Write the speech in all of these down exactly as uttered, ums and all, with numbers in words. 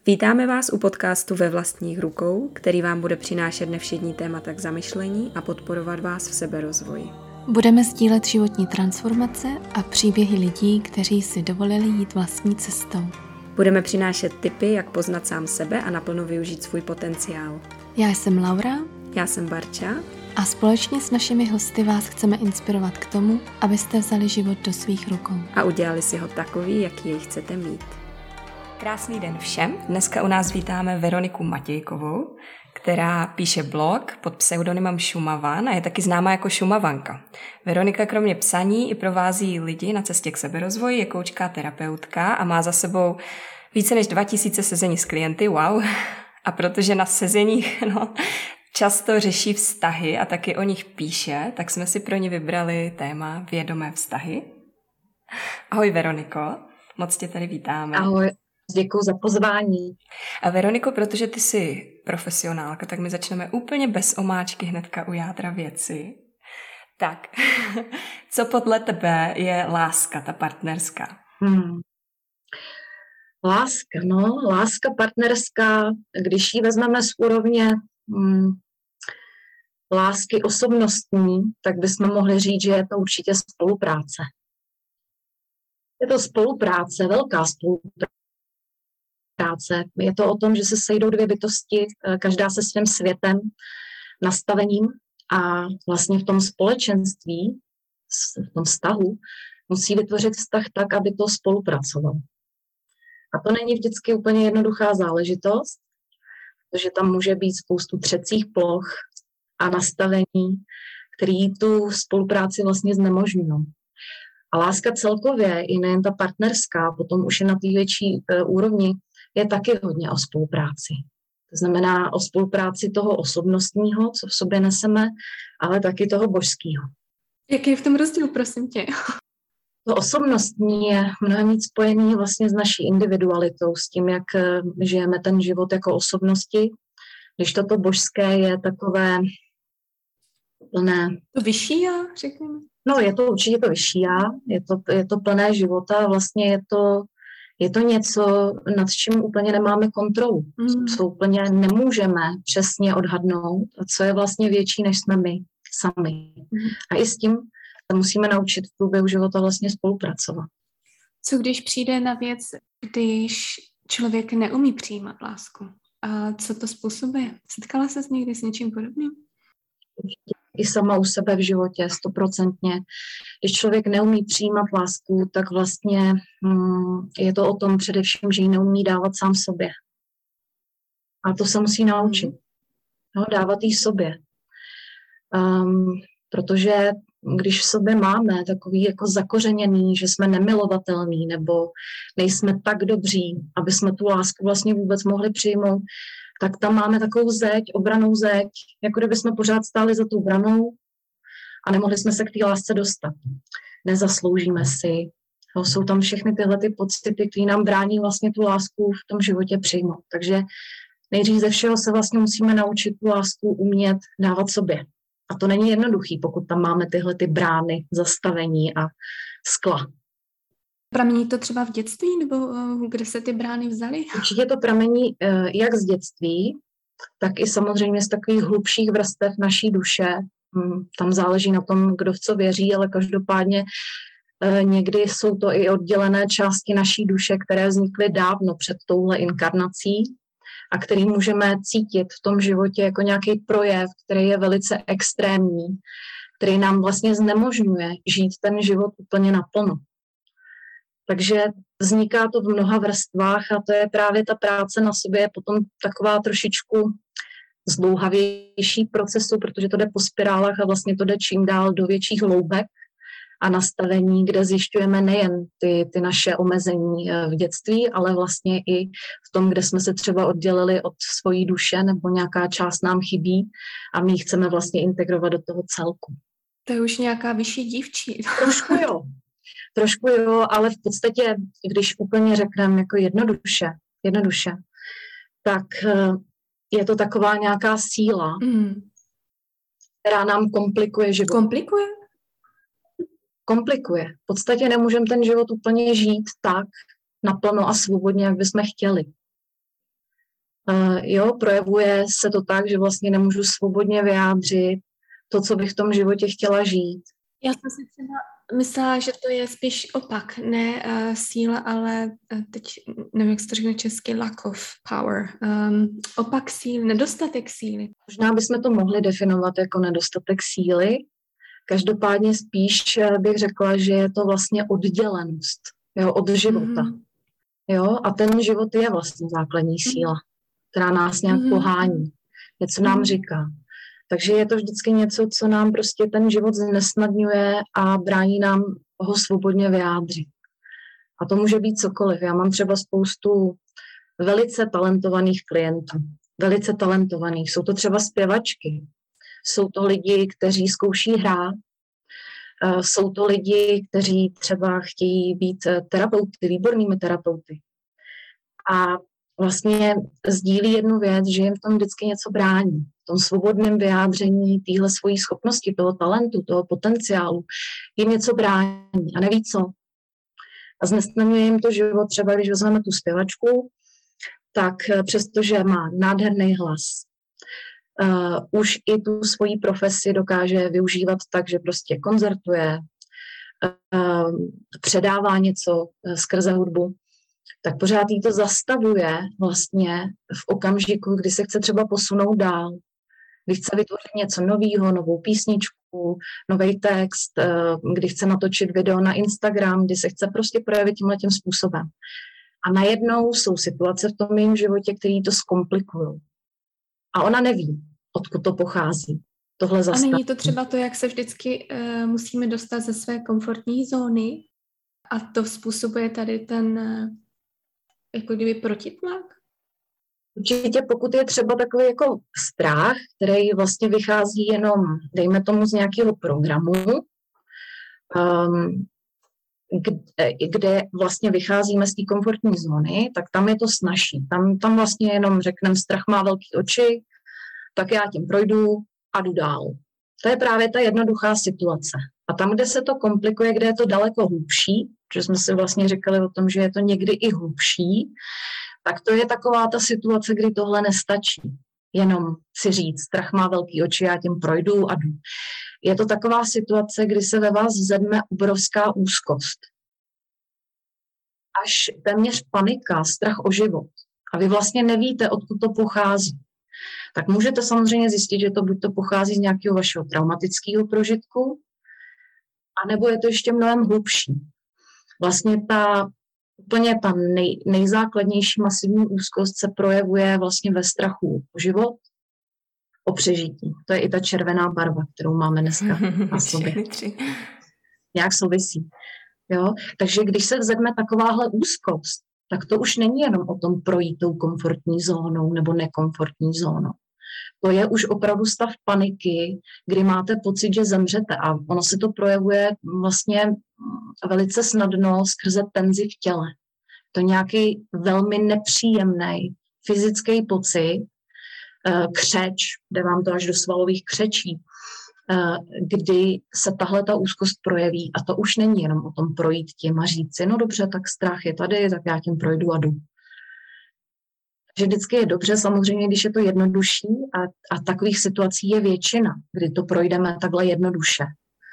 Vítáme vás u podcastu Ve vlastních rukou, který vám bude přinášet nevšední témata k zamyšlení a podporovat vás v seberozvoji. Budeme sdílet životní transformace a příběhy lidí, kteří si dovolili jít vlastní cestou. Budeme přinášet tipy, jak poznat sám sebe a naplno využít svůj potenciál. Já jsem Laura. Já jsem Barča. A společně s našimi hosty vás chceme inspirovat k tomu, abyste vzali život do svých rukou. A udělali si ho takový, jaký jej chcete mít. Krásný den všem. Dneska u nás vítáme Veroniku Matějkovou, která píše blog pod pseudonymem Šumavan a je taky známá jako Šumavanka. Veronika kromě psaní i provází lidi na cestě k seberozvoji, je koučka, terapeutka a má za sebou více než dva tisíce sezení s klienty, wow. A protože na sezeních no, často řeší vztahy a taky o nich píše, tak jsme si pro ní vybrali téma vědomé vztahy. Ahoj Veroniko, moc tě tady vítáme. Ahoj. Děkuji za pozvání. A Veroniko, protože ty jsi profesionálka, tak my začneme úplně bez omáčky hnedka u jádra věci. Tak, co podle tebe je láska, ta partnerská? Hmm. Láska, no, láska partnerská, když ji vezmeme z úrovně hmm, lásky osobnostní, tak bychom mohli říct, že je to určitě spolupráce. Je to spolupráce, velká spolupráce. Práce. Je to o tom, že se sejdou dvě bytosti, každá se svým světem, nastavením a vlastně v tom společenství, v tom vztahu, musí vytvořit vztah tak, aby to spolupracovalo. A to není vždycky úplně jednoduchá záležitost, protože tam může být spoustu třecích ploch a nastavení, které tu spolupráci vlastně znemožňují. A láska celkově, i nejen ta partnerská, potom už je na té větší uh, úrovni, je taky hodně o spolupráci. To znamená o spolupráci toho osobnostního, co v sobě neseme, ale taky toho božského. Jaký je v tom rozdíl, prosím tě? To osobnostní je mnohem víc spojený vlastně s naší individualitou, s tím, jak žijeme ten život jako osobnosti, když toto božské je takové plné... To vyšší já, řekněme? No, je to určitě to vyšší já, je to, je to plné života, vlastně je to Je to něco, nad čím úplně nemáme kontrolu, mm. co úplně nemůžeme přesně odhadnout, a co je vlastně větší, než jsme my sami. Mm. A i s tím musíme naučit v průběhu života vlastně spolupracovat. Co když přijde na věc, když člověk neumí přijímat lásku? A co to způsobuje? Setkala ses někdy s něčím podobným? I sama u sebe v životě, stoprocentně. Když člověk neumí přijímat lásku, tak vlastně hm, je to o tom především, že ji neumí dávat sám sobě. A to se musí naučit. No, dávat ji sobě. Um, protože když v sobě máme takový jako zakořeněný, že jsme nemilovatelný nebo nejsme tak dobří, aby jsme tu lásku vlastně vůbec mohli přijmout, tak tam máme takovou zeď, obranou zeď, jako kdyby jsme pořád stáli za tou branou a nemohli jsme se k té lásce dostat. Nezasloužíme si. No, jsou tam všechny tyhle ty pocity, které nám brání vlastně tu lásku v tom životě přijmout. Takže nejdřív ze všeho se vlastně musíme naučit tu lásku umět dávat sobě. A to není jednoduchý, pokud tam máme tyhle ty brány, zastavení a skla. Pramení to třeba v dětství, nebo kde se ty brány vzaly? Určitě to pramení jak z dětství, tak i samozřejmě z takových hlubších vrstev naší duše. Tam záleží na tom, kdo v co věří, ale každopádně někdy jsou to i oddělené části naší duše, které vznikly dávno před touhle inkarnací a který můžeme cítit v tom životě jako nějaký projev, který je velice extrémní, který nám vlastně znemožňuje žít ten život úplně naplno. Takže vzniká to v mnoha vrstvách a to je právě ta práce na sobě, potom taková trošičku zdlouhavější procesu, protože to jde po spirálách a vlastně to jde čím dál do větších hloubek a nastavení, kde zjišťujeme nejen ty, ty naše omezení v dětství, ale vlastně i v tom, kde jsme se třeba oddělili od svojí duše nebo nějaká část nám chybí a my ji chceme vlastně integrovat do toho celku. To je už nějaká vyšší dívčí. Trošku jo. Trošku jo, ale v podstatě, když úplně řekneme jako jednoduše, jednoduše, tak je to taková nějaká síla, mm. která nám komplikuje život. Komplikuje? Komplikuje. V podstatě nemůžeme ten život úplně žít tak naplno a svobodně, jak bychom chtěli. Uh, jo, projevuje se to tak, že vlastně nemůžu svobodně vyjádřit to, co bych v tom životě chtěla žít. Já jsem si třeba myslela, že to je spíš opak, ne uh, síla, ale uh, teď nevím, jak se to řekne česky, lack of power. Um, opak síly, nedostatek síly. Možná bychom to mohli definovat jako nedostatek síly. Každopádně spíš bych řekla, že je to vlastně oddělenost, jo, od života. Mm. Jo, a ten život je vlastně základní síla, která nás nějak mm. pohání, něco nám mm. říká. Takže je to vždycky něco, co nám prostě ten život znesnadňuje a brání nám ho svobodně vyjádřit. A to může být cokoliv. Já mám třeba spoustu velice talentovaných klientů. Velice talentovaných. Jsou to třeba zpěvačky. Jsou to lidi, kteří zkouší hrát. Jsou to lidi, kteří třeba chtějí být terapeuty, výbornými terapeuty. A vlastně sdílí jednu věc, že jim v tom vždycky něco brání. V tom svobodném vyjádření téhle svojí schopnosti, toho talentu, toho potenciálu, jim něco brání a neví co. A znesnadňuje jim to život, třeba když vezmeme tu zpěvačku, tak přestože má nádherný hlas, uh, už i tu svoji profesi dokáže využívat tak, že prostě koncertuje, uh, předává něco skrze hudbu, tak pořád jí to zastavuje vlastně v okamžiku, kdy se chce třeba posunout dál, kdy chce vytvořit něco nového, novou písničku, nový text, kdy chce natočit video na Instagram, kdy se chce prostě projevit tímhletím způsobem. A najednou jsou situace v tom jejím životě, které to zkomplikují. A ona neví, odkud to pochází. Tohle zastaví. A není to třeba to, jak se vždycky uh, musíme dostat ze své komfortní zóny a to způsobuje tady ten uh, jako kdyby protitlak? Určitě, pokud je třeba takový jako strach, který vlastně vychází jenom, dejme tomu, z nějakého programu, um, kde, kde vlastně vycházíme z té komfortní zóny, tak tam je to snazší. Tam, tam vlastně jenom řekneme, strach má velký oči, tak já tím projdu a jdu dál. To je právě ta jednoduchá situace. A tam, kde se to komplikuje, kde je to daleko hlubší, že jsme si vlastně říkali o tom, že je to někdy i hlubší, tak to je taková ta situace, kdy tohle nestačí. Jenom si říct, strach má velký oči, já tím projdu a jdu. Je to taková situace, kdy se ve vás vzedme obrovská úzkost. Až téměř panika, strach o život. A vy vlastně nevíte, odkud to pochází. Tak můžete samozřejmě zjistit, že to buď to pochází z nějakého vašeho traumatického prožitku, anebo je to ještě mnohem hlubší. Vlastně ta úplně ta nej, nejzákladnější masivní úzkost se projevuje vlastně ve strachu o život, o přežití. To je i ta červená barva, kterou máme dneska na sobě. Nějak souvisí. Jo? Takže když se vzedme takováhle úzkost, tak to už není jenom o tom projít tou komfortní zónou nebo nekomfortní zónou. To je už opravdu stav paniky, kdy máte pocit, že zemřete a ono se to projevuje vlastně velice snadno skrze tenzi v těle. To je nějaký velmi nepříjemný fyzický pocit, křeč, jde vám to až do svalových křečí, kdy se tahle ta úzkost projeví a to už není jenom o tom projít tím a říct si, no dobře, tak strach je tady, tak já tím projdu a jdu. Takže vždycky je dobře, samozřejmě, když je to jednodušší a, a takových situací je většina, kdy to projdeme takhle jednoduše.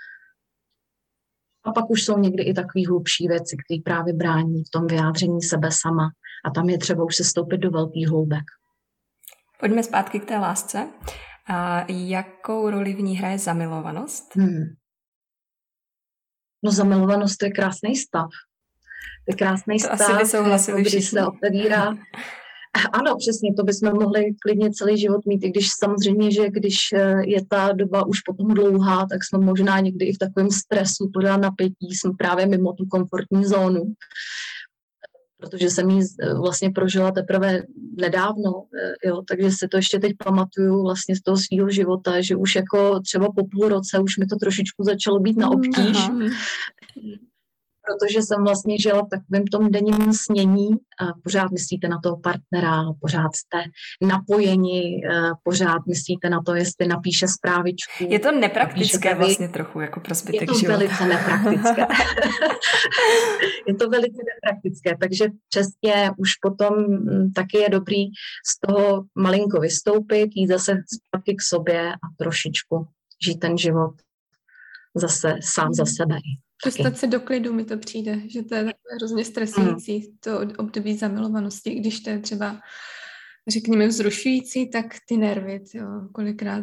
A pak už jsou někdy i takové hlubší věci, které právě brání v tom vyjádření sebe sama a tam je třeba už se stoupit do velkých hloubek. Pojďme zpátky k té lásce. A jakou roli v ní hraje zamilovanost? Hmm. No zamilovanost to je krásný stav. To je krásný to stav, asi by souhlasili když se otevírá. Ano, přesně, to bychom mohli klidně celý život mít, i když samozřejmě, že když je ta doba už potom dlouhá, tak jsme možná někdy i v takovém stresu, pořád napětí, jsme právě mimo tu komfortní zónu, protože jsem ji vlastně prožila teprve nedávno, jo, takže si to ještě teď pamatuju vlastně z toho svého života, že už jako třeba po půl roce už mi to trošičku začalo být na obtíž, protože jsem vlastně žila v takovém tom denním snění. Pořád myslíte na toho partnera, pořád jste napojeni, pořád myslíte na to, jestli napíše zprávičku. Je to nepraktické vlastně trochu, jako pro zbytek života. Je to života. velice nepraktické. Je to velice nepraktické, takže přesně už potom taky je dobrý z toho malinko vystoupit, jít zase zpátky k sobě a trošičku žít ten život zase sám za sebe. Dostat se do klidu mi to přijde, že to je takové hrozně stresující, mm. to období zamilovanosti, když to je třeba, řekněme, vzrušující, tak ty nervy, jo, kolikrát.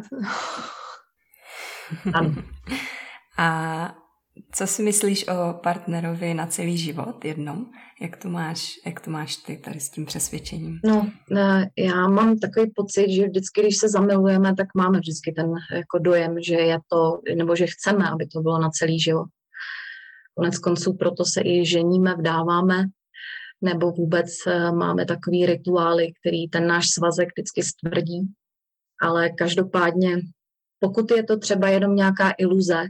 Ano. A co si myslíš o partnerovi na celý život jednom? Jak to máš, jak to máš ty tady s tím přesvědčením? No, já mám takový pocit, že vždycky, když se zamilujeme, tak máme vždycky ten jako dojem, že je to, nebo že chceme, aby to bylo na celý život. Konec konců proto se i ženíme, vdáváme, nebo vůbec máme takový rituály, který ten náš svazek vždycky stvrdí. Ale každopádně, pokud je to třeba jenom nějaká iluze,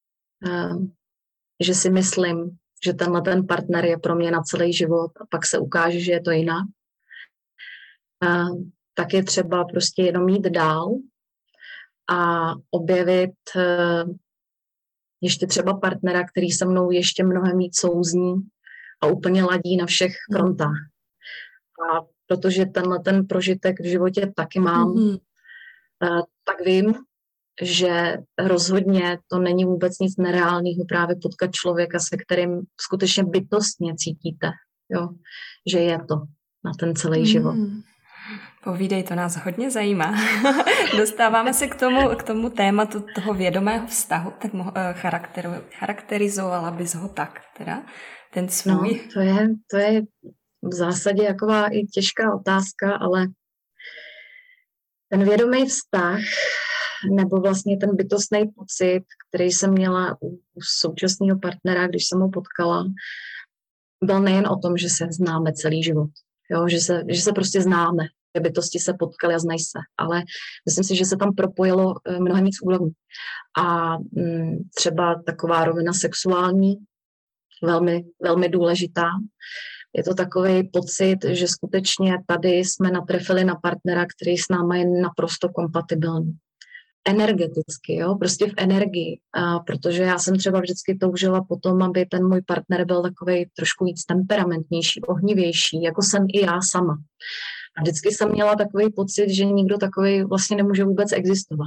že si myslím, že tenhle ten partner je pro mě na celý život a pak se ukáže, že je to jinak, tak je třeba prostě jenom jít dál a objevit ještě třeba partnera, který se mnou ještě mnohem víc souzní a úplně ladí na všech frontách. A protože tenhle ten prožitek v životě taky mám, mm-hmm. tak vím, že rozhodně to není vůbec nic nereálného právě potkat člověka, se kterým skutečně bytostně cítíte, jo? Že je to na ten celý mm. život. Povídej, to nás hodně zajímá. Dostáváme se k tomu, k tomu tématu toho vědomého vztahu, tak charakter, charakterizovala bys ho tak, teda, ten svůj? No, to je, to je v zásadě taková i těžká otázka, ale ten vědomý vztah nebo vlastně ten bytostný pocit, který jsem měla u, u současného partnera, když jsem ho potkala, byl nejen o tom, že se známe celý život, jo? Že, se, že se prostě známe, že bytosti se potkaly a znají se, ale myslím si, že se tam propojilo mnohem víc úrovní. A m, třeba taková rovina sexuální, velmi, velmi důležitá. Je to takový pocit, že skutečně tady jsme natrefili na partnera, který s náma je naprosto kompatibilní. Energeticky, jo, prostě v energii, a protože já jsem třeba vždycky toužila potom, aby ten můj partner byl takovej trošku víc temperamentnější, ohnivější, jako jsem i já sama. A vždycky jsem měla takový pocit, že nikdo takový vlastně nemůže vůbec existovat.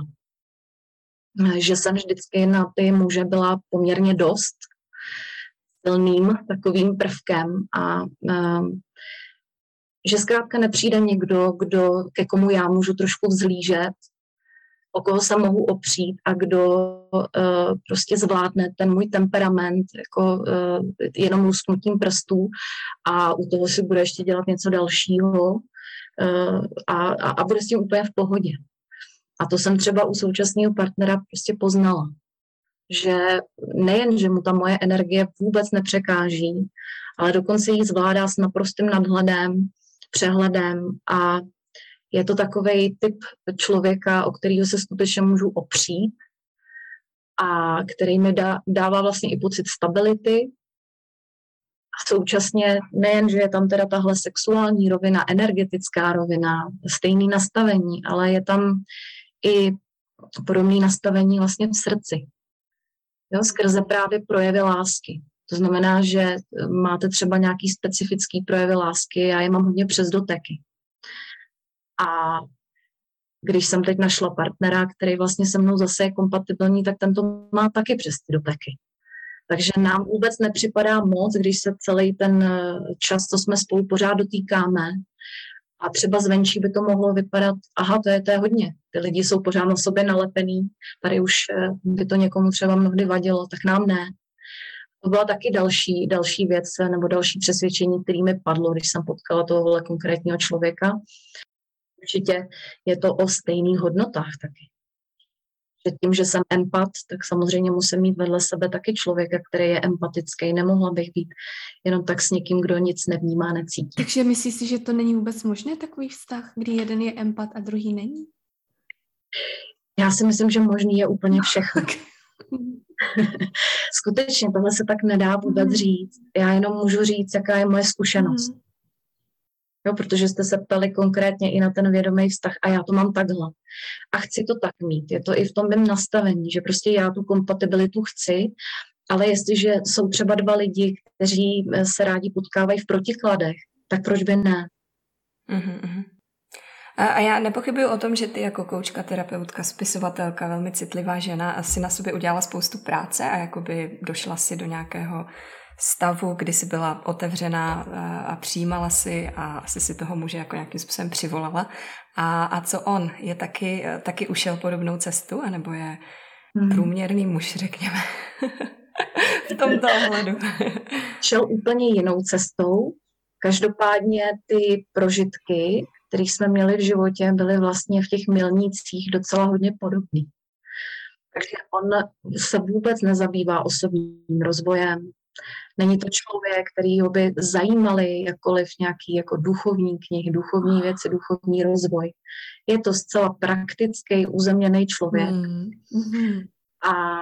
Že jsem vždycky na ty muže byla poměrně dost silným takovým prvkem a um, že zkrátka nepřijde někdo, kdo, ke komu já můžu trošku vzhlížet, o koho se mohu opřít a kdo uh, prostě zvládne ten můj temperament jako uh, jenom lusknutím prstů a u toho si bude ještě dělat něco dalšího uh, a, a, a bude s tím úplně v pohodě. A to jsem třeba u současného partnera prostě poznala, že nejen, že mu ta moje energie vůbec nepřekáží, ale dokonce ji zvládá s naprostým nadhledem, přehledem a je to takovej typ člověka, o kterého se skutečně můžu opřít a který mi dá, dává vlastně i pocit stability. A současně nejen, že je tam teda tahle sexuální rovina, energetická rovina, stejný nastavení, ale je tam i podobné nastavení vlastně v srdci. Jo, skrze právě projevy lásky. To znamená, že máte třeba nějaký specifický projevy lásky, já je mám hodně přes doteky. A když jsem teď našla partnera, který vlastně se mnou zase je kompatibilní, tak ten to má taky přes ty doteky. Takže nám vůbec nepřipadá moc, když se celý ten čas, co jsme spolu pořád dotýkáme, a třeba zvenčí by to mohlo vypadat, aha, to je, to je hodně. Ty lidi jsou pořád na sobě nalepený, tady už by to někomu třeba mnohdy vadilo, tak nám ne. To byla taky další, další věc nebo další přesvědčení, který mi padlo, když jsem potkala tohohle konkrétního člověka. Určitě je to o stejných hodnotách taky. Že tím, že jsem empat, tak samozřejmě musím mít vedle sebe taky člověka, který je empatický. Nemohla bych být jenom tak s někým, kdo nic nevnímá, necítí. Takže myslíš si, že to není vůbec možné, takový vztah, kdy jeden je empat a druhý není? Já si myslím, že možný je úplně všechno. Skutečně, tohle se tak nedá vůbec říct. Já jenom můžu říct, jaká je moje zkušenost. Mm. Jo, protože jste se ptali konkrétně i na ten vědomý vztah a já to mám takhle. A chci to tak mít. Je to i v tom mém nastavení, že prostě já tu kompatibilitu chci, ale jestliže jsou třeba dva lidi, kteří se rádi potkávají v protikladech, tak proč by ne? Mm-hmm. A já nepochybuju o tom, že ty jako koučka, terapeutka, spisovatelka, velmi citlivá žena asi na sobě udělala spoustu práce a jakoby došla si do nějakého stavu, kdy jsi byla otevřená a přijímala si a asi si toho muže jako nějakým způsobem přivolala. A, a co on? Je taky, taky ušel podobnou cestu, anebo je hmm. průměrný muž, řekněme, v tomto ohledu? Šel úplně jinou cestou. Každopádně ty prožitky, které jsme měli v životě, byly vlastně v těch milnících docela hodně podobný. Takže on se vůbec nezabývá osobním rozvojem. Není to člověk, který ho by zajímaly jakkoliv nějaký jako duchovní knihy, duchovní věci, duchovní rozvoj. Je to zcela praktický, uzemněný člověk. Mm. A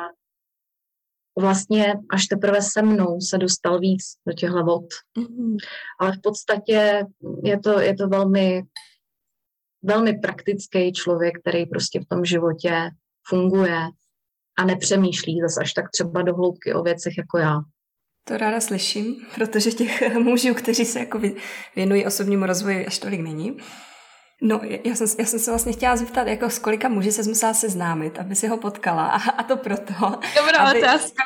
vlastně až teprve se mnou se dostal víc do těchto vod. Mm. Ale v podstatě je to, je to velmi, velmi praktický člověk, který prostě v tom životě funguje a nepřemýšlí zase až tak třeba do hloubky o věcech jako já. To ráda slyším, protože těch mužů, kteří se jako věnují osobnímu rozvoji, až tolik není. No, já jsem, já jsem se vlastně chtěla zeptat, jako s kolika muži se musela seznámit, aby si ho potkala. A, a to proto. Dobrá aby... otázka.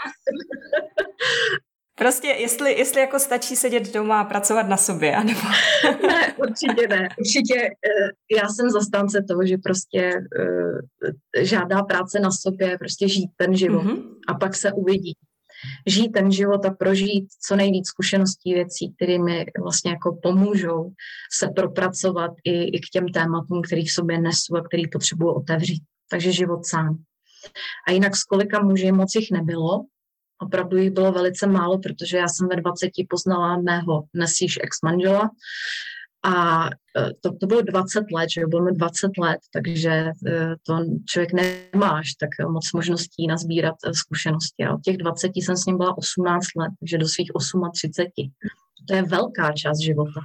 Prostě, jestli, jestli jako stačí sedět doma a pracovat na sobě, anebo... Ne, určitě ne. Určitě já jsem zastánce toho, že prostě žádná práce na sobě, prostě žít ten život. Mm-hmm. A pak se uvidí. Žít ten život a prožít co nejvíc zkušeností, věcí, které mi vlastně jako pomůžou se propracovat i, i k těm tématům, který v sobě nesu a který potřebuji otevřít. Takže život sám. A jinak s kolika muži moc jich nebylo. Opravdu jich bylo velice málo, protože já jsem ve dvaceti poznala mého dnes již ex-manžela. A to, to bylo dvacet let, že bylo mi dvacet let, takže to člověk nemá až tak moc možností nazbírat zkušenosti. A od těch dvaceti jsem s ním byla osmnáct let, takže do svých třiceti osmi. To je velká část života.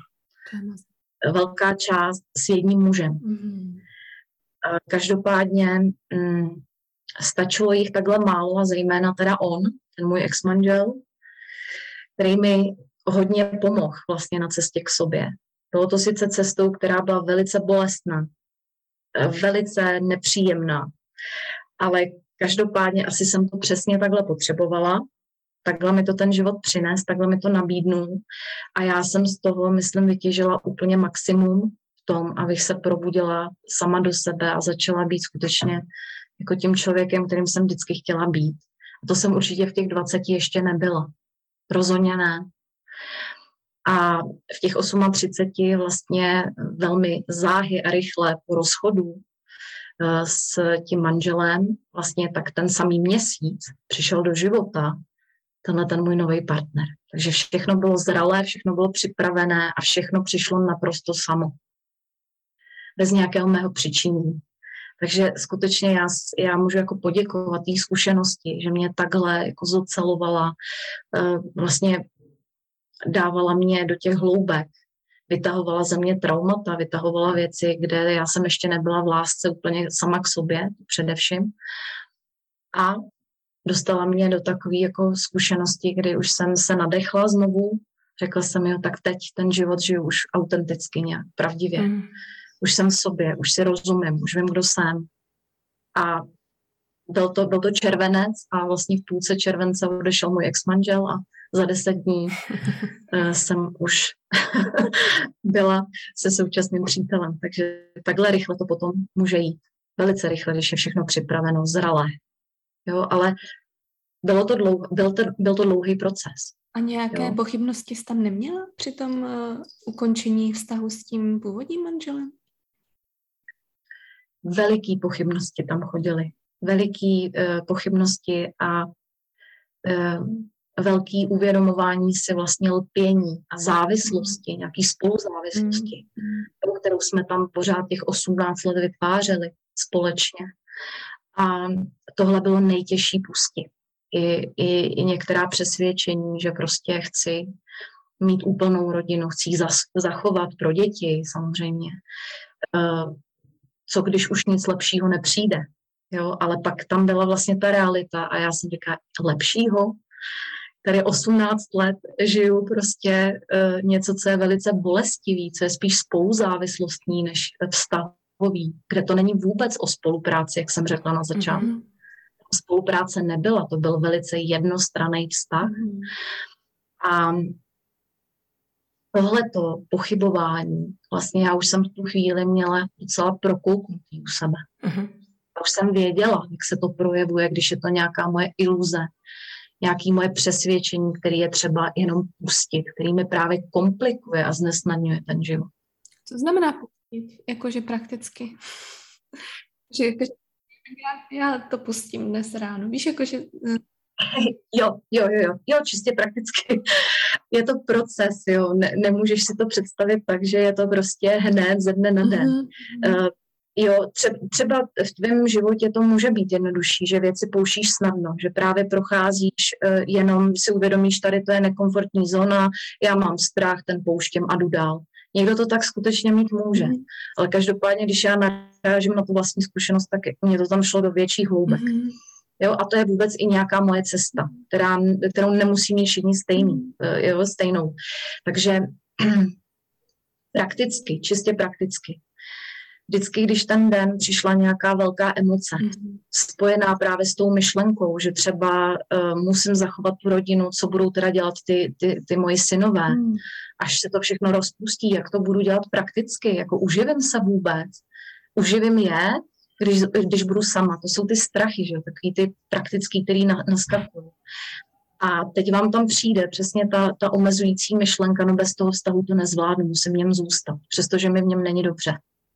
Velká část s jedním mužem. Mm. Každopádně mm, stačilo jich takhle málo a zejména teda on, ten můj ex-manžel, který mi hodně pomohl vlastně na cestě k sobě. Bylo to sice cestou, která byla velice bolestná, velice nepříjemná, ale každopádně asi jsem to přesně takhle potřebovala. Takhle mi to ten život přines, takhle mi to nabídnul a já jsem z toho, myslím, vytěžila úplně maximum v tom, abych se probudila sama do sebe a začala být skutečně jako tím člověkem, kterým jsem vždycky chtěla být. A to jsem určitě v těch dvaceti ještě nebyla. Rozhodně ne. A v těch třiceti osmi vlastně velmi záhy a rychle po rozchodu s tím manželem, vlastně tak ten samý měsíc přišel do života tenhle ten můj nový partner. Takže všechno bylo zralé, všechno bylo připravené a všechno přišlo naprosto samo. Bez nějakého mého přičinění. Takže skutečně já, já můžu jako poděkovat té zkušenosti, že mě takhle jako zocelovala, vlastně dávala mě do těch hloubek, vytahovala ze mě traumata, vytahovala věci, kde já jsem ještě nebyla v lásce úplně sama k sobě, především. A dostala mě do takové jako zkušenosti, kdy už jsem se nadechla znovu, řekla jsem, jo, tak teď ten život žiju už autenticky nějak, pravdivě. Mm. Už jsem v sobě, už si rozumím, už vím, kdo jsem. A byl to, byl to červenec a vlastně v půlce července odešel můj ex-manžel a za deset dní jsem už byla se současným přítelem. Takže takhle rychle to potom může jít. Velice rychle, když je všechno připraveno, zralé. Jo, ale bylo to dlouho, byl, to, byl to dlouhý proces. A nějaké jo. pochybnosti jsi tam neměla při tom uh, ukončení vztahu s tím původním manželem? Veliký pochybnosti tam chodily. Veliký uh, pochybnosti a uh, velký uvědomování si vlastně lpění a závislosti, mm. nějaký spoluzávislosti, mm. kterou jsme tam pořád těch osmnáct let vytvářeli společně. A tohle bylo nejtěžší pustit. i, i, i některá přesvědčení, že prostě chci mít úplnou rodinu, chci ji zas, zachovat pro děti samozřejmě. Uh, co když už nic lepšího nepřijde, jo? Ale pak tam byla vlastně ta realita a já jsem říkala, lepšího? Tady osmnáct let žiju prostě uh, něco, co je velice bolestivý, co je spíš spoluzávislostní než vztahový, kde to není vůbec o spolupráci, jak jsem řekla na začátku. Mm-hmm. Spolupráce nebyla, to byl velice jednostranný vztah. Mm-hmm. A tohleto pochybování, vlastně já už jsem v tu chvíli měla docela prokouknutý u sebe. Mm-hmm. Já už jsem věděla, jak se to projevuje, když je to nějaká moje iluze, nějaké moje přesvědčení, které je třeba jenom pustit, který mi právě komplikuje a znesnadňuje ten život. Co znamená pustit? Jakože prakticky. Že jakože já, já to pustím dnes ráno. Víš, jakože... Jo, jo, jo, jo, jo, čistě prakticky. Je to proces, jo, ne, nemůžeš si to představit tak, že je to prostě hned ze dne na den. Mm-hmm. Uh, jo, třeba, třeba v tvém životě to může být jednodušší, že věci pouštíš snadno, že právě procházíš, uh, jenom si uvědomíš, tady to je nekomfortní zóna, já mám strach, ten pouštím a jdu dál. Někdo to tak skutečně mít může, mm-hmm. ale každopádně, když já narážím na tu vlastní zkušenost, tak mě to tam šlo do větších hloubek. Mm-hmm. Jo, a to je vůbec i nějaká moje cesta, která, kterou nemusí mít všichni stejný, jo, stejnou. Takže prakticky, čistě prakticky. Vždycky, když ten den přišla nějaká velká emoce, mm-hmm. spojená právě s tou myšlenkou, že třeba uh, musím zachovat tu rodinu, co budou teda dělat ty, ty, ty moji synové, mm. až se to všechno rozpustí, jak to budu dělat prakticky, jako uživím se vůbec, uživím je, Když, když budu sama. To jsou ty strachy, že? Takový ty praktický, který na, naskakují. A teď vám tam přijde přesně ta, ta omezující myšlenka, no bez toho vztahu to nezvládnu, musím v něm zůstat, přestože mi v něm není dobře.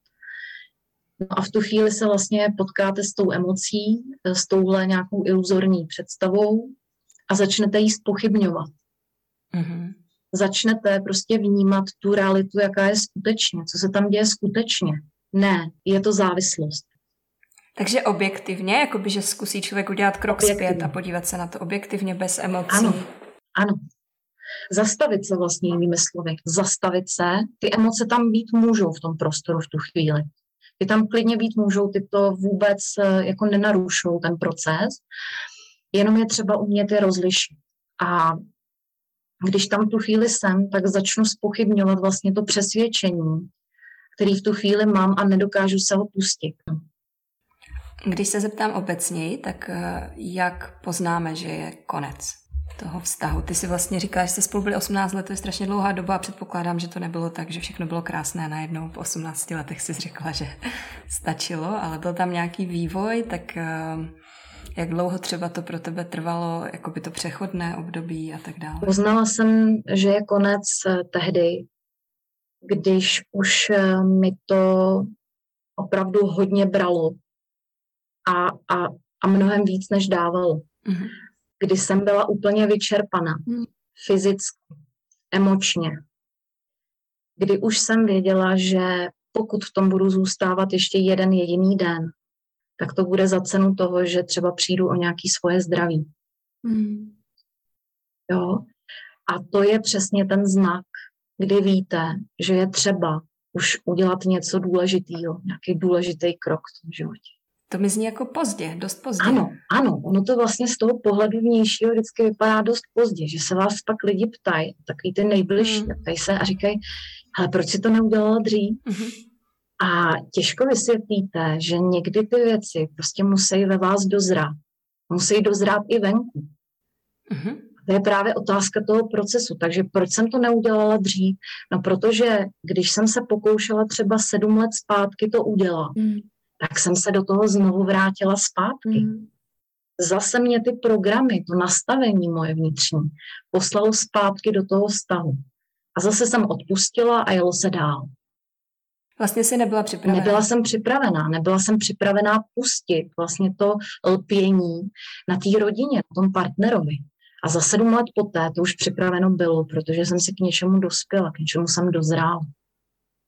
No a v tu chvíli se vlastně potkáte s tou emocí, s touhle nějakou iluzorní představou a začnete jí zpochybňovat. Mm-hmm. Začnete prostě vnímat tu realitu, jaká je skutečně, co se tam děje skutečně. Ne, je to závislost. Takže objektivně, jakoby, že zkusí člověk udělat krok zpět a podívat se na to objektivně, bez emocí. Ano, ano. Zastavit se vlastně jinými slovy. Zastavit se. Ty emoce tam být můžou v tom prostoru v tu chvíli. Ty tam klidně být můžou, ty to vůbec jako nenarušou ten proces. Jenom je třeba umět je rozlišit. A když tam tu chvíli jsem, tak začnu zpochybňovat vlastně to přesvědčení, který v tu chvíli mám a nedokážu se ho pustit. Když se zeptám obecněji, tak jak poznáme, že je konec toho vztahu? Ty si vlastně říkáš, že jste spolu byli osmnáct let, to je strašně dlouhá doba a předpokládám, že to nebylo tak, že všechno bylo krásné najednou. Po osmnácti letech si řekla, že stačilo, ale byl tam nějaký vývoj, tak jak dlouho třeba to pro tebe trvalo, jako by to přechodné období a tak dále? Poznala jsem, že je konec tehdy, když už mi to opravdu hodně bralo a, a, a mnohem víc, než dávalo. Mm-hmm. Kdy jsem byla úplně vyčerpaná, mm. fyzicky, emočně. Kdy už jsem věděla, že pokud v tom budu zůstávat ještě jeden jediný den, tak to bude za cenu toho, že třeba přijdu o nějaké svoje zdraví. Mm. Jo? A to je přesně ten znak, kdy víte, že je třeba už udělat něco důležitého, nějaký důležitý krok v tom životě. To mi zní jako pozdě, dost pozdě. Ano, ano, ono to vlastně z toho pohledu vnějšího vždycky vypadá dost pozdě, že se vás pak lidi ptají, takový ty nejbližší, mm. ptají se a říkají, ale proč si to neudělala dřív? Mm-hmm. A těžko vysvětlíte, že někdy ty věci prostě musí ve vás dozrát. Musí dozrát i venku. Mm-hmm. To je právě otázka toho procesu. Takže proč jsem to neudělala dřív? No protože když jsem se pokoušela třeba sedm let zpátky to udělat, mm. tak jsem se do toho znovu vrátila zpátky. Mm. Zase mě ty programy, to nastavení moje vnitřní, poslalo zpátky do toho vztahu. A zase jsem odpustila a jelo se dál. Vlastně jsi nebyla připravená. Nebyla jsem připravená. Nebyla jsem připravená pustit vlastně to lpění na té rodině, na tom partnerovi. A za sedm let poté to už připraveno bylo, protože jsem si k něčemu dospěla, k něčemu jsem dozrála.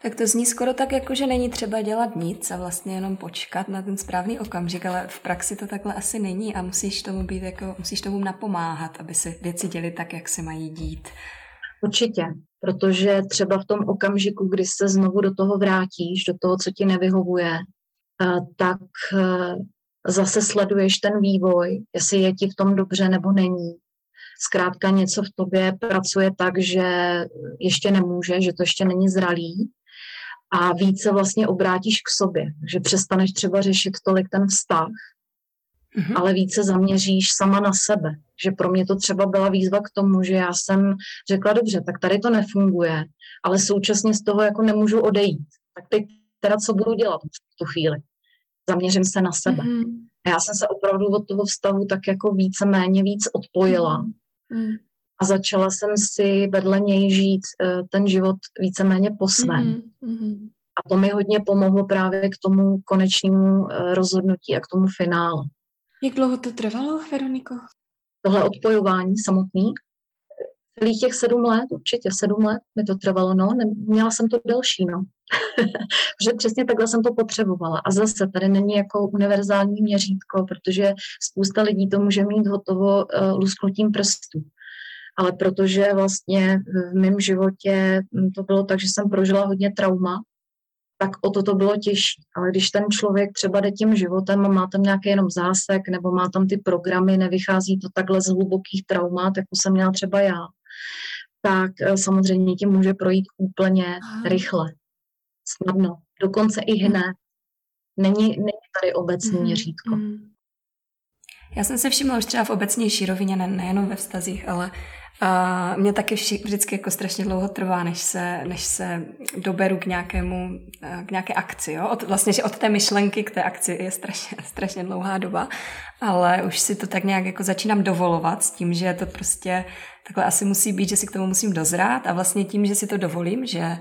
Tak to zní skoro tak, jako že není třeba dělat nic a vlastně jenom počkat na ten správný okamžik, ale v praxi to takhle asi není a musíš tomu být jako, musíš tomu napomáhat, aby se věci děly tak, jak se mají dít. Určitě, protože třeba v tom okamžiku, kdy se znovu do toho vrátíš, do toho, co ti nevyhovuje, tak zase sleduješ ten vývoj, jestli je ti v tom dobře nebo není. Zkrátka něco v tobě pracuje tak, že ještě nemůže, že to ještě není zralý a více vlastně obrátíš k sobě, že přestaneš třeba řešit tolik ten vztah, mm-hmm. ale více zaměříš sama na sebe. Že pro mě to třeba byla výzva k tomu, že já jsem řekla, dobře, tak tady to nefunguje, ale současně z toho jako nemůžu odejít. Tak teď teda co budu dělat v tu chvíli? Zaměřím se na sebe. Mm-hmm. A já jsem se opravdu od toho vztahu tak jako více méně víc odpojila. Mm-hmm. A začala jsem si vedle něj žít uh, ten život víceméně po svém. Mm-hmm. A to mi hodně pomohlo právě k tomu konečnému uh, rozhodnutí a k tomu finále. Jak dlouho to trvalo, Veroniko? Tohle odpojování samotný? Celých těch sedm let, určitě sedm let mi to trvalo, no, měla jsem to delší, no. Protože přesně takhle jsem to potřebovala. A zase tady není jako univerzální měřítko, protože spousta lidí to může mít hotovo uh, lusknutím prstů. Ale protože vlastně v mém životě to bylo tak, že jsem prožila hodně trauma, tak o to to bylo těžší. Ale když ten člověk třeba jde tím životem a má tam nějaký jenom zásek, nebo má tam ty programy, nevychází to takhle z hlubokých traumat, jako jsem měla třeba já, tak samozřejmě tím může projít úplně rychle, snadno, dokonce i hned. Není, není tady obecný měřítko. Já jsem se všimla už třeba v obecnější rovině, ne, nejenom ve vztazích, ale uh, mě taky vši, vždycky jako strašně dlouho trvá, než se, než se doberu k nějakému, uh, k nějaké akci. Jo? Od, vlastně, že od té myšlenky k té akci je strašně, strašně dlouhá doba, ale už si to tak nějak jako začínám dovolovat s tím, že to prostě takhle asi musí být, že si k tomu musím dozrát a vlastně tím, že si to dovolím, že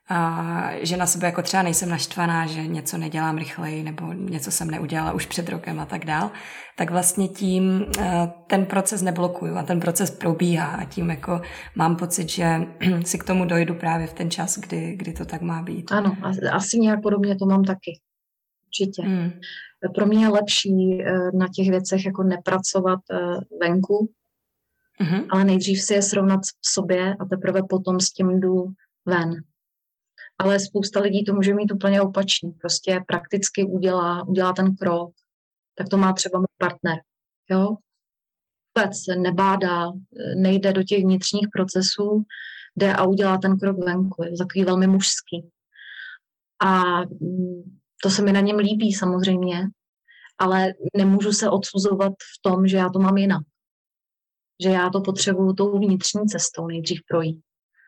a že na sebe jako třeba nejsem naštvaná, že něco nedělám rychleji nebo něco jsem neudělala už před rokem a tak dál, tak vlastně tím ten proces neblokuju a ten proces probíhá a tím jako mám pocit, že si k tomu dojdu právě v ten čas, kdy, kdy to tak má být. Ano, asi nějak podobně to mám taky. Určitě. Hmm. Pro mě je lepší na těch věcech jako nepracovat venku, hmm. ale nejdřív si je srovnat v sobě a teprve potom s tím jdu ven. Ale spousta lidí to může mít úplně opačný. Prostě prakticky udělá, udělá ten krok. Tak to má třeba můj partner. Jo? Vůbec se nebádá, nejde do těch vnitřních procesů, jde a udělá ten krok venku. Je to takový velmi mužský. A to se mi na něm líbí samozřejmě, ale nemůžu se odsuzovat v tom, že já to mám jinak. Že já to potřebuju tou vnitřní cestou nejdřív projít.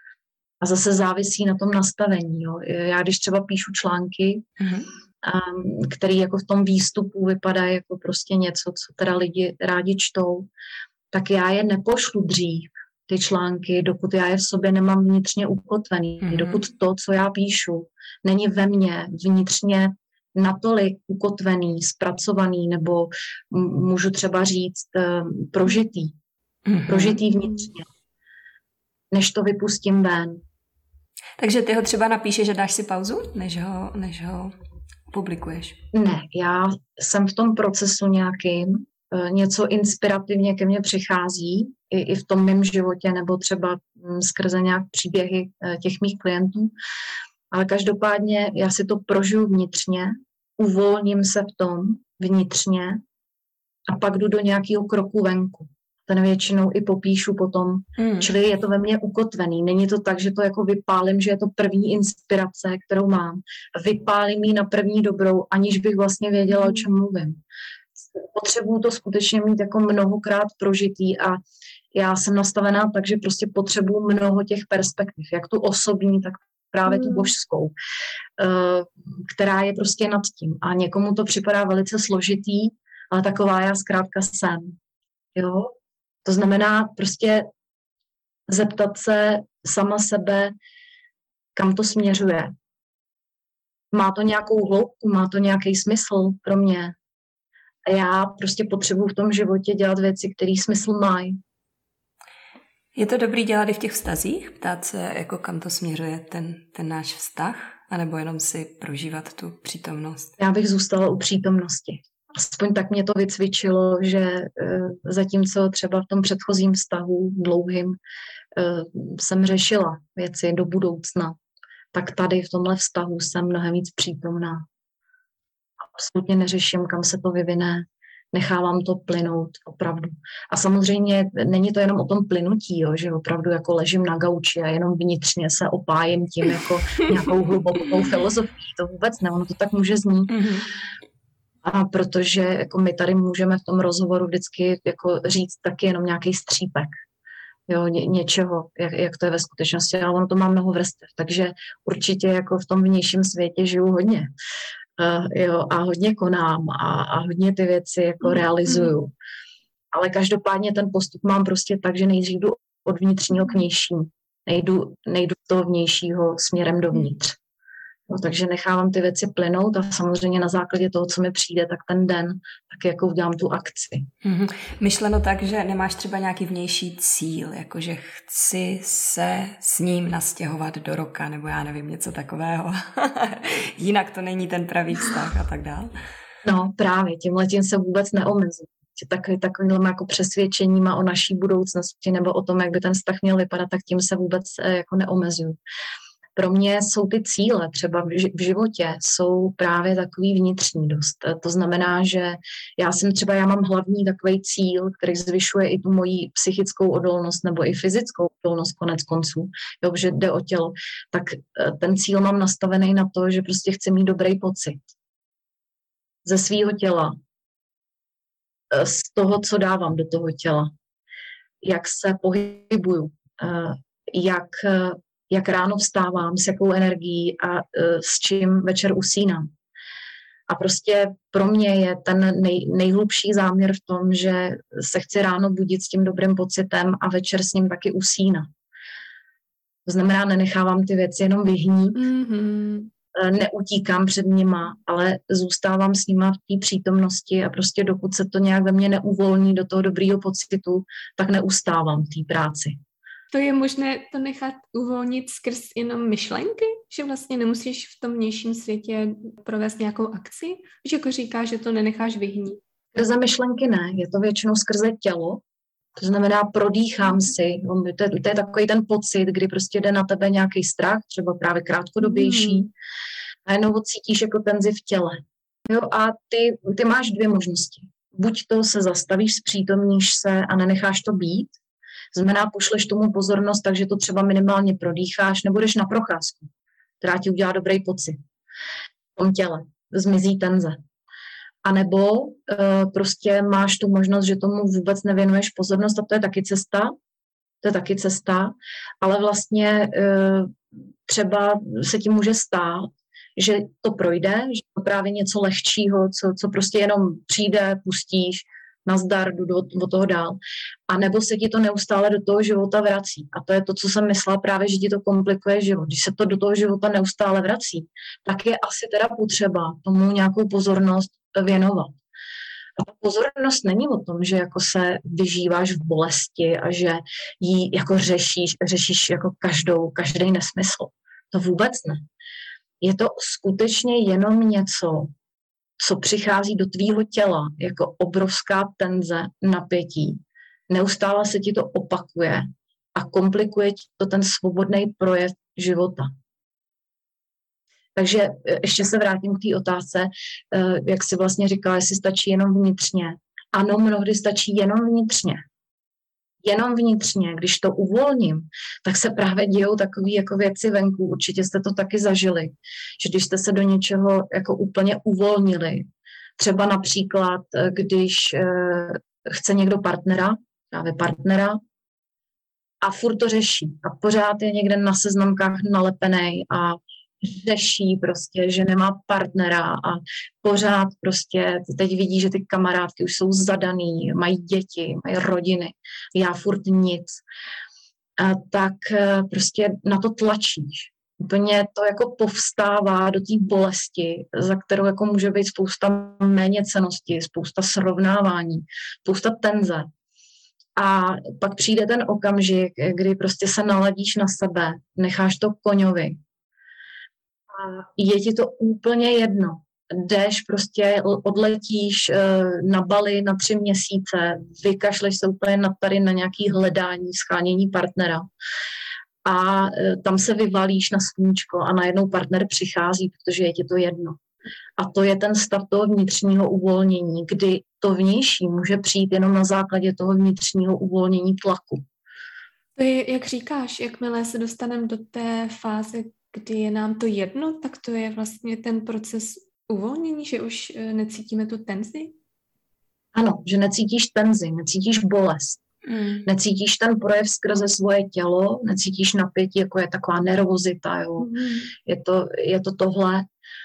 A zase závisí na tom nastavení. Jo. Já když třeba píšu články, mm-hmm. um, které jako v tom výstupu vypadají jako prostě něco, co teda lidi rádi čtou, tak já je nepošlu dřív, ty články, dokud já je v sobě nemám vnitřně ukotvený. Mm-hmm. Dokud to, co já píšu, není ve mně vnitřně natolik ukotvený, zpracovaný, nebo m- můžu třeba říct um, prožitý. Mm-hmm. Prožitý vnitřně, než to vypustím ven. Takže ty ho třeba napíšeš, že dáš si pauzu, než ho, než ho publikuješ? Ne, já jsem v tom procesu nějakým, něco inspirativně ke mně přichází, i, i v tom mém životě, nebo třeba skrze nějak příběhy těch mých klientů, ale každopádně já si to prožiju vnitřně, uvolním se v tom vnitřně a pak jdu do nějakého kroku venku. Ten většinou i popíšu potom, hmm. čili je to ve mně ukotvený. Není to tak, že to jako vypálím, že je to první inspirace, kterou mám. Vypálím ji na první dobrou, aniž bych vlastně věděla, o čem mluvím. Potřebuju to skutečně mít jako mnohokrát prožitý a já jsem nastavená tak, že prostě potřebuju mnoho těch perspektiv, jak tu osobní, tak právě tu božskou, která je prostě nad tím. A někomu to připadá velice složitý, ale taková já zkrátka jsem. Jo? To znamená prostě zeptat se sama sebe, kam to směřuje. Má to nějakou hloubku, má to nějaký smysl pro mě. A já prostě potřebuji v tom životě dělat věci, které smysl mají. Je to dobrý dělat i v těch vztazích? Ptát se, jako kam to směřuje ten, ten náš vztah? anebo jenom si prožívat tu přítomnost? Já bych zůstala u přítomnosti. Aspoň tak mě to vycvičilo, že zatímco třeba v tom předchozím vztahu dlouhým jsem řešila věci do budoucna, tak tady v tomhle vztahu jsem mnohem víc přítomná. Absolutně neřeším, kam se to vyvine, nechávám to plynout opravdu. A samozřejmě není to jenom o tom plynutí, jo, že opravdu jako ležím na gauči a jenom vnitřně se opájím tím jako nějakou hlubokou filozofií. To vůbec ne, ono to tak může znít. Mm-hmm. A protože jako my tady můžeme v tom rozhovoru vždycky jako říct taky jenom nějaký střípek, jo, ně, něčeho, jak, jak to je ve skutečnosti, ale ono to má mnoho vrstev, takže určitě jako v tom vnějším světě žiju hodně. Uh, jo, a hodně konám a, a hodně ty věci jako mm. realizuju. Ale každopádně ten postup mám prostě tak, že nejdřív jdu od vnitřního k vnějšímu. Nejdu, nejdu z toho vnějšího směrem dovnitř. No, takže nechávám ty věci plynout a samozřejmě na základě toho, co mi přijde, tak ten den tak jako udělám tu akci. Mm-hmm. Myšleno tak, že nemáš třeba nějaký vnější cíl, jakože chci se s ním nastěhovat do roka, nebo já nevím, něco takového. Jinak to není ten pravý vztah a tak dál. No právě, tímhletím se vůbec neomezuji. Takový, takovým jako přesvědčeníma o naší budoucnosti nebo o tom, jak by ten vztah měl vypadat, tak tím se vůbec jako neomezuji. Pro mě jsou ty cíle třeba v životě, jsou právě takový vnitřní dost. To znamená, že já jsem třeba, já mám hlavní takový cíl, který zvyšuje i tu moji psychickou odolnost nebo i fyzickou odolnost konec konců, jo, že jde o tělo, tak ten cíl mám nastavený na to, že prostě chci mít dobrý pocit ze svýho těla, z toho, co dávám do toho těla, jak se pohybuju, jak jak ráno vstávám, s jakou energií a uh, s čím večer usínám. A prostě pro mě je ten nej, nejhlubší záměr v tom, že se chci ráno budit s tím dobrým pocitem a večer s ním taky usínat. To znamená, nenechávám ty věci jenom vyhnít, mm-hmm. neutíkám před nima, ale zůstávám s nima v té přítomnosti a prostě dokud se to nějak ve mně neuvolní do toho dobrýho pocitu, tak neustávám v té práci. To je možné to nechat uvolnit skrz jenom myšlenky? Že vlastně nemusíš v tom vnějším světě provést nějakou akci? Že jako říkáš, že to nenecháš vyhnít? Skrze myšlenky ne, je to většinou skrze tělo. To znamená, prodýchám si. To je, to je takový ten pocit, kdy prostě jde na tebe nějaký strach, třeba právě krátkodobější. Hmm. A jenom cítíš jako tenzi v těle. Jo, a ty, ty máš dvě možnosti. Buď to se zastavíš, zpřítomníš se a nenecháš to být, znamená, pošleš tomu pozornost, takže to třeba minimálně prodýcháš, nebo jdeš na procházku, která ti udělá dobrý pocit v tom těle, zmizí tenze. A nebo uh, prostě máš tu možnost, že tomu vůbec nevěnuješ pozornost a to je taky cesta, to je taky cesta, ale vlastně uh, třeba se ti může stát, že to projde, že to právě něco lehčího, co, co prostě jenom přijde, pustíš, nazdar, jdu do, do toho dál. A nebo se ti to neustále do toho života vrací. A to je to, co jsem myslela právě, že ti to komplikuje život. Když se to do toho života neustále vrací, tak je asi teda potřeba tomu nějakou pozornost věnovat. A ta pozornost není o tom, že jako se vyžíváš v bolesti a že ji jako řešíš, řešíš jako každou, každý nesmysl. To vůbec ne. Je to skutečně jenom něco, co přichází do tvýho těla jako obrovská tenze, napětí. Neustále se ti to opakuje a komplikuje ti to ten svobodný projev života. Takže ještě se vrátím k té otázce, jak jsi vlastně říkala, jestli stačí jenom vnitřně. Ano, mnohdy stačí jenom vnitřně. Jenom vnitřně, když to uvolním, tak se právě dějou takové jako věci venku. Určitě jste to taky zažili, že když jste se do něčeho jako úplně uvolnili, třeba například, když eh, chce někdo partnera, právě partnera, a furt to řeší. A pořád je někde na seznamkách nalepenej a řeší prostě, že nemá partnera a pořád prostě teď vidí, že ty kamarádky už jsou zadaný, mají děti, mají rodiny, já furt nic. A tak prostě na to tlačíš. Úplně to jako povstává do té bolesti, za kterou jako může být spousta méněcennosti, spousta srovnávání, spousta tenze. A pak přijde ten okamžik, kdy prostě se naladíš na sebe, necháš to koňovi je ti to úplně jedno. Jdeš prostě, odletíš na Bali na tři měsíce, vykašleš se úplně na tady na nějaký hledání, schánění partnera a tam se vyvalíš na sluníčko a najednou partner přichází, protože je ti to jedno. A to je ten stav toho vnitřního uvolnění, kdy to vnější může přijít jenom na základě toho vnitřního uvolnění tlaku. To je, jak říkáš, jakmile se dostaneme do té fáze, kdy je nám to jedno, tak to je vlastně ten proces uvolnění, že už necítíme tu tenzi? Ano, že necítíš tenzi, necítíš bolest, mm. necítíš ten projev skrze svoje tělo, necítíš napětí, jako je taková nervozita, jo. Mm. Je to, je to tohle.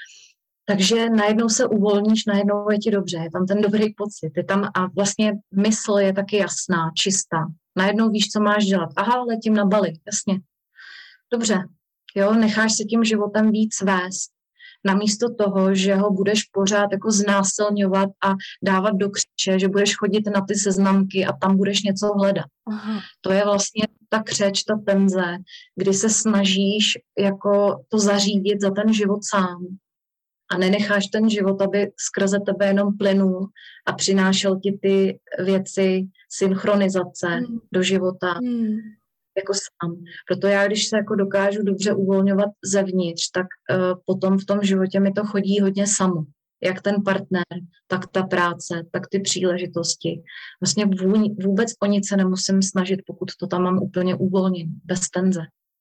Takže najednou se uvolníš, najednou je ti dobře, je tam ten dobrý pocit, je tam a vlastně mysl je taky jasná, čistá. Najednou víš, co máš dělat. Aha, letím na Bali, jasně. Dobře, jo, necháš se tím životem víc vést. Namísto toho, že ho budeš pořád jako znásilňovat a dávat do křiče, že budeš chodit na ty seznamky a tam budeš něco hledat. Aha. To je vlastně ta křeč, ta tenze, kdy se snažíš jako to zařídit za ten život sám. A nenecháš ten život, aby skrze tebe jenom plynul a přinášel ti ty věci, synchronizace mm. do života mm. jako sám. Proto já, když se jako dokážu dobře uvolňovat zevnitř, tak uh, potom v tom životě mi to chodí hodně samo. Jak ten partner, tak ta práce, tak ty příležitosti. Vlastně vůbec o nic se nemusím snažit, pokud to tam mám úplně uvolněné, bez tenze.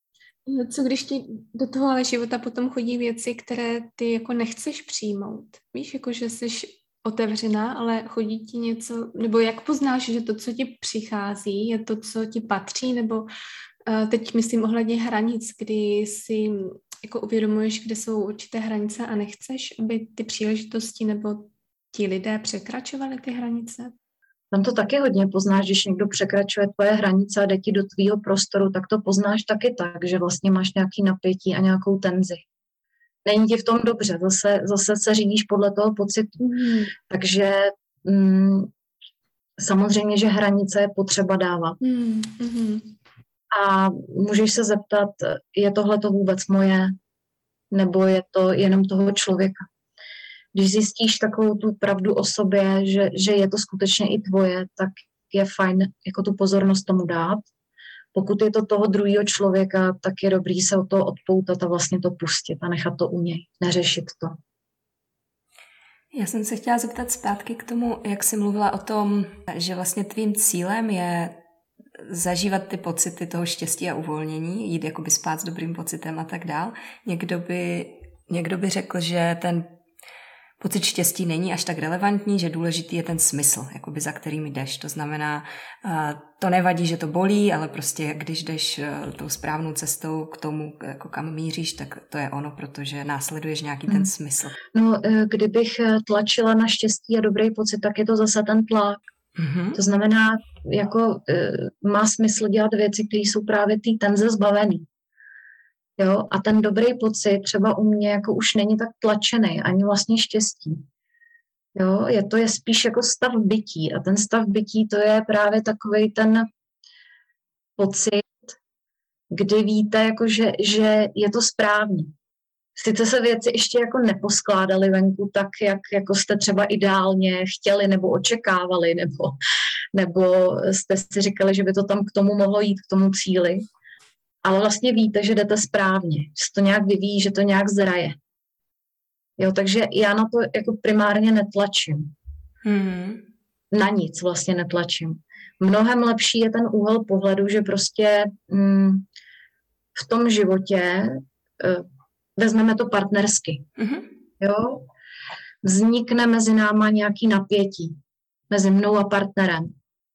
Co když ti do toho ale života potom chodí věci, které ty jako nechceš přijmout? Víš, jako že jsi otevřená, ale chodí ti něco, nebo jak poznáš, že to, co ti přichází, je to, co ti patří, nebo uh, teď myslím ohledně hranic, kdy si jako uvědomuješ, kde jsou určité hranice a nechceš, aby ty příležitosti nebo ti lidé překračovali ty hranice? Tam to taky hodně poznáš, když někdo překračuje tvoje hranice a jde ti do tvýho prostoru, tak to poznáš taky tak, že vlastně máš nějaký napětí a nějakou tenzi. Není ti v tom dobře, zase, zase se řídíš podle toho pocitu. Mm. Takže mm, samozřejmě, že hranice je potřeba dávat. Mm. Mm. A můžeš se zeptat, je tohle to vůbec moje, nebo je to jenom toho člověka. Když zjistíš takovou tu pravdu o sobě, že, že je to skutečně i tvoje, tak je fajn jako tu pozornost tomu dát. Pokud je to toho druhého člověka, tak je dobrý se o to odpoutat a vlastně to pustit a nechat to u něj, neřešit to. Já jsem se chtěla zeptat zpátky k tomu, jak jsi mluvila o tom, že vlastně tvým cílem je zažívat ty pocity toho štěstí a uvolnění, jít jakoby spát s dobrým pocitem a tak dál. Někdo by, někdo by řekl, že ten pocit štěstí není až tak relevantní, že důležitý je ten smysl, jakoby za kterým jdeš. To znamená, to nevadí, že to bolí, ale prostě když jdeš tou správnou cestou k tomu, jako kam míříš, tak to je ono, protože následuješ nějaký ten smysl. No, kdybych tlačila na štěstí a dobrý pocit, tak je to zase ten tlak. Mm-hmm. To znamená, jako má smysl dělat věci, které jsou právě té tenze zbavený. Jo, a ten dobrý pocit třeba u mě jako už není tak tlačený, ani vlastně štěstí. Jo, je to je spíš jako stav bytí a ten stav bytí to je právě takovej ten pocit, kdy víte, jako že, že je to správně. Sice se věci ještě jako neposkládaly venku tak, jak jako jste třeba ideálně chtěli nebo očekávali, nebo, nebo jste si říkali, že by to tam k tomu mohlo jít, k tomu cíli. Ale vlastně víte, že jdete správně, že se to nějak vyvíjí, že to nějak zraje. Jo, takže já na to jako primárně netlačím. Hmm. Na nic vlastně netlačím. Mnohem lepší je ten úhel pohledu, že prostě mm, v tom životě uh, vezmeme to partnersky. Mm-hmm. Jo? Vznikne mezi náma nějaký napětí mezi mnou a partnerem.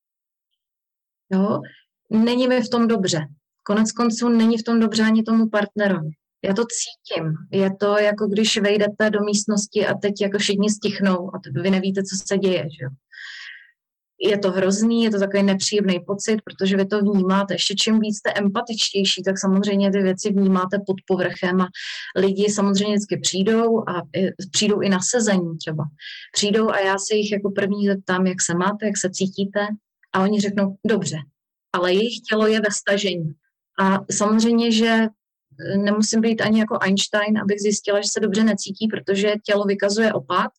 Jo? Není mi v tom dobře. Konec konců není v tom dobře ani tomu partnerovi. Já to cítím. Je to jako když vejdete do místnosti a teď jako všichni stichnou a vy nevíte, co se děje. Že? Je to hrozný, je to takový nepříjemný pocit, protože vy to vnímáte. Ještě čím víc jste empatičtější, tak samozřejmě ty věci vnímáte pod povrchem a lidi samozřejmě vždycky přijdou a přijdou i na sezení třeba. Přijdou a já se jich jako první zeptám, jak se máte, jak se cítíte a oni řeknou, dobře, ale jejich tělo je ve stažení. A samozřejmě, že nemusím být ani jako Einstein, abych zjistila, že se dobře necítí, protože tělo vykazuje opak,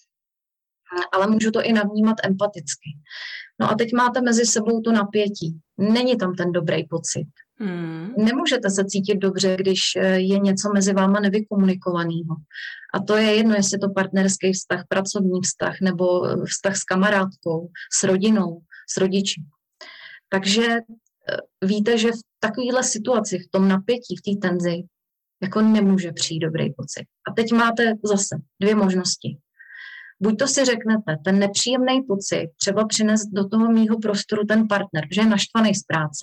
ale můžu to i navnímat empaticky. No a teď máte mezi sebou to napětí. Není tam ten dobrý pocit. Hmm. Nemůžete se cítit dobře, když je něco mezi váma nevykomunikovaného. A to je jedno, jestli je to partnerský vztah, pracovní vztah, nebo vztah s kamarádkou, s rodinou, s rodiči. Takže víte, že v takovéhle situaci, v tom napětí, v té tenzi, jako nemůže přijít dobrý pocit. A teď máte zase dvě možnosti. Buď to si řeknete, ten nepříjemný pocit třeba přinést do toho mýho prostoru ten partner, že je naštvaný z práce,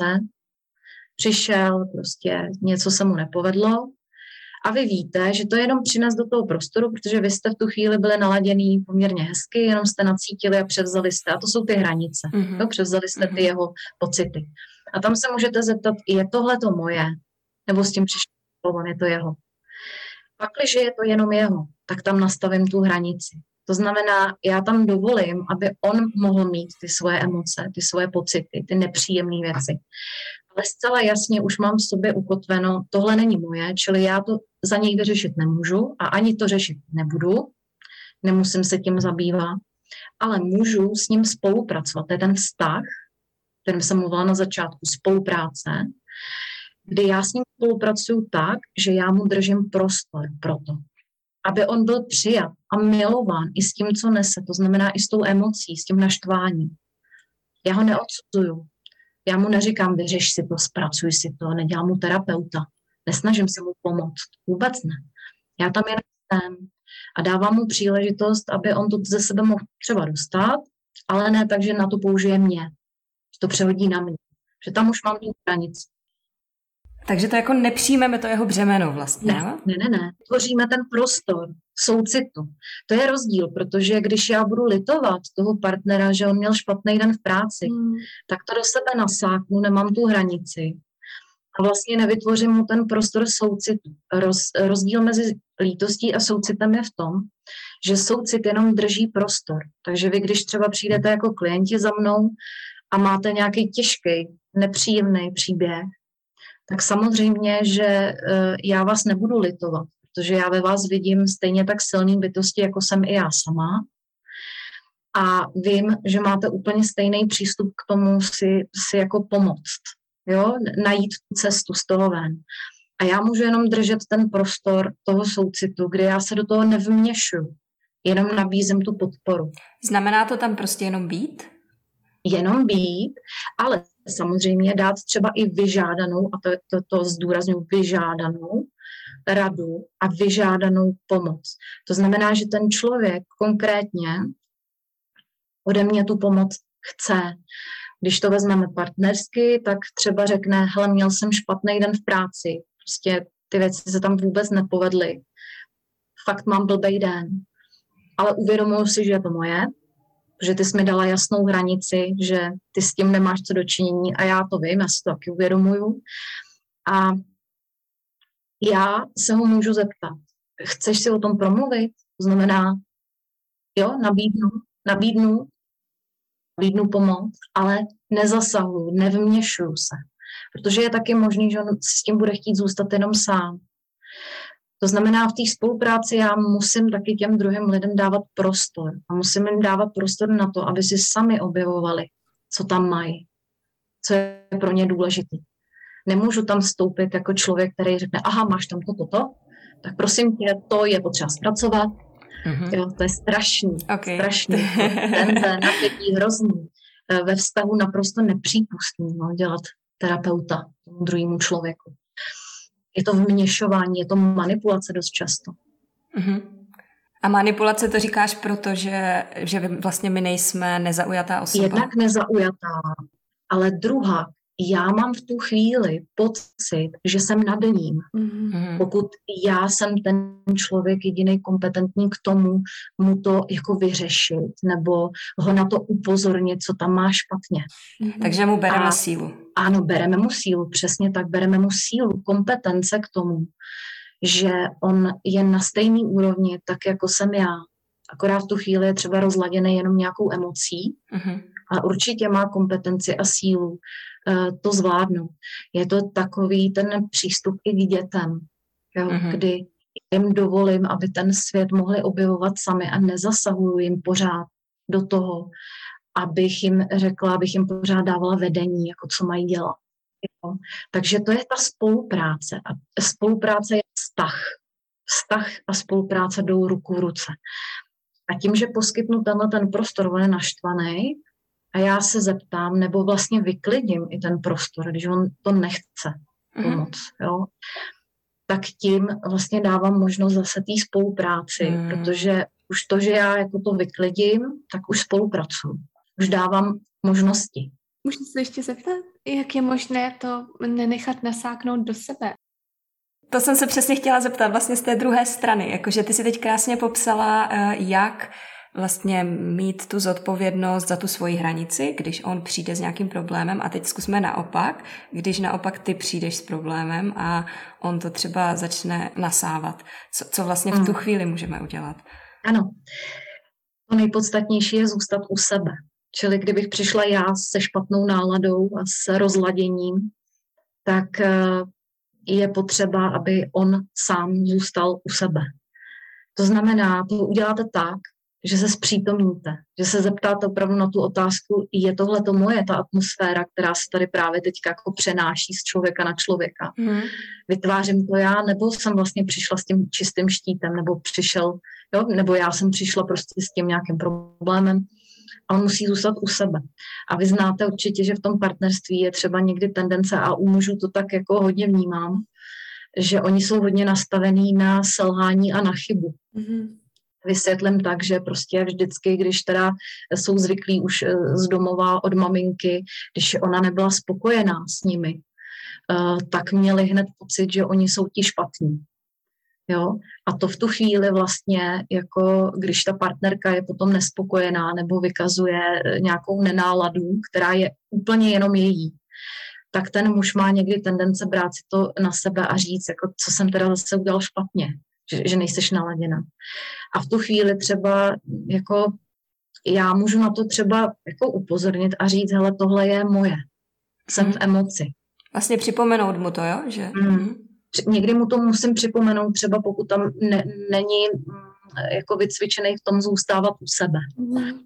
přišel, prostě něco se mu nepovedlo a vy víte, že to je jenom přines do toho prostoru, protože vy jste v tu chvíli byli naladěný poměrně hezky, jenom jste nacítili a převzali jste. A to jsou ty hranice. Mm-hmm. No, převzali jste ty jeho pocity. A tam se můžete zeptat, je tohle to moje? Nebo s tím přišel, on je to jeho. Pak, když je to jenom jeho, tak tam nastavím tu hranici. To znamená, já tam dovolím, aby on mohl mít ty svoje emoce, ty svoje pocity, ty nepříjemné věci. Ale zcela jasně už mám v sobě ukotveno, tohle není moje, čili já to za něj vyřešit nemůžu a ani to řešit nebudu, nemusím se tím zabývat, ale můžu s ním spolupracovat. To je ten vztah, kterým jsem mluvila na začátku, spolupráce, kdy já s ním spolupracuju tak, že já mu držím prostor pro to, aby on byl přijat a milován i s tím, co nese, to znamená i s tou emocí, s tím naštváním. Já ho neodsuzuju. Já mu neříkám, vyřeš si to, zpracuj si to, nedělám mu terapeuta. Nesnažím se mu pomoct. Vůbec ne. Já tam jen jsem a dávám mu příležitost, aby on to ze sebe mohl třeba dostat, ale ne tak, že na to použije mě. Že to přehodí na mě. Že tam už mám tu hranici. Takže to jako nepřijmeme to jeho břemeno vlastně, ne? Ne, ne, ne. Tvoříme ten prostor soucitu. To je rozdíl, protože když já budu litovat toho partnera, že on měl špatný den v práci, hmm. tak to do sebe nasáknu, nemám tu hranici a vlastně nevytvořím mu ten prostor soucitu. Roz, rozdíl mezi lítostí a soucitem je v tom, že soucit jenom drží prostor. Takže vy, když třeba přijdete jako klienti za mnou a máte nějaký těžký, nepříjemný příběh, tak samozřejmě, že uh, já vás nebudu litovat, protože já ve vás vidím stejně tak silný bytosti, jako jsem i já sama. A vím, že máte úplně stejný přístup k tomu si, si jako pomoct, jo? Najít tu cestu z toho ven. A já můžu jenom držet ten prostor toho soucitu, kdy já se do toho nevměšuju, jenom nabízím tu podporu. Znamená to tam prostě jenom být? Jenom být, ale samozřejmě dát třeba i vyžádanou, a to, to, to zdůrazňuji, vyžádanou radu a vyžádanou pomoc. To znamená, že ten člověk konkrétně ode mě tu pomoc chce. Když to vezmeme partnersky, tak třeba řekne, hele, měl jsem špatný den v práci, prostě ty věci se tam vůbec nepovedly. Fakt mám blbej den, ale uvědomuji si, že je to moje, že ty jsi mi dala jasnou hranici, že ty s tím nemáš co dočinění a já to vím, já si to taky uvědomuju. A já se ho můžu zeptat, chceš si o tom promluvit? To znamená, jo, nabídnu, nabídnu, nabídnu pomoc, ale nezasahuju, nevměšuju se. Protože je taky možný, že on si s tím bude chtít zůstat jenom sám. To znamená, v té spolupráci já musím taky těm druhým lidem dávat prostor. A musím jim dávat prostor na to, aby si sami objevovali, co tam mají, co je pro ně důležité. Nemůžu tam vstoupit jako člověk, který řekne, aha, máš tam toto, toto, tak prosím tě, to je potřeba zpracovat. Mm-hmm. Jo, to je strašný, okay. strašný. Tenze, napětí, hrozný. Ve vztahu naprosto nepřípustný, no, dělat terapeuta tomu druhému člověku. Je to vměšování, je to manipulace dost často. Uh-huh. A manipulace to říkáš proto, že, že vlastně my nejsme nezaujatá osoba? Jednak nezaujatá, ale druhá, já mám v tu chvíli pocit, že jsem nad ním. Uh-huh. Pokud já jsem ten člověk jediný kompetentní k tomu, mu to jako vyřešit, nebo ho na to upozornit, co tam má špatně. Uh-huh. Takže mu bereme A, sílu. Ano, bereme mu sílu, přesně tak, bereme mu sílu, kompetence k tomu, že on je na stejný úrovni, tak jako jsem já. Akorát v tu chvíli je třeba rozladěný jenom nějakou emocí, uh-huh. a určitě má kompetenci a sílu to zvládnout. Je to takový ten přístup i k dětem, jo, mm-hmm. kdy jim dovolím, aby ten svět mohli objevovat sami a nezasahuju jim pořád do toho, abych jim řekla, abych jim pořád dávala vedení, jako co mají dělat. Jo. Takže to je ta spolupráce. A spolupráce je vztah. Vztah a spolupráce jdou ruku v ruce. A tím, že poskytnu tenhle ten prostor, on je naštvaný, a já se zeptám, nebo vlastně vyklidím i ten prostor, když on to nechce pomoct, mm-hmm. jo, tak tím vlastně dávám možnost zase té spolupráci, mm. protože už to, že já jako to vyklidím, tak už spolupracuju. Už dávám možnosti. Můžu se ještě zeptat, jak je možné to nenechat nasáknout do sebe? To jsem se přesně chtěla zeptat vlastně z té druhé strany, jakože ty si teď krásně popsala, jak vlastně mít tu zodpovědnost za tu svoji hranici, když on přijde s nějakým problémem, a teď zkusme naopak, když naopak ty přijdeš s problémem a on to třeba začne nasávat. Co, co vlastně v tu chvíli můžeme udělat? Ano. To nejpodstatnější je zůstat u sebe. Čili kdybych přišla já se špatnou náladou a s rozladěním, tak je potřeba, aby on sám zůstal u sebe. To znamená, to uděláte tak, že se zpřítomníte, že se zeptáte opravdu na tu otázku, je tohle to moje, ta atmosféra, která se tady právě teďka jako přenáší z člověka na člověka. Mm. Vytvářím to já, nebo jsem vlastně přišla s tím čistým štítem, nebo přišel, jo, nebo já jsem přišla prostě s tím nějakým problémem a on musí zůstat u sebe. A vy znáte určitě, že v tom partnerství je třeba někdy tendence, a u mužů to tak jako hodně vnímám, že oni jsou hodně nastavení na selhání a na chybu. Mm. Vysvětlím tak, že prostě vždycky, když teda jsou zvyklí už z domova od maminky, když ona nebyla spokojená s nimi, tak měli hned pocit, že oni jsou ti špatní. Jo? A to v tu chvíli vlastně, jako když ta partnerka je potom nespokojená nebo vykazuje nějakou nenáladu, která je úplně jenom její, tak ten muž má někdy tendence brát si to na sebe a říct, jako, co jsem teda zase udělal špatně. Že, že nejseš naladěna. A v tu chvíli třeba jako já můžu na to třeba jako upozornit a říct, hele, tohle je moje. Jsem hmm. v emoci. Vlastně připomenout mu to, jo? Že... Hmm. Někdy mu to musím připomenout, třeba pokud tam ne, není jako vycvičený v tom zůstávat u sebe. Hmm.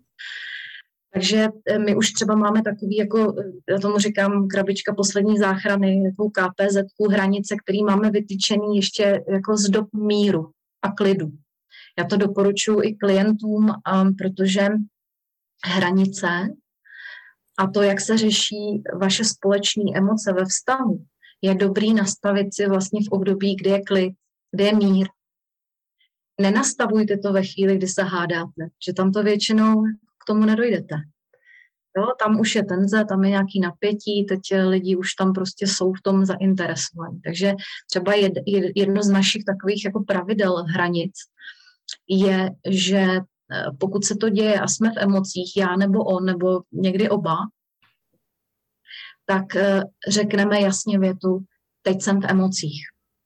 Takže my už třeba máme takový, jako, já tomu říkám, krabička poslední záchrany, jako K P Z, hranice, který máme vytyčený ještě jako z dob míru a klidu. Já to doporučuji i klientům, um, protože hranice a to, jak se řeší vaše společné emoce ve vztahu, je dobrý nastavit si vlastně v období, kdy je klid, kdy je mír. Nenastavujte to ve chvíli, kdy se hádáte, že tam to většinou k tomu nedojdete. Jo, tam už je tenze, tam je nějaký napětí, teď lidi už tam prostě jsou v tom zainteresovaní. Takže třeba jed, jedno z našich takových jako pravidel hranic je, že pokud se to děje a jsme v emocích, já nebo on, nebo někdy oba, tak řekneme jasně větu, teď jsem v emocích.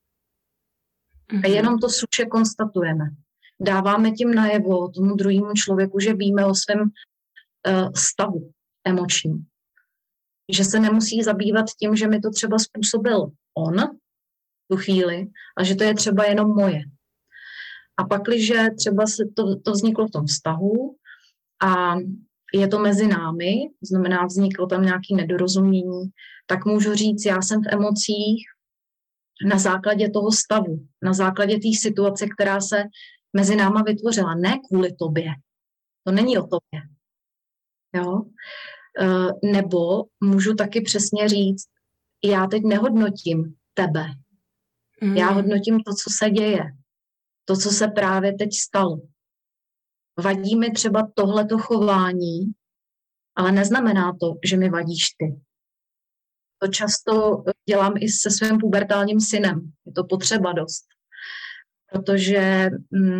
A jenom to suše konstatujeme. Dáváme tím najevo tomu druhému člověku, že víme o svém uh, stavu emočním. Že se nemusí zabývat tím, že mi to třeba způsobil on tu chvíli a že to je třeba jenom moje. A pak, když třeba se to, to vzniklo v tom vztahu a je to mezi námi, to znamená, vzniklo tam nějaké nedorozumění, tak můžu říct, já jsem v emocích na základě toho stavu, na základě té situace, která se mezi náma vytvořila, ne kvůli tobě. To není o tobě. Jo? E, nebo můžu taky přesně říct, já teď nehodnotím tebe. Mm. Já hodnotím to, co se děje. To, co se právě teď stalo. Vadí mi třeba tohleto chování, ale neznamená to, že mi vadíš ty. To často dělám i se svým pubertálním synem. Je to potřeba dost. Protože mm,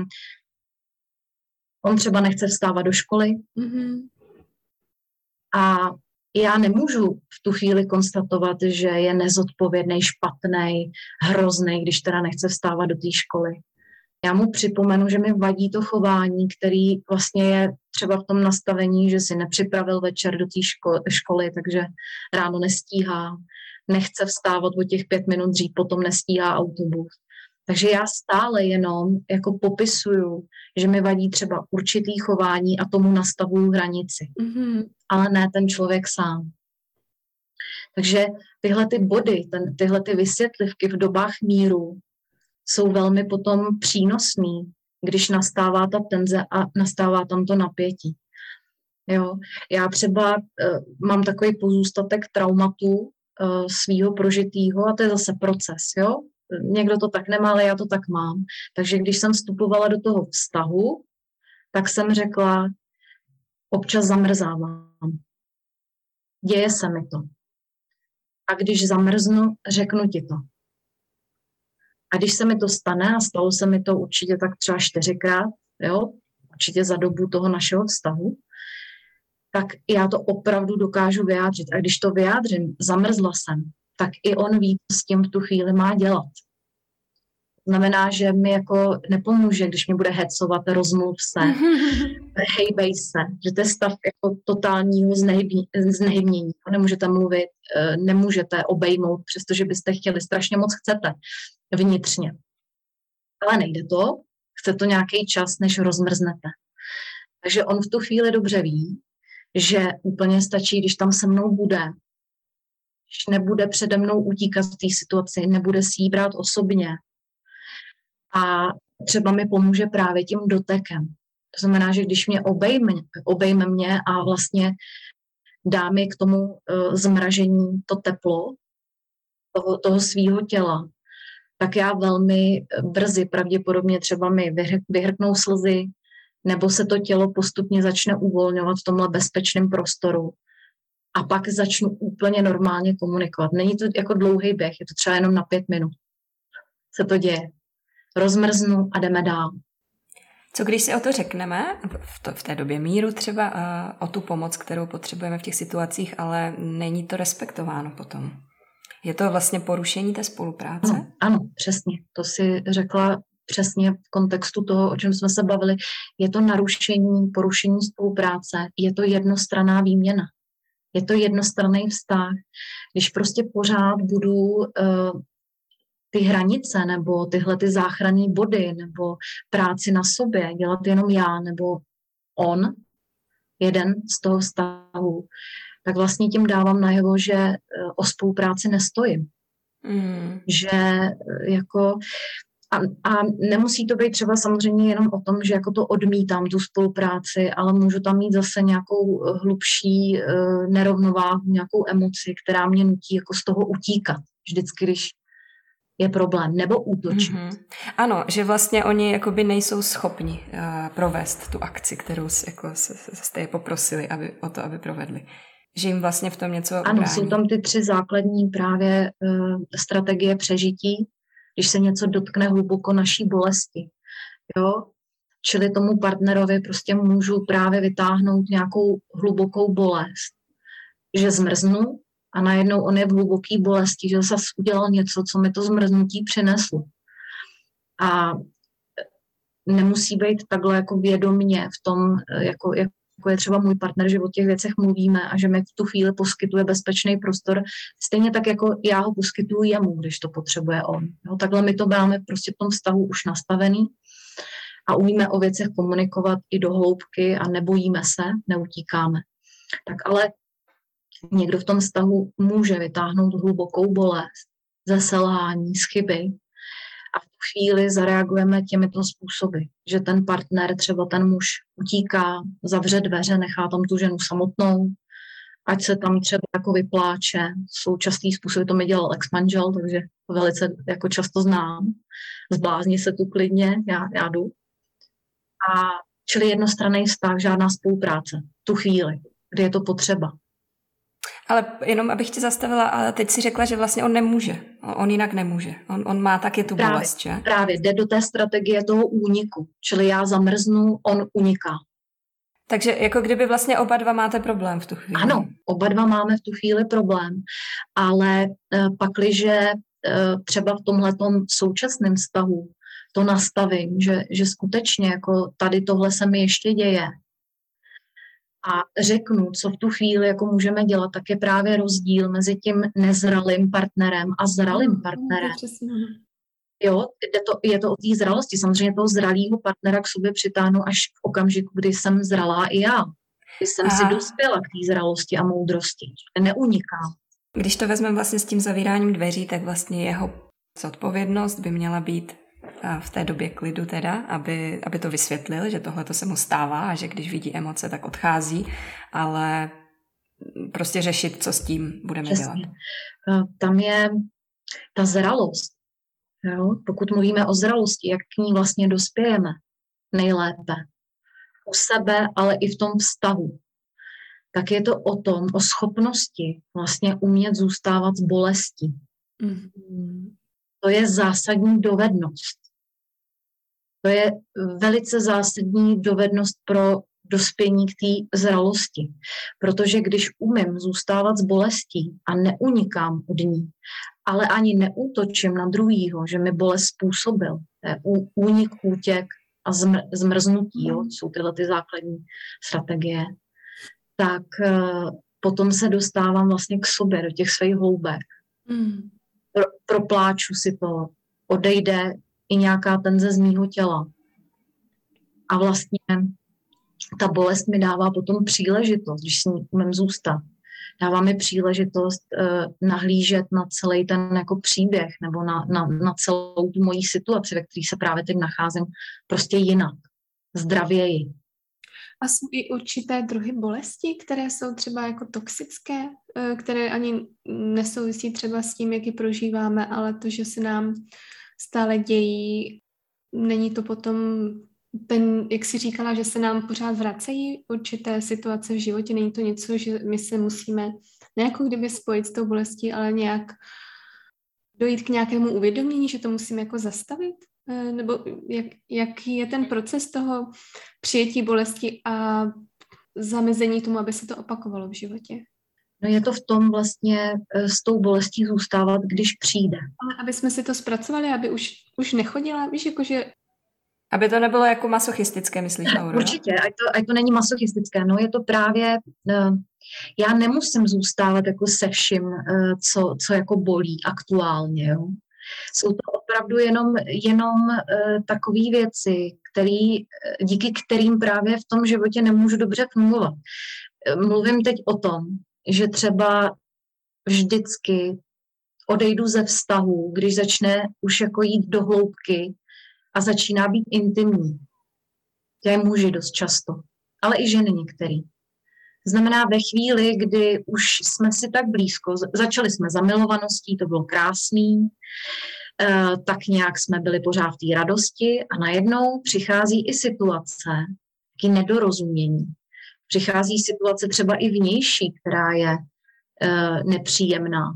on třeba nechce vstávat do školy mm-hmm. a já nemůžu v tu chvíli konstatovat, že je nezodpovědný, špatný, hrozný, když teda nechce vstávat do té školy. Já mu připomenu, že mi vadí to chování, který vlastně je třeba třeba v tom nastavení, že si nepřipravil večer do té ško- školy, takže ráno nestíhá, nechce vstávat o těch pět minut dřív, potom nestíhá autobus. Takže já stále jenom jako popisuju, že mi vadí třeba určitý chování a tomu nastavuju hranici. Mm-hmm. Ale ne ten člověk sám. Takže tyhle ty body, ten, tyhle ty vysvětlivky v dobách míru jsou velmi potom přínosný, když nastává ta tenze a nastává tam to napětí. Jo? Já třeba uh, mám takový pozůstatek traumatu uh, svýho prožitýho a to je zase proces, jo? Někdo to tak nemá, ale já to tak mám. Takže když jsem vstupovala do toho vztahu, tak jsem řekla, občas zamrzávám. Děje se mi to. A když zamrznu, řeknu ti to. A když se mi to stane, a stalo se mi to určitě tak třeba čtyřikrát, jo, určitě za dobu toho našeho vztahu, tak já to opravdu dokážu vyjádřit. A když to vyjádřím, zamrzla jsem, tak i on ví, co s tím v tu chvíli má dělat. Znamená, že mi jako nepomůže, když mě bude hecovat, rozmluv se, hejbej se, že to je stav jako totálního znehybnění. Nemůžete mluvit, nemůžete obejmout, přestože byste chtěli, strašně moc chcete vnitřně. Ale nejde to, chce to nějaký čas, než rozmrznete. Takže on v tu chvíli dobře ví, že úplně stačí, když tam se mnou bude, když nebude přede mnou utíkat v té situaci, nebude si ji brát osobně a třeba mi pomůže právě tím dotekem. To znamená, že když mě obejme, obejme mě a vlastně dá mi k tomu uh, zmražení to teplo toho, toho svýho těla, tak já velmi brzy pravděpodobně třeba mi vyhrknou slzy, nebo se to tělo postupně začne uvolňovat v tomhle bezpečném prostoru. A pak začnu úplně normálně komunikovat. Není to jako dlouhý běh, je to třeba jenom na pět minut. Se to děje. Rozmrznu a jdeme dál. Co když si o to řekneme, v, to, v té době míru třeba, uh, o tu pomoc, kterou potřebujeme v těch situacích, ale není to respektováno potom? Je to vlastně porušení té spolupráce? Ano, ano, přesně. To si řekla přesně v kontextu toho, o čem jsme se bavili. Je to narušení, porušení spolupráce, je to jednostranná výměna. Je to jednostranný vztah. Když prostě pořád budu uh, ty hranice nebo tyhle ty záchranné body nebo práci na sobě dělat jenom já nebo on, jeden z toho vztahu, tak vlastně tím dávám najevo, že uh, o spolupráci nestojím. Mm. Že uh, jako... A, a nemusí to být třeba samozřejmě jenom o tom, že jako to odmítám, tu spolupráci, ale můžu tam mít zase nějakou hlubší uh, nerovnováhu, nějakou emoci, která mě nutí jako z toho utíkat. Vždycky, když je problém, nebo útočit. Mm-hmm. Ano, že vlastně oni jakoby nejsou schopni uh, provést tu akci, kterou jako jste je poprosili aby, o to, aby provedli. Že jim vlastně v tom něco Ano, brání. Jsou tam ty tři základní právě uh, strategie přežití, když se něco dotkne hluboko naší bolesti. Jo? Čili tomu partnerovi prostě můžu právě vytáhnout nějakou hlubokou bolest, že zmrznu a najednou on je v hluboké bolesti, že zase udělal něco, co mi to zmrznutí přineslo. A nemusí být takhle jako vědomně v tom, jako, jako je třeba můj partner, že o těch věcech mluvíme a že mi v tu chvíli poskytuje bezpečný prostor, stejně tak, jako já ho poskytuju jemu, když to potřebuje on. Jo, takhle my to máme prostě v tom vztahu už nastavený a umíme o věcech komunikovat i do hloubky a nebojíme se, neutíkáme. Tak ale někdo v tom vztahu může vytáhnout hlubokou bolest ze selhání, z chyby a v tu chvíli zareagujeme těmito způsoby, že ten partner, třeba ten muž utíká, zavře dveře, nechá tam tu ženu samotnou, ať se tam třeba jako vypláče. Jsou častý způsoby, to mi dělal ex-manžel, takže to velice jako často znám. Zblázní se tu klidně, já, já jdu. A čili jednostranný vztah, žádná spolupráce. Tu chvíli, kdy je to potřeba. Ale jenom abych tě zastavila, ale teď si řekla, že vlastně on nemůže. On jinak nemůže. On, on má taky tu právě, bolest, že? Právě, jde do té strategie toho úniku. Čili já zamrznu, on uniká. Takže jako kdyby vlastně oba dva máte problém v tu chvíli. Ano, oba dva máme v tu chvíli problém, ale uh, pakliže uh, třeba v tomhletom současném vztahu to nastavím, že, že skutečně jako tady tohle se mi ještě děje, a řeknu, co v tu chvíli jako můžeme dělat, tak je právě rozdíl mezi tím nezralým partnerem a zralým partnerem. Jo, je to, je to o té zralosti. Samozřejmě toho zralého partnera k sobě přitáhnu až v okamžiku, kdy jsem zralá i já. Kdy jsem Aha. si dospěla k té zralosti a moudrosti. Neuniká. Když to vezmeme vlastně s tím zavíráním dveří, tak vlastně jeho zodpovědnost by měla být v té době klidu teda, aby, aby to vysvětlil, že tohle to se mu stává a že když vidí emoce, tak odchází, ale prostě řešit, co s tím budeme Přesně. dělat. Tam je ta zralost. Jo? Pokud mluvíme o zralosti, jak k ní vlastně dospějeme nejlépe. U sebe, ale i v tom vztahu. Tak je to o tom, o schopnosti vlastně umět zůstávat s bolestí. Mm-hmm. To je zásadní dovednost. To je velice zásadní dovednost pro dospění k té zralosti. Protože když umím zůstávat s bolestí a neunikám od ní, ale ani neútočím na druhýho, že mi bolest způsobil, to je únik, útěk a zmr- zmrznutí, jo, jsou tyhle ty základní strategie, tak uh, potom se dostávám vlastně k sobě, do těch svých hloubek. Mm. Pro, propláču si to, odejde i nějaká tenze z mýho těla. A vlastně ta bolest mi dává potom příležitost, když s ní umím zůstat. Dává mi příležitost uh, nahlížet na celý ten jako příběh nebo na, na, na celou tu moji situaci, ve které se právě teď nacházím, prostě jinak, zdravěji. A jsou i určité druhy bolesti, které jsou třeba jako toxické, které ani nesouvisí třeba s tím, jak ji prožíváme, ale to, že se nám stále dějí, není to potom ten, jak jsi říkala, že se nám pořád vracejí určité situace v životě, není to něco, že my se musíme ne jako kdyby spojit s tou bolestí, ale nějak dojít k nějakému uvědomění, že to musíme jako zastavit? Nebo jak, jaký je ten proces toho přijetí bolesti a zamezení tomu, aby se to opakovalo v životě? No je to v tom vlastně s tou bolestí zůstávat, když přijde. Ale aby jsme si to zpracovali, aby už, už nechodila, víš, jakože... Aby to nebylo jako masochistické, myslíš, Laura? Určitě, ať to, ať to není masochistické. No je to právě... Uh, já nemusím zůstávat jako se vším, uh, co, co jako bolí aktuálně, jo. Jsou to opravdu jenom, jenom uh, takové věci, který, díky kterým právě v tom životě nemůžu dobře fungovat. Mluvím teď o tom, že třeba vždycky odejdu ze vztahu, když začne už jako jít do hloubky a začíná být intimní. To je muži dost často, ale i ženy některý. Znamená ve chvíli, kdy už jsme si tak blízko, začali jsme zamilovaností, to bylo krásný, tak nějak jsme byli pořád v té radosti a najednou přichází i situace, taky nedorozumění. Přichází situace třeba i vnější, která je nepříjemná.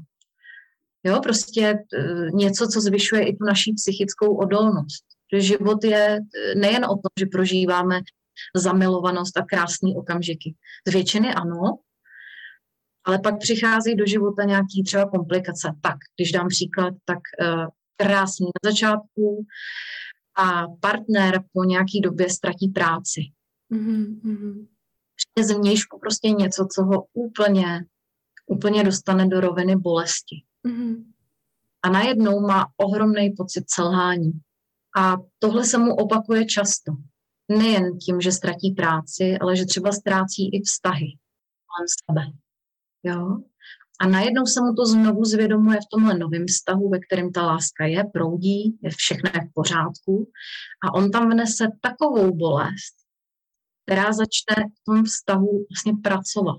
Jo, prostě něco, co zvyšuje i tu naši psychickou odolnost. Že život je nejen o tom, že prožíváme zamilovanost a krásný okamžiky. Z většiny ano, ale pak přichází do života nějaký třeba komplikace. Tak, když dám příklad, tak uh, krásný na začátku a partner po nějaký době ztratí práci. Mm-hmm. Přijde zvnějšku prostě něco, co ho úplně, úplně dostane do roviny bolesti. Mm-hmm. A najednou má ohromný pocit selhání. A tohle se mu opakuje často. Nejen tím, že ztratí práci, ale že třeba ztrácí i vztahy kolem sebe. Jo? A najednou se mu to znovu zvědomuje v tomhle novém vztahu, ve kterém ta láska je, proudí, je všechno v pořádku. A on tam vnese takovou bolest, která začne v tom vztahu vlastně pracovat.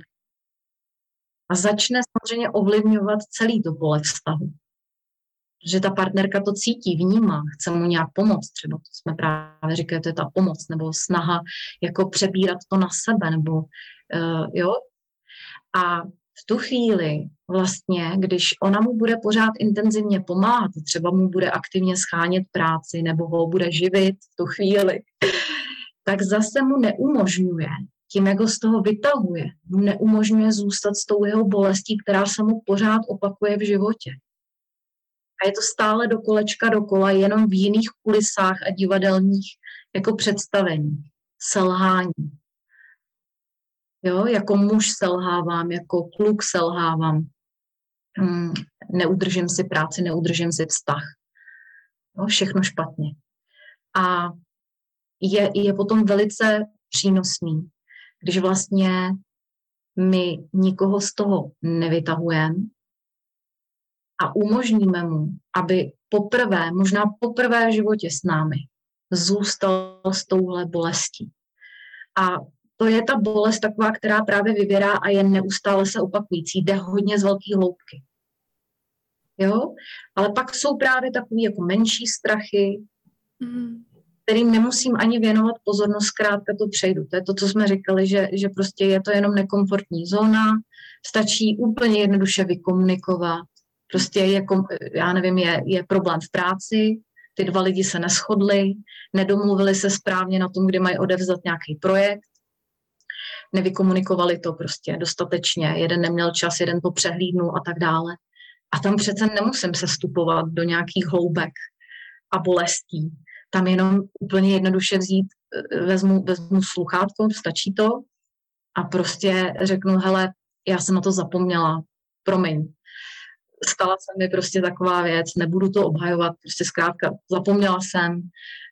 A začne samozřejmě ovlivňovat celý to pole vztahu. Že ta partnerka to cítí, vnímá, chce mu nějak pomoct, třeba to jsme právě říkali, to je ta pomoc, nebo snaha jako přebírat to na sebe, nebo uh, jo. A v tu chvíli vlastně, když ona mu bude pořád intenzivně pomáhat, třeba mu bude aktivně schánět práci, nebo ho bude živit v tu chvíli, tak zase mu neumožňuje, tím, jak ho z toho vytahuje, mu neumožňuje zůstat s tou jeho bolestí, která se mu pořád opakuje v životě. A je to stále do kolečka dokola, jenom v jiných kulisách a divadelních jako představení, selhání. Jo, jako muž selhávám, jako kluk selhávám. Hmm, neudržím si práci, neudržím si vztah. Jo, všechno špatně. A je, je potom velice přínosný, když vlastně my nikoho z toho nevytahujeme a umožníme mu, aby poprvé, možná poprvé v životě s námi, zůstal s touhle bolestí. A to je ta bolest taková, která právě vyvěrá a je neustále se opakující, jde hodně z velké hloubky. Jo? Ale pak jsou právě takové jako menší strachy, mm. kterým nemusím ani věnovat pozornost, zkrátka to přejdu. To je to, co jsme říkali, že, že prostě je to jenom nekomfortní zóna, stačí úplně jednoduše vykomunikovat. Prostě je, já nevím, je, je problém v práci, ty dva lidi se neshodli, nedomluvili se správně na tom, kdy mají odevzdat nějaký projekt, nevykomunikovali to prostě dostatečně, jeden neměl čas, jeden to přehlídnul a tak dále. A tam přece nemusím se vstupovat do nějakých hloubek a bolestí. Tam jenom úplně jednoduše vzít, vezmu, vezmu sluchátko, stačí to a prostě řeknu, hele, já jsem na to zapomněla, promiň. Stala se mi prostě taková věc, nebudu to obhajovat, prostě zkrátka zapomněla jsem,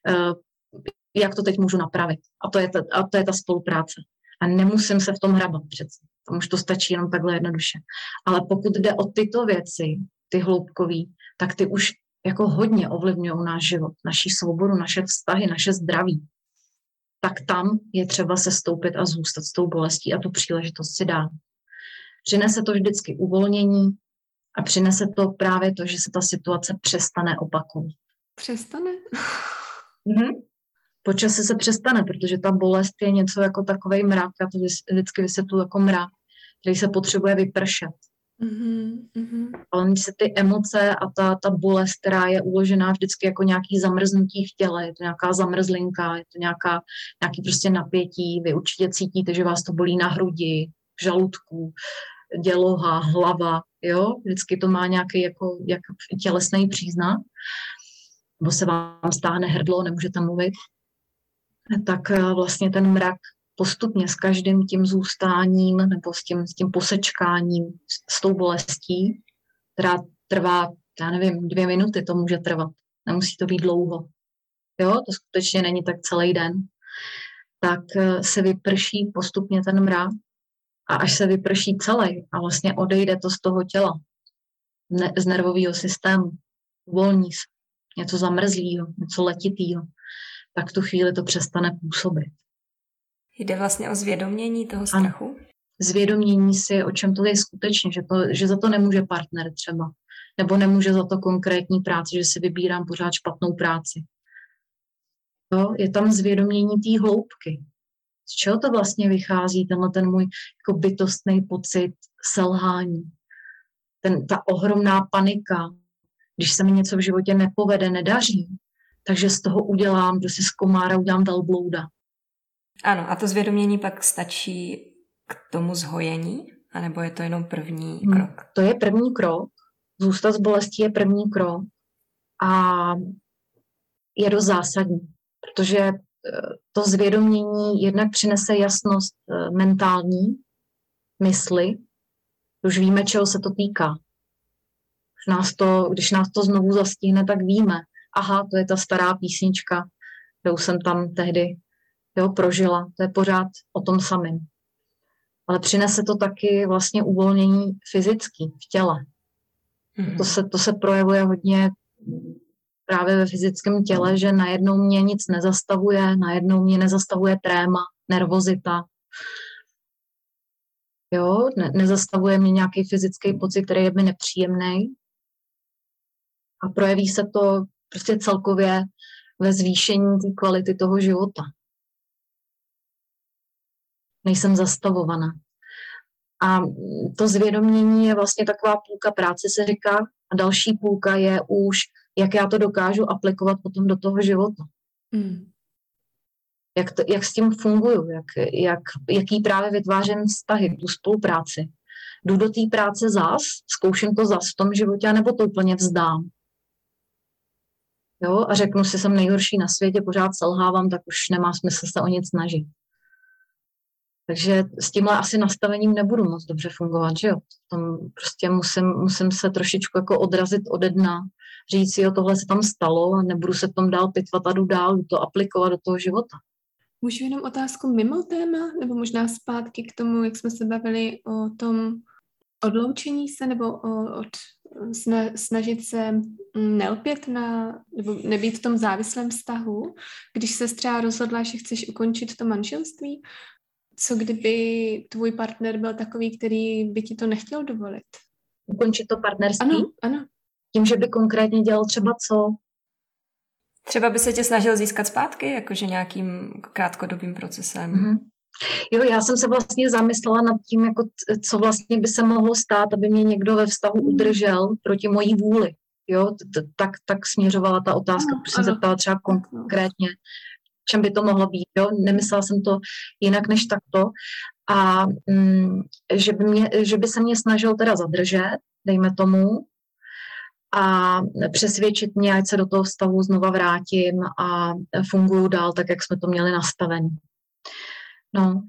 jak to teď můžu napravit. A to je ta, a to je ta spolupráce. A nemusím se v tom hrabat přece. Tam už to stačí jenom takhle jednoduše. Ale pokud jde o tyto věci, ty hloubkový, tak ty už jako hodně ovlivňují náš život, naši svobodu, naše vztahy, naše zdraví. Tak tam je třeba se stoupit a zůstat s tou bolestí a tu příležitost si dát. Přinese to vždycky uvolnění a přinese to právě to, že se ta situace přestane opakovat. Přestane? Mhm. Po čase se přestane, protože ta bolest je něco jako takovej mrak, já to vždycky vysvětluji jako mrak, který se potřebuje vypršet. Mm-hmm. Ale se ty emoce a ta, ta bolest, která je uložená vždycky jako nějaký zamrznutí v těle, je to nějaká zamrzlinka, je to nějaká, nějaký prostě napětí, vy určitě cítíte, že vás to bolí na hrudi, v žaludku, děloha, hlava, jo, vždycky to má nějaký jako, jako tělesný příznak, nebo se vám stáhne hrdlo, nemůžete mluvit, tak vlastně ten mrak postupně s každým tím zůstáním nebo s tím, s tím posečkáním, s tou bolestí, která trvá, já nevím, dvě minuty to může trvat. Nemusí to být dlouho. Jo, to skutečně není tak celý den. Tak se vyprší postupně ten mrak a až se vyprší celý a vlastně odejde to z toho těla, ne, z nervového systému, uvolní se, něco zamrzlého, něco letitého, tak v tu chvíli to přestane působit. Jde vlastně o zvědomění toho strachu? Ano. Zvědomění si, o čem to je skutečně, že, to, že za to nemůže partner třeba, nebo nemůže za to konkrétní práci, že si vybírám pořád špatnou práci. Jo? Je tam zvědomění té hloubky. Z čeho to vlastně vychází, tenhle ten můj jako bytostný pocit selhání, ten, ta ohromná panika, když se mi něco v životě nepovede, nedaří, takže z toho udělám, prostě z komára udělám velblouda. Ano, a to zvědomění pak stačí k tomu zhojení? A nebo je to jenom první krok? Hmm, to je první krok. Zůstat s bolestí je první krok. A je dost zásadní, protože to zvědomění jednak přinese jasnost mentální, mysli. Už víme, čeho se to týká. Když nás to, když nás to znovu zastihne, tak víme. Aha, to je ta stará písnička, kterou jsem tam tehdy jo, prožila. To je pořád o tom samém. Ale přinese to taky vlastně uvolnění fyzický v těle. Mm-hmm. To se, to se projevuje hodně právě ve fyzickém těle, že najednou mě nic nezastavuje, najednou mě nezastavuje tréma, nervozita. Jo, ne, nezastavuje mě nějaký fyzický pocit, který je mi nepříjemný. A projeví se to prostě celkově ve zvýšení té kvality toho života. Nejsem zastavovaná. A to zvědomění je vlastně taková půlka práce, se říká, a další půlka je už, jak já to dokážu aplikovat potom do toho života. Mm. Jak, to, jak s tím funguju, jak, jak, jaký právě vytvářím vztahy, tu spolupráci. Jdu do té práce zas, zkouším to zas v tom životě, nebo to úplně vzdám. Jo, a řeknu si, jsem nejhorší na světě, pořád selhávám, tak už nemá smysl se o nic snažit. Takže s tímhle asi nastavením nebudu moc dobře fungovat, že jo. Tam prostě musím, musím se trošičku jako odrazit ode dna, říct, jo, tohle se tam stalo a nebudu se v tom dál pitvat a jdu dál, jdu to aplikovat do toho života. Můžu jenom otázku mimo téma, nebo možná zpátky k tomu, jak jsme se bavili o tom odloučení se, nebo o, od, sna, snažit se nelpět na, nebo nebýt v tom závislém vztahu, když se třeba rozhodla, že chceš ukončit to manželství, co kdyby tvůj partner byl takový, který by ti to nechtěl dovolit? Ukončit to partnerství? Ano, ano. Tím, že by konkrétně dělal třeba co? Třeba by se tě snažil získat zpátky, jakože nějakým krátkodobým procesem. Mm-hmm. Jo, já jsem se vlastně zamyslela nad tím, jako t- co vlastně by se mohlo stát, aby mě někdo ve vztahu udržel proti mojí vůli. Jo, t- t- tak, tak směřovala ta otázka, No, protože jsem ano. se ptala třeba konkrétně, čem by to mohlo být. Jo? Nemyslela jsem to jinak než takto. A mm, že, by mě, že by se mě snažil teda zadržet, dejme tomu, a přesvědčit mě, ať se do toho vztahu znova vrátím a funguju dál tak, jak jsme to měli nastavený. No,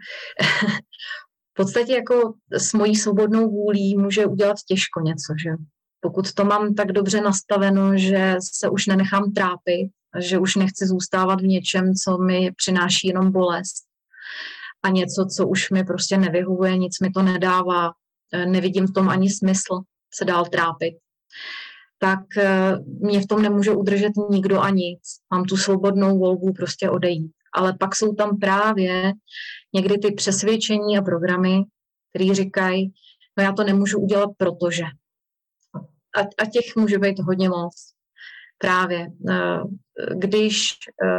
v podstatě jako s mojí svobodnou vůlí může udělat těžko něco, že? Pokud to mám tak dobře nastaveno, že se už nenechám trápit, že už nechci zůstávat v něčem, co mi přináší jenom bolest a něco, co už mi prostě nevyhovuje, nic mi to nedává, nevidím v tom ani smysl se dál trápit, tak mě v tom nemůže udržet nikdo a nic. Mám tu svobodnou volbu prostě odejít. Ale pak jsou tam právě někdy ty přesvědčení a programy, které říkají, no já to nemůžu udělat, protože. A, a těch může být hodně moc. Právě. Když,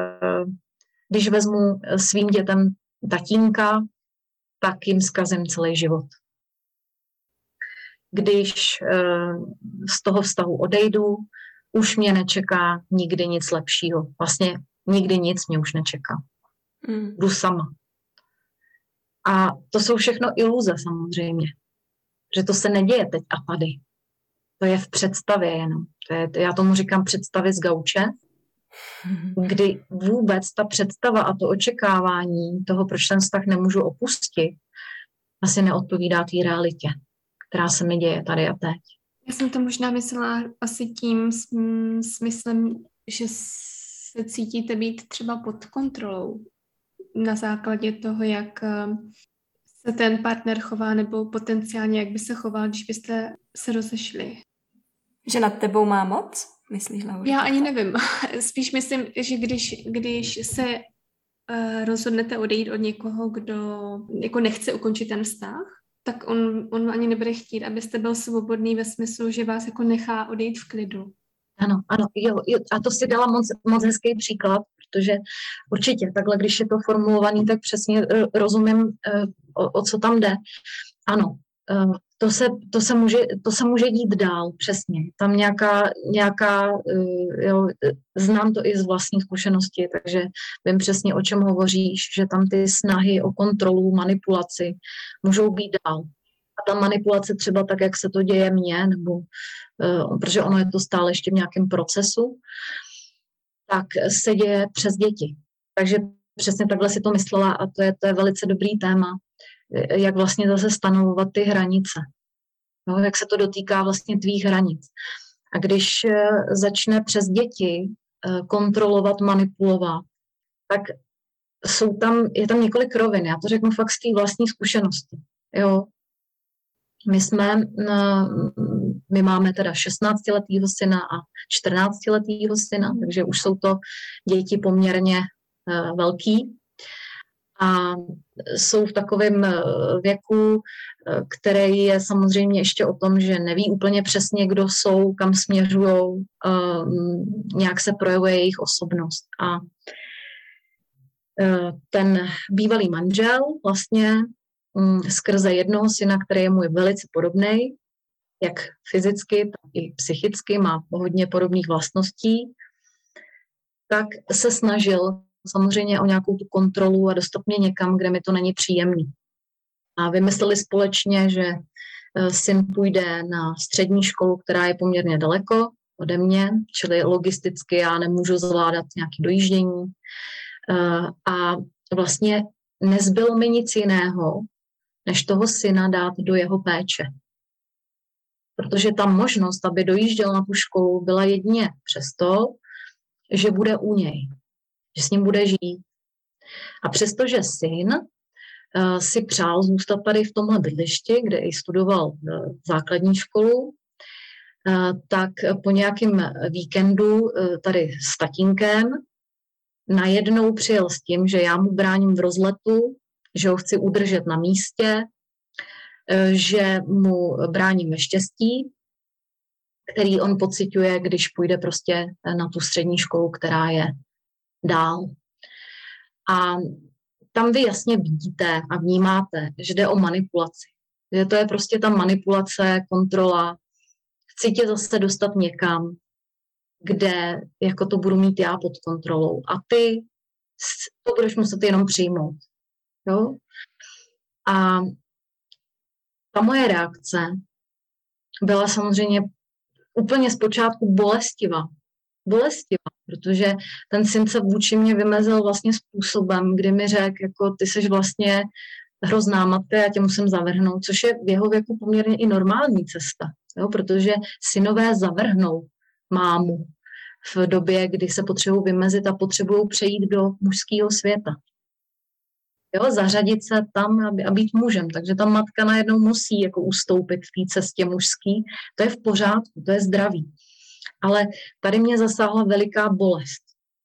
když vezmu svým dětem tatínka, tak jim zkazím celý život. Když z toho vztahu odejdu, už mě nečeká nikdy nic lepšího. Vlastně nikdy nic mě už nečeká. Mm. Jdu sama. A to jsou všechno iluze samozřejmě. Že to se neděje teď a tady. To je v představě jenom. To je, já tomu říkám představy z gauče, kdy vůbec ta představa a to očekávání toho, proč ten vztah nemůžu opustit, asi neodpovídá té realitě, která se mi děje tady a teď. Já jsem to možná myslela asi tím smyslem, že se cítíte být třeba pod kontrolou na základě toho, jak se ten partner chová, nebo potenciálně, jak by se choval, když byste se rozešli. Že nad tebou má moc? Myslíš, Laura? Já ani nevím. Spíš myslím, že když, když se uh, rozhodnete odejít od někoho, kdo jako nechce ukončit ten vztah, tak on, on ani nebude chtít, abyste byl svobodný ve smyslu, že vás jako nechá odejít v klidu. Ano, ano, jo, jo, a to si dala moc, moc hezký příklad, protože určitě takhle, když je to formulovaný, tak přesně rozumím, o, o co tam jde. Ano, to se, to se, může, to se může dít dál, přesně. Tam nějaká, nějaká jo, znám to i z vlastní zkušenosti, takže vím přesně, o čem hovoříš, že tam ty snahy o kontrolu, manipulaci můžou být dál. A ta manipulace třeba tak, jak se to děje mně, nebo uh, protože ono je to stále ještě v nějakém procesu, tak se děje přes děti. Takže přesně takhle si to myslela a to je, to je velice dobrý téma, jak vlastně zase stanovovat ty hranice. No, jak se to dotýká vlastně tvých hranic. A když uh, začne přes děti uh, kontrolovat, manipulovat, tak jsou tam, je tam několik rovin. Já to řeknu fakt z té vlastní zkušenosti. Jo. My jsme, my máme teda šestnáctiletýho syna a čtrnáctiletýho syna, takže už jsou to děti poměrně velký a jsou v takovém věku, který je samozřejmě ještě o tom, že neví úplně přesně, kdo jsou, kam směřujou, nějak se projevuje jejich osobnost. A ten bývalý manžel vlastně skrze jednoho syna, který je mu velice podobný, jak fyzicky, tak i psychicky, má hodně podobných vlastností, tak se snažil samozřejmě o nějakou tu kontrolu a dostat mě někam, kde mi to není příjemný. A vymysleli společně, že syn půjde na střední školu, která je poměrně daleko ode mě, čili logisticky já nemůžu zvládat nějaké dojíždění. A vlastně nezbylo mi nic jiného, než toho syna dát do jeho péče. Protože ta možnost, aby dojížděl na tu školu, byla jedině přesto, že bude u něj, že s ním bude žít. A přestože syn uh, si přál zůstat tady v tomhle bydlišti, kde i studoval uh, základní školu, uh, tak po nějakém víkendu uh, tady s tatínkem najednou přijel s tím, že já mu bráním v rozletu, že ho chci udržet na místě, že mu bráním ve štěstí, který on pociťuje, když půjde prostě na tu střední školu, která je dál. A tam vy jasně vidíte a vnímáte, že jde o manipulaci. Že to je prostě ta manipulace, kontrola. Chci tě zase dostat někam, kde jako to budu mít já pod kontrolou. A ty to budeš muset jenom přijmout. Jo? A ta moje reakce byla samozřejmě úplně zpočátku bolestivá. Bolestivá, protože ten syn se vůči mě vymezil vlastně způsobem, kdy mi řekl, jako ty jsi vlastně hrozná matka, já tě musím zavrhnout, což je v jeho věku poměrně i normální cesta, jo? Protože synové zavrhnou mámu v době, kdy se potřebují vymezit a potřebují přejít do mužského světa. Jo, zařadit se tam a, a být mužem. Takže ta matka najednou musí jako ustoupit v té cestě mužský. To je v pořádku, to je zdravý. Ale tady mě zasáhla veliká bolest.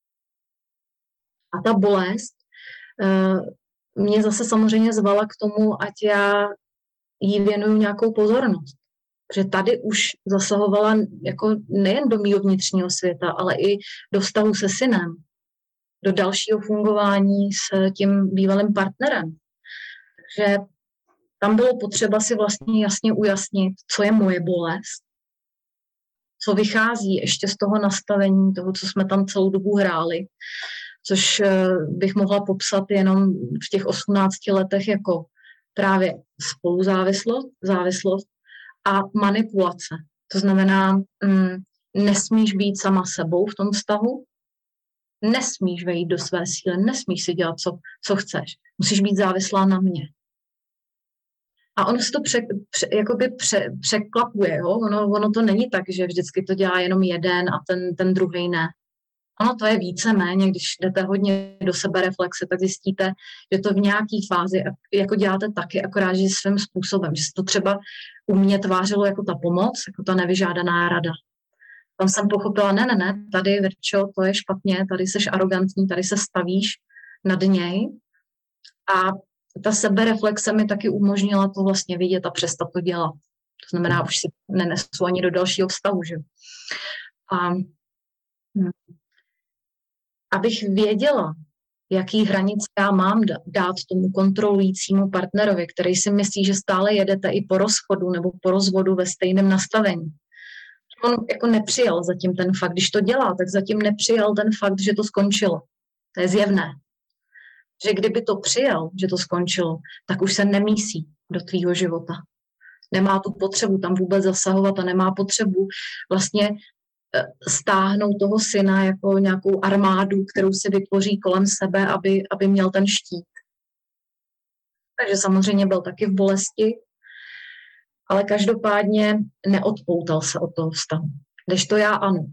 A ta bolest uh, mě zase samozřejmě zvala k tomu, ať já jí věnuju nějakou pozornost. Protože tady už zasahovala jako nejen do mýho vnitřního světa, ale i do vztahu se synem, do dalšího fungování s tím bývalým partnerem. Takže tam bylo potřeba si vlastně jasně ujasnit, co je moje bolest, co vychází ještě z toho nastavení, toho, co jsme tam celou dobu hráli, což bych mohla popsat jenom v těch osmnácti letech jako právě spoluzávislost, závislost a manipulace. To znamená, mm, nesmíš být sama sebou v tom vztahu, nesmíš vejít do své síly, nesmíš si dělat, co, co chceš. Musíš být závislá na mě. A ono se to pře, pře, jakoby pře, překlapuje. Jo? Ono, ono to není tak, že vždycky to dělá jenom jeden a ten, ten druhý ne. Ono to je víceméně, když jdete hodně do sebereflexe, tak zjistíte, že to v nějaké fázi jako děláte taky, akorát, že svým způsobem. Že se to třeba u mě tvářilo jako ta pomoc, jako ta nevyžádaná rada. Tam jsem pochopila, ne, ne, ne, tady, Verčo, to je špatně, tady seš arrogantní, tady se stavíš nad něj. A ta sebereflexe mi taky umožnila to vlastně vidět a přestat to dělat. To znamená, už si nenesu ani do dalšího vztahu, že? A abych věděla, jaký hranice já mám dát tomu kontrolujícímu partnerovi, který si myslí, že stále jedete i po rozchodu nebo po rozvodu ve stejném nastavení. On jako nepřijal zatím ten fakt. Když to dělá, tak zatím nepřijal ten fakt, že to skončilo. To je zjevné. Že kdyby to přijal, že to skončilo, tak už se nemísí do tvýho života. Nemá tu potřebu tam vůbec zasahovat a nemá potřebu vlastně stáhnout toho syna jako nějakou armádu, kterou si vytvoří kolem sebe, aby, aby měl ten štít. Takže samozřejmě byl taky v bolesti, ale každopádně neodpoutal se od toho vztahu. Kdežto já ano.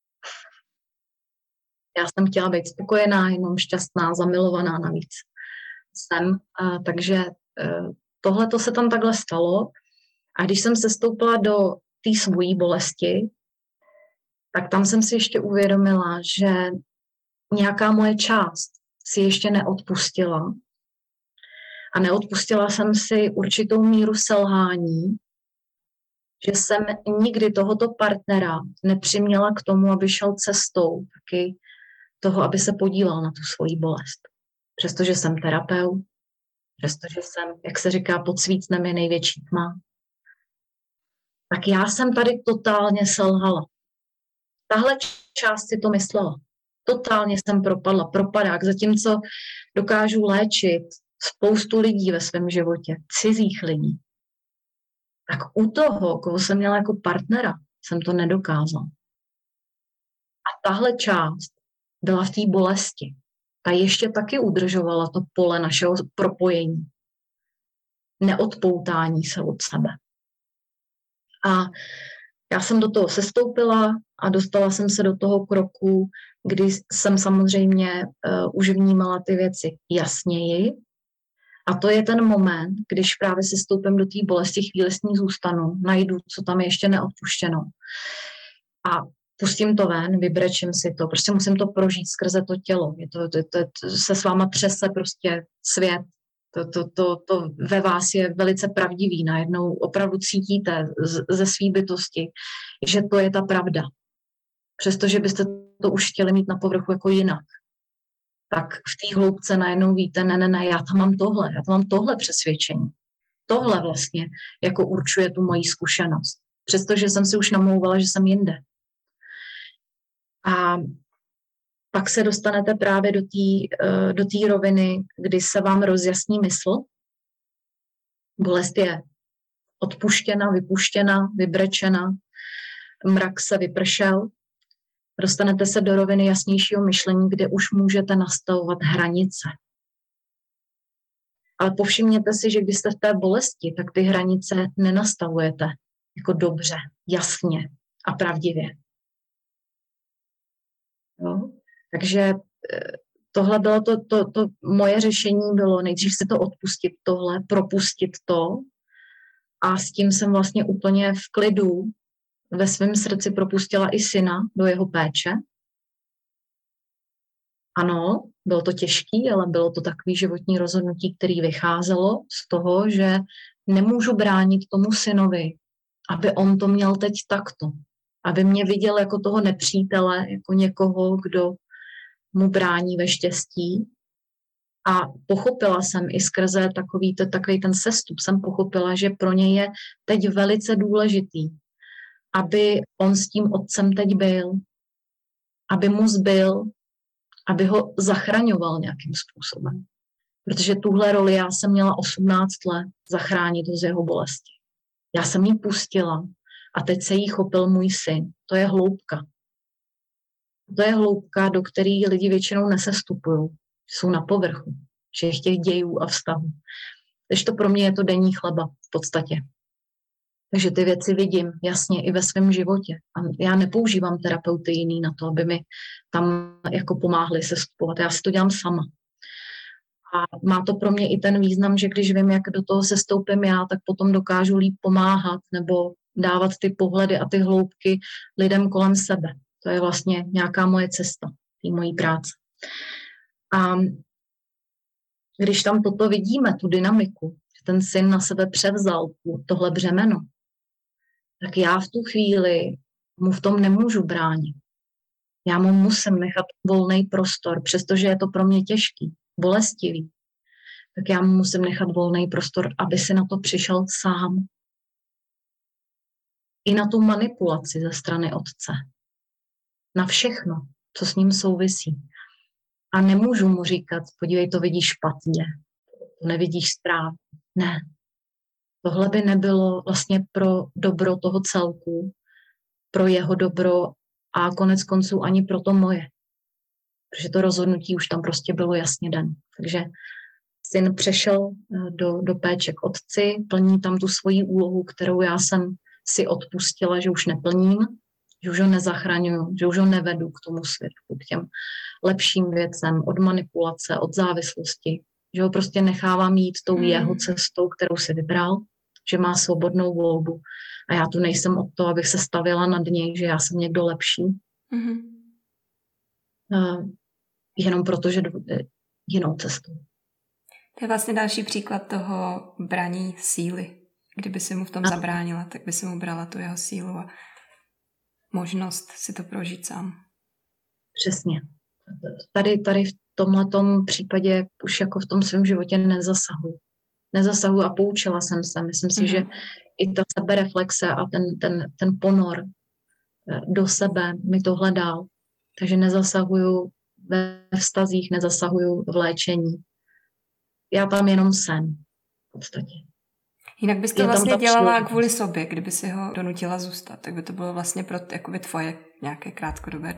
Já jsem chtěla být spokojená, jenom šťastná, zamilovaná navíc jsem. A takže tohle to se tam takhle stalo. A když jsem se stoupila do té svojí bolesti, tak tam jsem si ještě uvědomila, že nějaká moje část si ještě neodpustila. A neodpustila jsem si určitou míru selhání, že jsem nikdy tohoto partnera nepřiměla k tomu, aby šel cestou taky toho, aby se podílel na tu svoji bolest. Přestože jsem terapeut, přestože jsem, jak se říká, pod svícnem je největší tma, tak já jsem tady totálně selhala. Tahle část si to myslela. Totálně jsem propadla, propadák, zatímco dokážu léčit spoustu lidí ve svém životě, cizích lidí. Tak u toho, koho jsem měla jako partnera, jsem to nedokázala. A tahle část byla v té bolesti. ta ještě taky udržovala to pole našeho propojení. Neodpoutání se od sebe. A já jsem do toho sestoupila a dostala jsem se do toho kroku, kdy jsem samozřejmě uh, už vnímala ty věci jasněji. A to je ten moment, když právě sestoupím do té bolesti, chvíli s ní zůstanu, najdu, co tam je ještě neodpuštěno. A pustím to ven, vybrečím si to, prostě musím to prožít skrze to tělo. Je to, to, to, to se s váma třese prostě svět. To, to, to, to ve vás je velice pravdivý. Najednou opravdu cítíte z, ze své bytosti, že to je ta pravda. Přestože byste to už chtěli mít na povrchu jako jinak. Tak v té hloubce najednou víte, ne, ne, ne, já tam mám tohle, já tam mám tohle přesvědčení. Tohle vlastně jako určuje tu moji zkušenost. Přestože jsem si už namlouvala, že jsem jinde. A pak se dostanete právě do té do té roviny, kdy se vám rozjasní mysl. Bolest je odpuštěna, vypuštěna, vybrečena, mrak se vypršel. Dostanete se do roviny jasnějšího myšlení, kde už můžete nastavovat hranice. Ale povšimněte si, že když jste v té bolesti, tak ty hranice nenastavujete jako dobře, jasně a pravdivě. Jo? Takže tohle bylo to, to, to moje řešení bylo nejdřív si to odpustit tohle, propustit to a s tím jsem vlastně úplně v klidu ve svém srdci propustila i syna do jeho péče. Ano, bylo to těžké, ale bylo to takové životní rozhodnutí, které vycházelo z toho, že nemůžu bránit tomu synovi, aby on to měl teď takto. Aby mě viděl jako toho nepřítele, jako někoho, kdo mu brání ve štěstí. A pochopila jsem i skrze takový, to, takový ten sestup, jsem pochopila, že pro něj je teď velice důležitý, aby on s tím otcem teď byl, aby mu zbyl, aby ho zachraňoval nějakým způsobem. Protože tuhle roli já jsem měla osmnáct let zachránit ho z jeho bolesti. Já jsem ji pustila a teď se jí chopil můj syn. To je hloubka. To je hloubka, do které lidi většinou nesestupují. Jsou na povrchu všech těch dějů a vztahů. Takže to pro mě je to denní chleba v podstatě. Takže ty věci vidím jasně i ve svém životě. A já nepoužívám terapeuty jiný na to, aby mi tam jako pomáhli sestupovat. Já si to dělám sama. A má to pro mě i ten význam, že když vím, jak do toho sestoupím já, tak potom dokážu líp pomáhat nebo dávat ty pohledy a ty hloubky lidem kolem sebe. To je vlastně nějaká moje cesta, tý mojí práce. A když tam toto vidíme, tu dynamiku, že ten syn na sebe převzal tohle břemeno, tak já v tu chvíli mu v tom nemůžu bránit. Já mu musím nechat volný prostor, přestože je to pro mě těžký, bolestivý, tak já mu musím nechat volný prostor, aby si na to přišel sám. I na tu manipulaci ze strany otce. Na všechno, co s ním souvisí. A nemůžu mu říkat, podívej, to vidíš špatně, to nevidíš správně. Ne. Tohle by nebylo vlastně pro dobro toho celku, pro jeho dobro a konec konců ani pro to moje. Protože to rozhodnutí už tam prostě bylo jasně den. Takže syn přešel do, do péče k otci, plní tam tu svoji úlohu, kterou já jsem si odpustila, že už neplním, že už ho nezachraňuju, že už ho nevedu k tomu světku, k těm lepším věcem, od manipulace, od závislosti, že ho prostě nechávám jít tou jeho cestou, kterou si vybral, že má svobodnou volbu a já tu nejsem od toho, abych se stavěla nad něj, že já jsem někdo lepší. Mm-hmm. Uh, jenom proto, že jdu jinou cestou. To je vlastně další příklad toho braní síly. Kdyby si mu v tom a. zabránila, tak by si mu brala tu jeho sílu a možnost si to prožít sám. Přesně. Tady, tady v tomhletom případě už jako v tom svém životě nezasahuji. Nezasahuji a poučila jsem se. Myslím si, mm-hmm. že i ta sebereflexe a ten, ten, ten ponor do sebe mi tohle dal. Takže nezasahuju ve vztazích, nezasahuju v léčení. Já tam jenom jsem v podstatě. Jinak bys to je vlastně dělala kvůli sobě, kdyby si ho donutila zůstat, tak by to bylo vlastně pro jakoby tvoje nějaké krátkodobé dobro.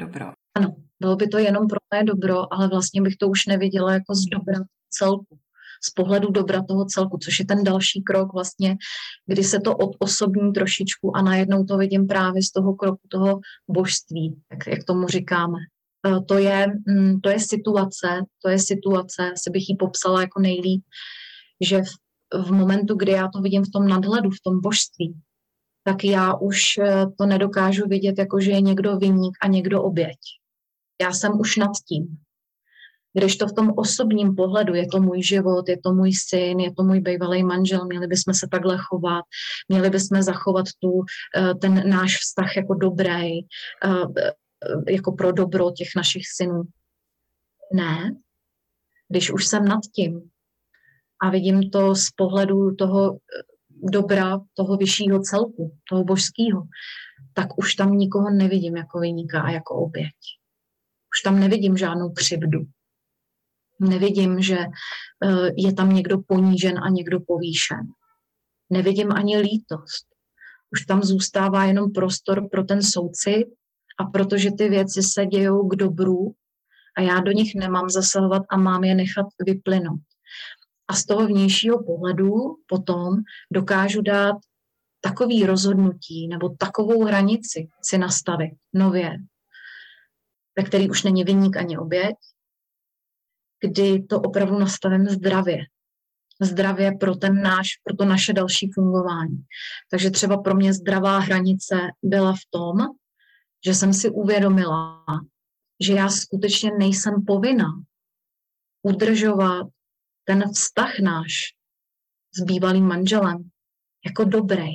Ano, bylo by to jenom pro mé dobro, ale vlastně bych to už neviděla jako z dobra celku, z pohledu dobra toho celku, což je ten další krok vlastně, kdy se to odosobní trošičku a najednou to vidím právě z toho kroku toho božství, jak, jak tomu říkáme. To je, to je situace, to je situace, asi bych ji popsala jako nejlíp, že v, v momentu, kdy já to vidím v tom nadhledu, v tom božství, tak já už to nedokážu vidět jako, že je někdo viník a někdo oběť. Já jsem už nad tím. Když to v tom osobním pohledu, je to můj život, je to můj syn, je to můj bývalý manžel, měli bychom se takhle chovat, měli bychom zachovat tu, ten náš vztah jako dobrý, jako pro dobro těch našich synů. Ne, když už jsem nad tím a vidím to z pohledu toho dobra, toho vyššího celku, toho božského, tak už tam nikoho nevidím jako viníka a jako oběť. Už tam nevidím žádnou křivdu. Nevidím, že je tam někdo ponížen a někdo povýšen. Nevidím ani lítost. Už tam zůstává jenom prostor pro ten soucit a protože ty věci se dějou k dobru a já do nich nemám zasahovat a mám je nechat vyplynout. A z toho vnějšího pohledu potom dokážu dát takový rozhodnutí nebo takovou hranici si nastavit nově, ve který už není viník ani oběť, kdy to opravdu nastavím zdravě. Zdravě pro, ten náš, pro to naše další fungování. Takže třeba pro mě zdravá hranice byla v tom, že jsem si uvědomila, že já skutečně nejsem povinna udržovat ten vztah náš s bývalým manželem jako dobrý.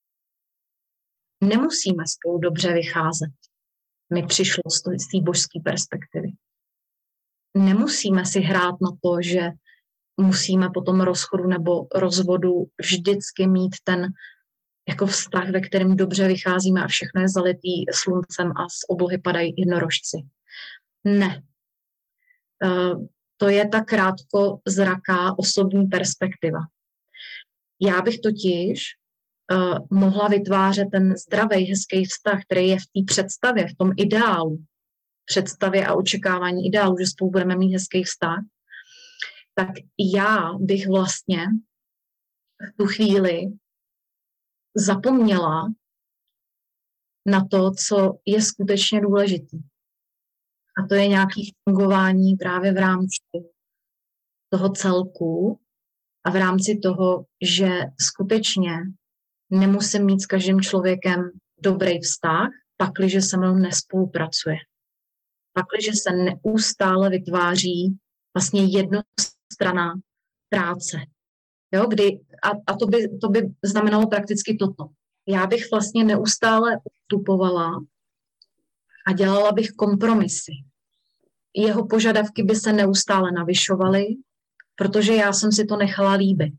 Nemusíme spolu dobře vycházet. Mi přišlo z té božské perspektivy. Nemusíme si hrát na to, že musíme po tom rozchodu nebo rozvodu vždycky mít ten jako vztah, ve kterém dobře vycházíme a všechno je zalitý sluncem a z oblohy padají jednorožci. Ne. Uh, to je ta krátkozraká osobní perspektiva. Já bych totiž uh, mohla vytvářet ten zdravý, hezký vztah, který je v té představě, v tom ideálu, představě a očekávání ideálu, že spolu budeme mít hezký vztah, tak já bych vlastně v tu chvíli zapomněla na to, co je skutečně důležité. A to je nějaké fungování právě v rámci toho celku a v rámci toho, že skutečně nemusím mít s každým člověkem dobrý vztah, pakliže se mnou nespolupracuje. Pakliže se neustále vytváří vlastně jednostranná práce. Jo, kdy, a a to, by, to by znamenalo prakticky toto. Já bych vlastně neustále ustupovala a dělala bych kompromisy. Jeho požadavky by se neustále navyšovaly, protože já jsem si to nechala líbit.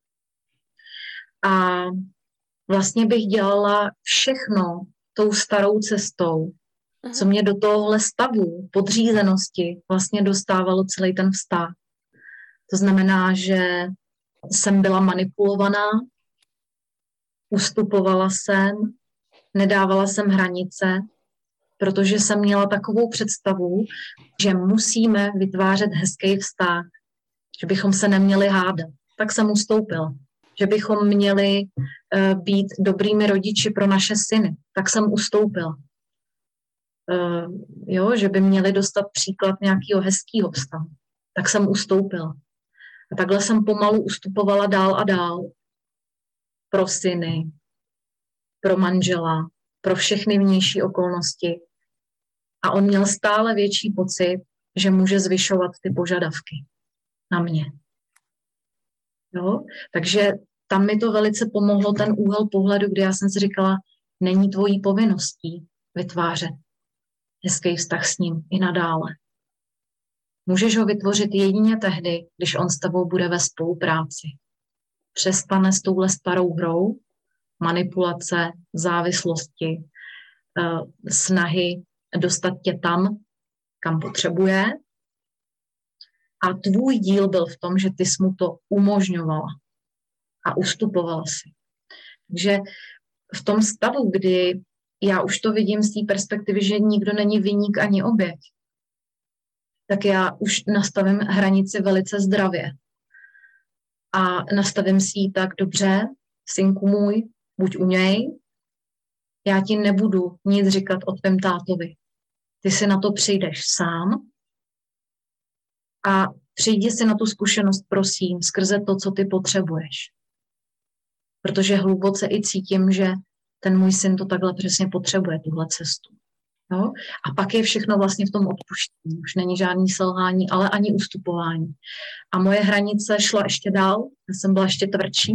A vlastně bych dělala všechno tou starou cestou, Aha. co mě do tohohle stavu podřízenosti vlastně dostávalo celý ten vztah. To znamená, že jsem byla manipulovaná, ustupovala jsem, nedávala jsem hranice, protože jsem měla takovou představu, že musíme vytvářet hezký vztah, že bychom se neměli hádat. Tak jsem ustoupila. Že bychom měli uh, být dobrými rodiči pro naše syny. Tak jsem ustoupila. Uh, jo, že by měli dostat příklad nějakého hezkého vztahu. Tak jsem ustoupila. A takhle jsem pomalu ustupovala dál a dál pro syny, pro manžela, pro všechny vnější okolnosti. A on měl stále větší pocit, že může zvyšovat ty požadavky na mě. Jo? Takže tam mi to velice pomohlo, ten úhel pohledu, kdy já jsem si říkala, není tvojí povinností vytvářet hezký vztah s ním i nadále. Můžeš ho vytvořit jedině tehdy, když on s tebou bude ve spolupráci. Přestane s touhle starou hrou, manipulace, závislosti, snahy dostat tě tam, kam potřebuje. A tvůj díl byl v tom, že ty jsi mu to umožňovala a ustupovala si. Takže v tom stavu, kdy já už to vidím z té perspektivy, že nikdo není viník ani oběť, tak já už nastavím hranici velice zdravě. A nastavím si ji tak: dobře, synku můj, buď u něj, já ti nebudu nic říkat o tvém tátovi. Ty si na to přijdeš sám a přijdi si na tu zkušenost, prosím, skrze to, co ty potřebuješ. Protože hluboce i cítím, že ten můj syn to takhle přesně potřebuje, tuhle cestu. Jo? A pak je všechno vlastně v tom odpuštění. Už není žádný selhání, ale ani ustupování. A moje hranice šla ještě dál, já jsem byla ještě tvrdší,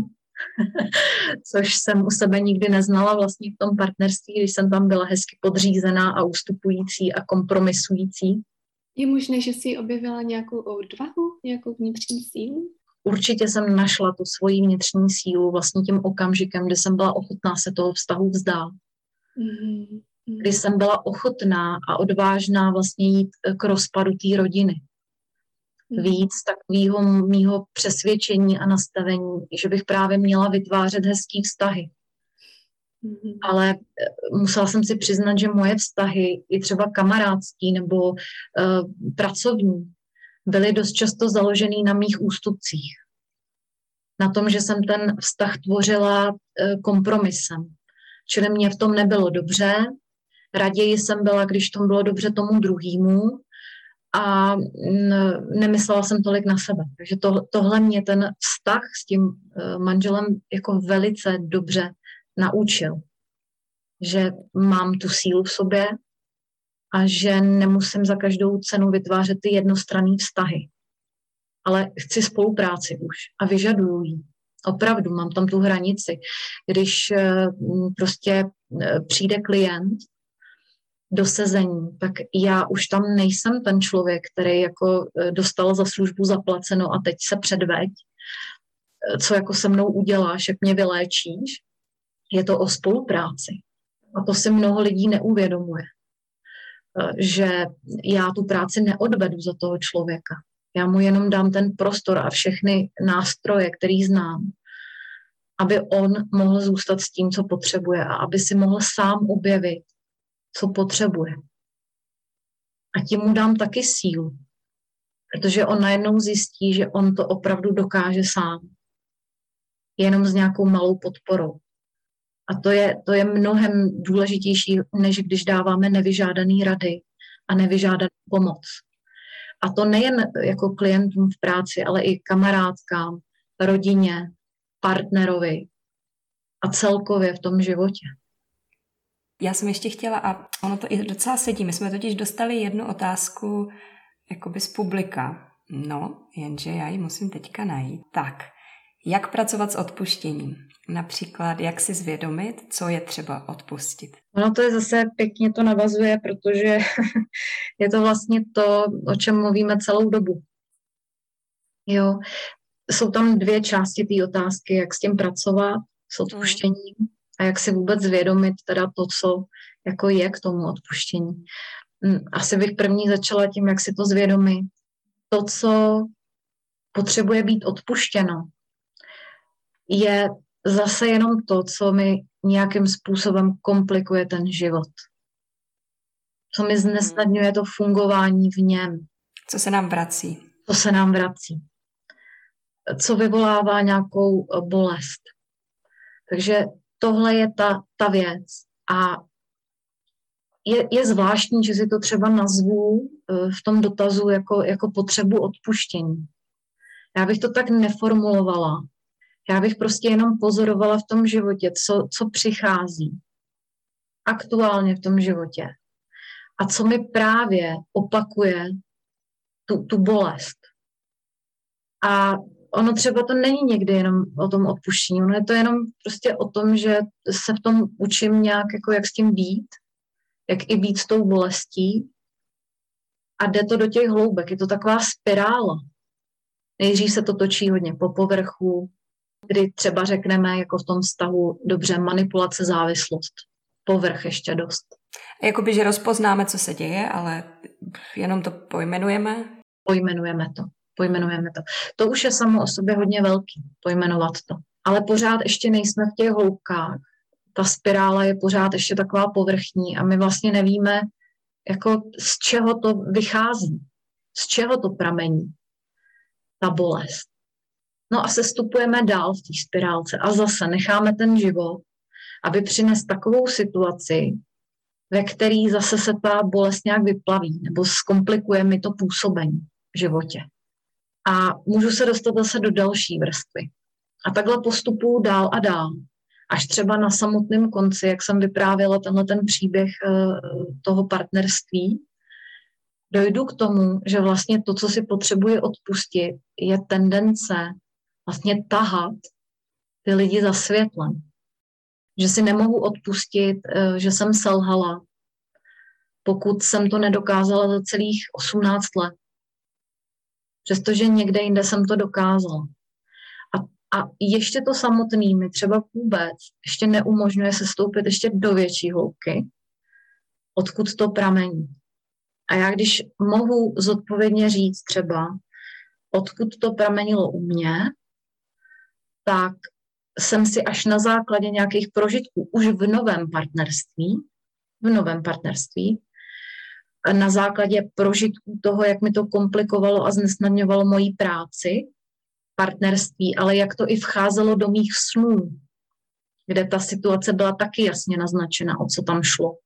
což jsem u sebe nikdy neznala vlastně v tom partnerství, když jsem tam byla hezky podřízená a ustupující a kompromisující. Je možné, že jsi objevila nějakou odvahu, nějakou vnitřní sílu? Určitě jsem našla tu svoji vnitřní sílu vlastně tím okamžikem, kdy jsem byla ochotná se toho vztahu vzdát. Mm-hmm. Kdy jsem byla ochotná a odvážná vlastně jít k rozpadu té rodiny. Mm-hmm. Víc takového mýho přesvědčení a nastavení, že bych právě měla vytvářet hezký vztahy. Mm-hmm. Ale musela jsem si přiznat, že moje vztahy, i třeba kamarádský nebo uh, pracovní, byly dost často založený na mých ústupcích. Na tom, že jsem ten vztah tvořila uh, kompromisem. Čili mě v tom nebylo dobře, raději jsem byla, když tom bylo dobře tomu druhému, a nemyslela jsem tolik na sebe. Takže to, tohle mě ten vztah s tím uh, manželem jako velice dobře naučil. Že mám tu sílu v sobě a že nemusím za každou cenu vytvářet ty jednostranné vztahy. Ale chci spolupráci už a vyžaduju ji. Opravdu, mám tam tu hranici. Když uh, prostě uh, přijde klient do sezení, tak já už tam nejsem ten člověk, který jako dostal za službu zaplaceno a teď se předveď, co jako se mnou uděláš, jak mě vyléčíš. Je to o spolupráci. A to si mnoho lidí neuvědomuje. Že já tu práci neodvedu za toho člověka. Já mu jenom dám ten prostor a všechny nástroje, který znám, aby on mohl zůstat s tím, co potřebuje a aby si mohl sám objevit, co potřebuje. A tím mu dám taky sílu, protože on najednou zjistí, že on to opravdu dokáže sám. Jenom s nějakou malou podporou. A to je, to je mnohem důležitější, než když dáváme nevyžádané rady a nevyžádanou pomoc. A to nejen jako klientům v práci, ale i kamarádkám, rodině, partnerovi a celkově v tom životě. Já jsem ještě chtěla, a ono to i docela sedí, my jsme totiž dostali jednu otázku jakoby z publika. No, jenže já ji musím teďka najít. Tak, jak pracovat s odpuštěním? Například, jak si zvědomit, co je třeba odpustit? Ono to je zase pěkně to navazuje, protože je to vlastně to, o čem mluvíme celou dobu. Jo, jsou tam dvě části té otázky, jak s tím pracovat, s odpuštěním, a jak si vůbec zvědomit teda to, co jako je k tomu odpuštění. Asi bych první začala tím, jak si to zvědomit. To, co potřebuje být odpuštěno, je zase jenom to, co mi nějakým způsobem komplikuje ten život. Co mi znesnadňuje to fungování v něm. Co se nám vrací. Co se nám vrací. Co vyvolává nějakou bolest. Takže tohle je ta, ta věc. A je, je zvláštní, že si to třeba nazvu v tom dotazu jako, jako potřebu odpuštění. Já bych to tak neformulovala. Já bych prostě jenom pozorovala v tom životě, co, co přichází aktuálně v tom životě. A co mi právě opakuje tu, tu bolest. A ono třeba to není někdy jenom o tom odpuštění, ono je to jenom prostě o tom, že se v tom učím nějak, jako jak s tím být, jak i být s tou bolestí a jde to do těch hloubek. Je to taková spirála. Nejdřív se to točí hodně po povrchu, kdy třeba řekneme jako v tom vztahu dobře manipulace, závislost. Povrch ještě dost. Jakoby, že rozpoznáme, co se děje, ale jenom to pojmenujeme? Pojmenujeme to. Pojmenujeme to. To už je samo o sobě hodně velký, pojmenovat to. Ale pořád ještě nejsme v těch hloubkách, ta spirála je pořád ještě taková povrchní a my vlastně nevíme, jako z čeho to vychází, z čeho to pramení, ta bolest. No a sestupujeme dál v té spirálce a zase necháme ten život, aby přines takovou situaci, ve který zase se ta bolest nějak vyplaví nebo zkomplikuje mi to působení v životě. A můžu se dostat zase do další vrstvy. A takhle postupuju dál a dál. Až třeba na samotném konci, jak jsem vyprávěla tenhle ten příběh toho partnerství, dojdu k tomu, že vlastně to, co si potřebuje odpustit, je tendence vlastně tahat ty lidi za světlem. Že si nemohu odpustit, že jsem selhala, pokud jsem to nedokázala za celých osmnáct let. Přestože někde jinde jsem to dokázala. A, a ještě to samotný mi třeba vůbec ještě neumožňuje se stoupit ještě do větší hloubky, odkud to pramení. A já když mohu zodpovědně říct třeba, odkud to pramenilo u mě, tak jsem si až na základě nějakých prožitků už v novém partnerství, v novém partnerství, na základě prožitků toho, jak mi to komplikovalo a znesnadňovalo moji práci, partnerství, ale jak to i vcházelo do mých snů, kde ta situace byla taky jasně naznačena, o co tam šlo.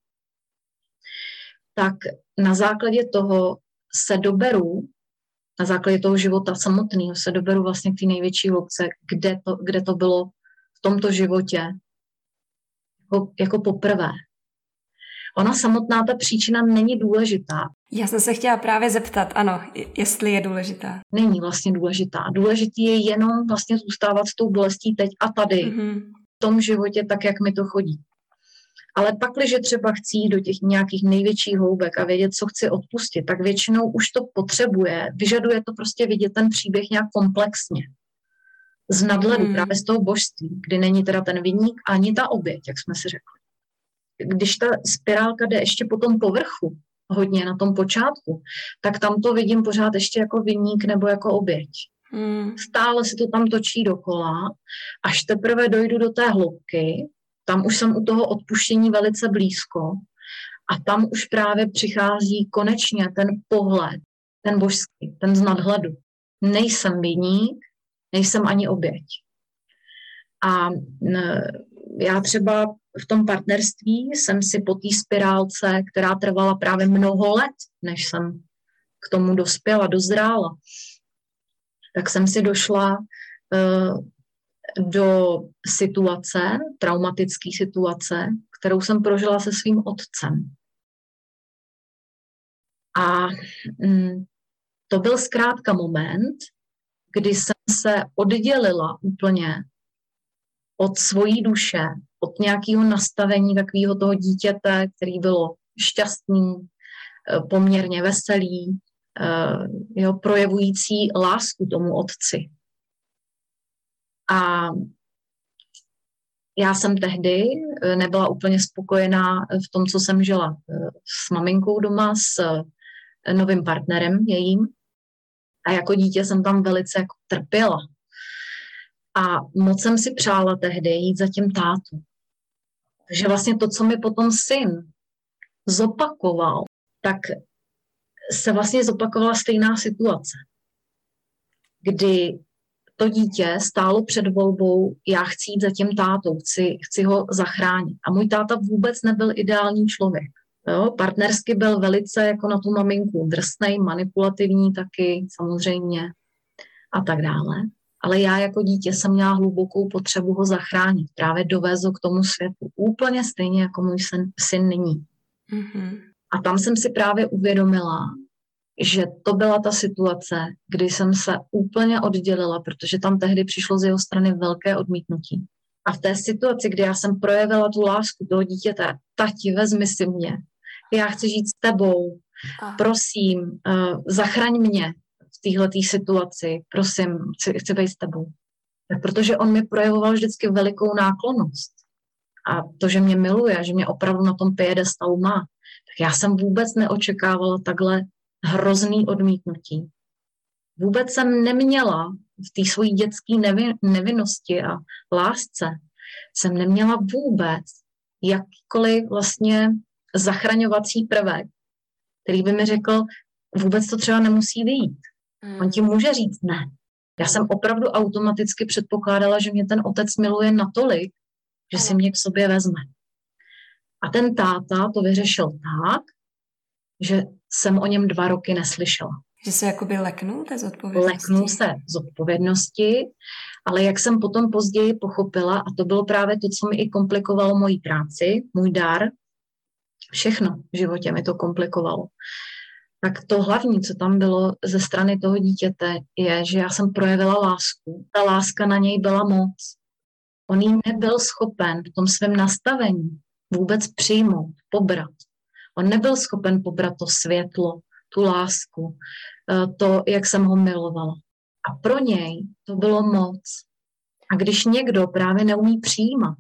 Tak na základě toho se doberu, na základě toho života samotného se doberu vlastně k té největší hloubce, kde to, kde to bylo v tomto životě jako, jako poprvé. Ona samotná, ta příčina není důležitá. Já jsem se chtěla právě zeptat, ano, jestli je důležitá. Není vlastně důležitá. Důležitý je jenom vlastně zůstávat s tou bolestí teď a tady, mm-hmm. v tom životě tak, jak mi to chodí. Ale pak, když třeba chci jít do těch nějakých největších hloubek a vědět, co chci odpustit, tak většinou už to potřebuje, vyžaduje to prostě vidět ten příběh nějak komplexně. Z nadhledu, mm. právě z toho božství, kdy není teda ten viník ani ta oběť, jak jsme si řekli. Když ta spirálka jde ještě po tom povrchu, hodně na tom počátku, tak tam to vidím pořád ještě jako viník nebo jako oběť. Mm. Stále se to tam točí dokola, až teprve dojdu do té hloubky, tam už jsem u toho odpuštění velice blízko a tam už právě přichází konečně ten pohled, ten božský, ten z nadhledu. Nejsem viník, nejsem ani oběť. A já třeba v tom partnerství jsem si po té spirálce, která trvala právě mnoho let, než jsem k tomu dospěla, dozrála, tak jsem si došla uh, do situace, traumatické situace, kterou jsem prožila se svým otcem. A mm, to byl zkrátka moment, kdy jsem se oddělila úplně od svojí duše, od nějakého nastavení takového toho dítěte, který bylo šťastný, poměrně veselý, jo, projevující lásku tomu otci. A já jsem tehdy nebyla úplně spokojená v tom, co jsem žila s maminkou doma, s novým partnerem jejím. A jako dítě jsem tam velice jako trpěla. A moc jsem si přála tehdy jít za tím tátu. Takže vlastně to, co mi potom syn zopakoval, tak se vlastně zopakovala stejná situace, kdy to dítě stálo před volbou, já chci jít za tím tátou, chci, chci ho zachránit. A můj táta vůbec nebyl ideální člověk. Jo? Partnersky byl velice jako na tu maminku drsnej, manipulativní taky, samozřejmě a tak dále. Ale já jako dítě jsem měla hlubokou potřebu ho zachránit, právě dovést ho k tomu světu. Úplně stejně jako můj syn, syn nyní. Mm-hmm. A tam jsem si právě uvědomila, že to byla ta situace, kdy jsem se úplně oddělila, protože tam tehdy přišlo z jeho strany velké odmítnutí. A v té situaci, kdy já jsem projevila tu lásku toho dítěte, tati, vezmi si mě, já chci žít s tebou, prosím, uh, zachraň mě v téhleté situaci, prosím, chci, chci být s tebou. Tak protože on mi projevoval vždycky velikou náklonnost. A to, že mě miluje, že mě opravdu na tom piedestalu má, tak já jsem vůbec neočekávala takhle hrozný odmítnutí. Vůbec jsem neměla v té svojí dětské nevin, nevinnosti a lásce, jsem neměla vůbec jakýkoliv vlastně zachraňovací prvek, který by mi řekl, vůbec to třeba nemusí vyjít. Mm. On ti může říct ne. Já jsem opravdu automaticky předpokládala, že mě ten otec miluje natolik, že si mě k sobě vezme. A ten táta to vyřešil tak, že jsem o něm dva roky neslyšela. Že se jakoby leknul té zodpovědnosti? Leknul se z odpovědnosti, ale jak jsem potom později pochopila, a to bylo právě to, co mi i komplikovalo moji práci, můj dar, všechno v životě mi to komplikovalo. Tak to hlavní, co tam bylo ze strany toho dítěte, je, že já jsem projevila lásku. Ta láska na něj byla moc. On jí nebyl schopen v tom svém nastavení vůbec přijmout, pobrat. On nebyl schopen pobrat to světlo, tu lásku, to, jak jsem ho milovala. A pro něj to bylo moc. A když někdo právě neumí přijímat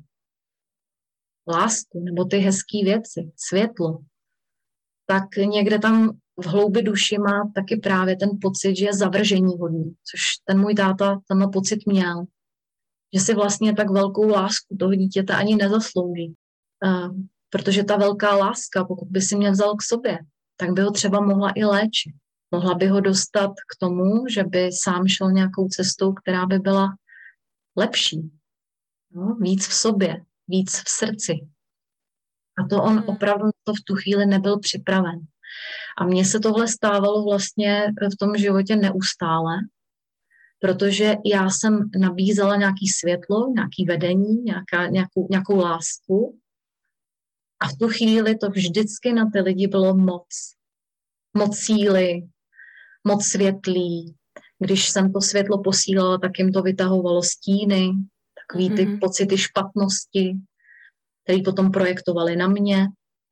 lásku nebo ty hezké věci, světlo, tak někde tam v hloubi duši má taky právě ten pocit, že je zavržení hodný, což ten můj táta tenhle pocit měl, že si vlastně tak velkou lásku toho dítěte ani nezaslouží. Uh, protože ta velká láska, pokud by si mě vzal k sobě, tak by ho třeba mohla i léčit. Mohla by ho dostat k tomu, že by sám šel nějakou cestou, která by byla lepší. No, víc v sobě, víc v srdci. A to on opravdu to v tu chvíli nebyl připraven. A mně se tohle stávalo vlastně v tom životě neustále, protože já jsem nabízela nějaké světlo, nějaké vedení, nějaká, nějakou, nějakou lásku a v tu chvíli to vždycky na ty lidi bylo moc. Moc síly, moc světlí. Když jsem to světlo posílala, tak jim to vytahovalo stíny, takový ty mm-hmm. pocity špatnosti, který potom projektovali na mě.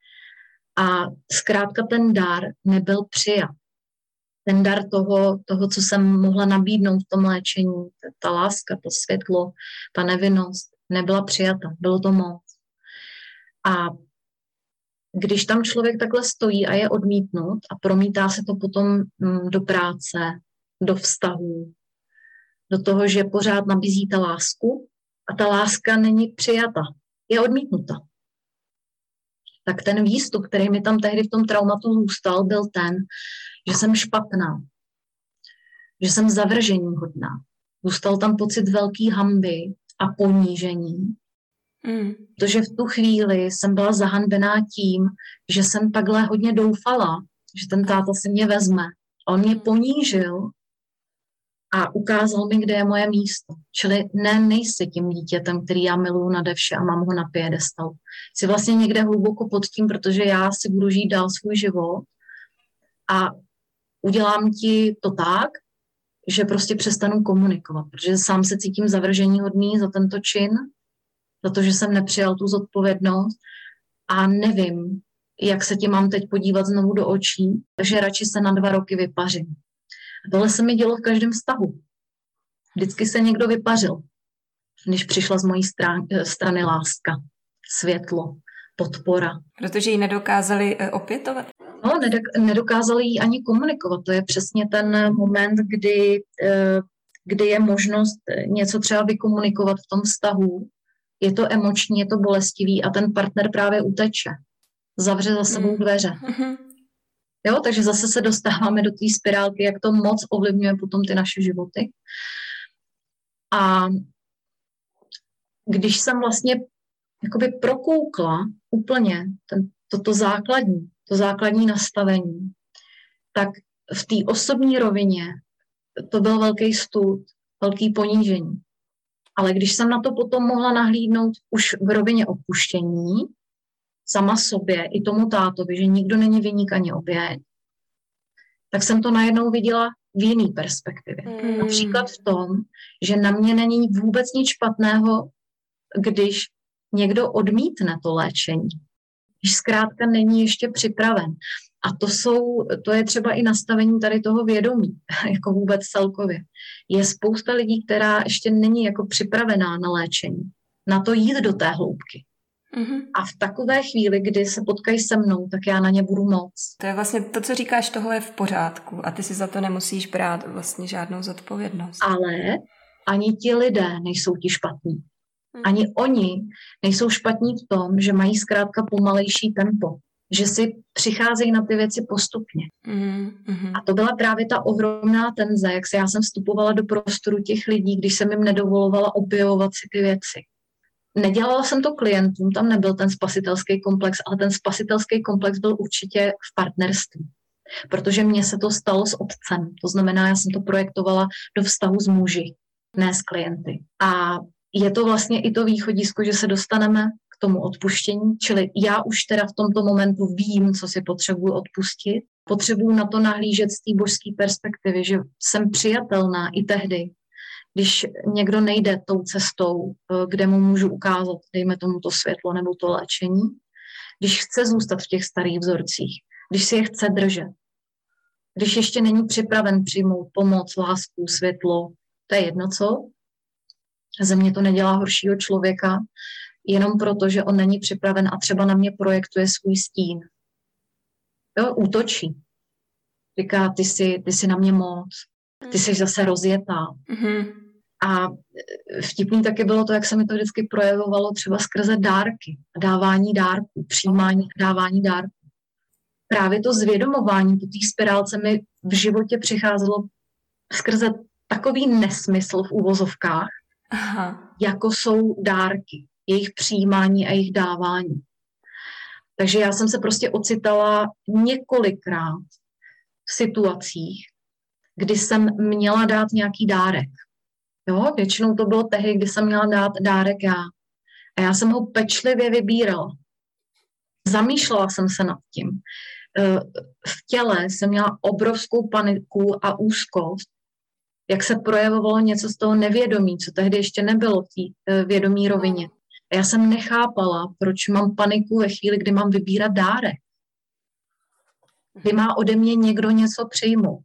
A zkrátka ten dar nebyl přijat. Ten dar toho, toho, co jsem mohla nabídnout v tom léčení, ta láska, to světlo, ta nevinnost, nebyla přijata. Bylo to moc. A když tam člověk takhle stojí a je odmítnut a promítá se to potom do práce, do vztahů, do toho, že pořád nabízí ta lásku a ta láska není přijata, je odmítnuta. Tak ten výstup, který mi tam tehdy v tom traumatu zůstal, byl ten, že jsem špatná, že jsem zavrženíhodná. Zůstal tam pocit velký hanby a ponížení, mm. protože v tu chvíli jsem byla zahanbená tím, že jsem takhle hodně doufala, že ten táta si mě vezme. A on mě ponížil a ukázal mi, kde je moje místo. Čili ne, nejsi tím dítětem, který já miluju nade vše a mám ho na piedestal. Jsi vlastně někde hluboko pod tím, protože já si budu žít dál svůj život a udělám ti to tak, že prostě přestanu komunikovat, protože sám se cítím zavrženíhodný za tento čin, za to, že jsem nepřijal tu zodpovědnost a nevím, jak se ti mám teď podívat znovu do očí, takže radši se na dva roky vypařím. A tohle se mi dělo v každém vztahu. Vždycky se někdo vypařil, když přišla z mojí strany, strany láska, světlo, podpora. Protože ji nedokázali opětovat? No, nedokázali ji ani komunikovat. To je přesně ten moment, kdy, kdy je možnost něco třeba vykomunikovat v tom vztahu. Je to emoční, je to bolestivý a ten partner právě uteče. Zavře za sebou dveře. Jo, takže zase se dostáváme do té spirálky, jak to moc ovlivňuje potom ty naše životy. A když jsem vlastně jakoby prokoukla úplně ten, toto základní, to základní nastavení, tak v té osobní rovině to byl velký stud, velký ponížení. Ale když jsem na to potom mohla nahlídnout už v rovině opuštění, sama sobě i tomu tátovi, že nikdo není viník ani oběť, tak jsem to najednou viděla v jiné perspektivě. Mm. Například v tom, že na mě není vůbec nic špatného, když někdo odmítne to léčení. Když zkrátka není ještě připraven. A to, jsou, to je třeba i nastavení tady toho vědomí, jako vůbec celkově. Je spousta lidí, která ještě není jako připravená na léčení, na to jít do té hloubky. Mm-hmm. A v takové chvíli, kdy se potkají se mnou, tak já na ně budu moc. To je vlastně to, co říkáš, tohle je v pořádku a ty si za to nemusíš brát vlastně žádnou zodpovědnost. Ale ani ti lidé nejsou ti špatní. Ani oni nejsou špatní v tom, že mají zkrátka pomalejší tempo, že si přicházejí na ty věci postupně. Mm-hmm. A to byla právě ta ohromná tenze, jak se já jsem vstupovala do prostoru těch lidí, když jsem jim nedovolovala objevovat si ty věci. Nedělala jsem to klientům, tam nebyl ten spasitelský komplex, ale ten spasitelský komplex byl určitě v partnerství. Protože mně se to stalo s otcem. To znamená, já jsem to projektovala do vztahu s muži, ne s klienty. A je to vlastně i to východisko, že se dostaneme k tomu odpuštění, čili já už teda v tomto momentu vím, co si potřebuji odpustit. Potřebuji na to nahlížet z té božské perspektivy, že jsem přijatelná i tehdy, když někdo nejde tou cestou, kde mu můžu ukázat, dejme tomu to světlo nebo to léčení, když chce zůstat v těch starých vzorcích, když si je chce držet, když ještě není připraven přijmout pomoc, lásku, světlo, to je jedno co. Ze mě to nedělá horšího člověka, jenom proto, že on není připraven a třeba na mě projektuje svůj stín. Jo, útočí. Říká, ty jsi, ty jsi na mě moc, ty jsi zase rozjetá. Mm-hmm. A vtipný taky bylo to, jak se mi to vždycky projevovalo třeba skrze dárky, dávání dárků, přijímání a dávání dárků. Právě to zvědomování po té spirálce mi v životě přicházelo skrze takový nesmysl v uvozovkách, Aha. jako jsou dárky, jejich přijímání a jejich dávání. Takže já jsem se prostě ocitala několikrát v situacích, kdy jsem měla dát nějaký dárek. Jo, většinou to bylo tehdy, kdy jsem měla dát dárek já. A já jsem ho pečlivě vybírala. Zamýšlela jsem se nad tím. V těle jsem měla obrovskou paniku a úzkost, jak se projevovalo něco z toho nevědomí, co tehdy ještě nebylo v té vědomí rovině. A já jsem nechápala, proč mám paniku ve chvíli, kdy mám vybírat dárek. Kdy má ode mě někdo něco přijmout.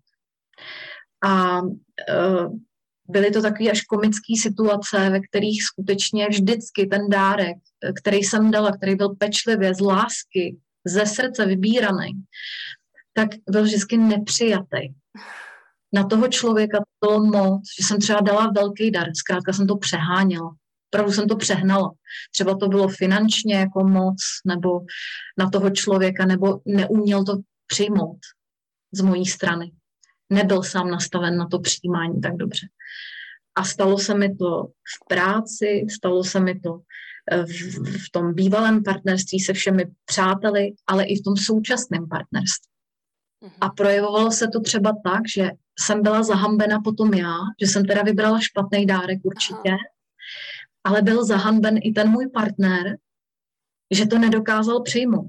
A uh, byly to takové až komické situace, ve kterých skutečně vždycky ten dárek, který jsem dala, který byl pečlivě z lásky, ze srdce vybíraný, tak byl vždycky nepřijatý. Na toho člověka to bylo moc, že jsem třeba dala velký dar, zkrátka jsem to přeháněla. Opravdu jsem to přehnala. Třeba to bylo finančně jako moc, nebo na toho člověka, nebo neuměl to přijmout z mojí strany. Nebyl sám nastaven na to přijímání tak dobře. A stalo se mi to v práci, stalo se mi to v, v tom bývalém partnerství se všemi přáteli, ale i v tom současném partnerství. A projevovalo se to třeba tak, že jsem byla zahambena potom já, že jsem teda vybrala špatný dárek určitě, ale byl zahanben i ten můj partner, že to nedokázal přijmout.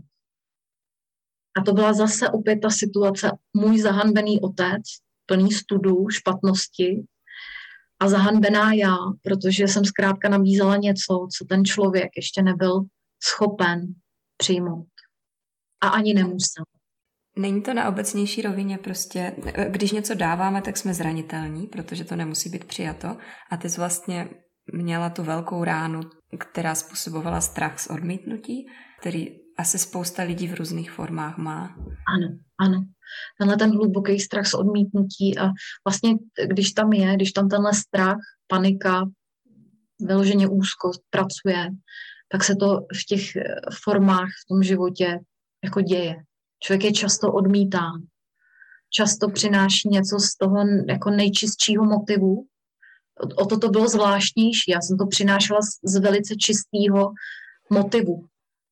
A to byla zase opět ta situace, můj zahanbený otec, plný studů, špatnosti a zahanbená já, protože jsem zkrátka nabízela něco, co ten člověk ještě nebyl schopen přijmout. A ani nemusel. Není to na obecnější rovině prostě, když něco dáváme, tak jsme zranitelní, protože to nemusí být přijato. A ty jsi vlastně měla tu velkou ránu, která způsobovala strach z odmítnutí, který asi spousta lidí v různých formách má. Ano, ano. Tenhle ten hluboký strach z odmítnutí a vlastně, když tam je, když tam tenhle strach, panika, vyloženě úzkost pracuje, tak se to v těch formách v tom životě jako děje. Člověk je často odmítán. Často přináší něco z toho jako nejčistšího motivu. O to to bylo zvláštnější. Já jsem to přinášela z, z velice čistého motivu.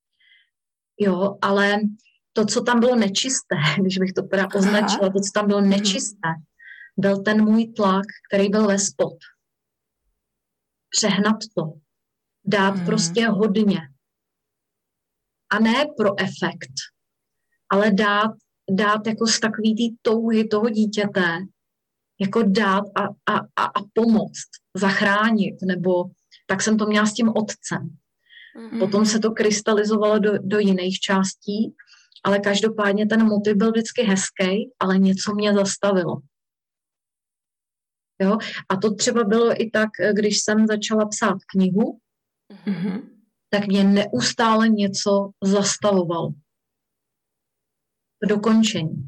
Jo, ale to, co tam bylo nečisté, když bych to teda označila, to, co tam bylo nečisté, byl ten můj tlak, který byl ve spod. Přehnat to. Dát mm. prostě hodně. A ne pro efekt, ale dát, dát jako z takový té touhy toho dítěte, jako dát a, a, a, a pomoct, zachránit, nebo tak jsem to měla s tím otcem. Mm-hmm. Potom se to krystalizovalo do, do jiných částí, ale každopádně ten motiv byl vždycky hezký, ale něco mě zastavilo. Jo? A to třeba bylo i tak, když jsem začala psát knihu, mm-hmm. tak mě neustále něco zastavovalo. Dokončení.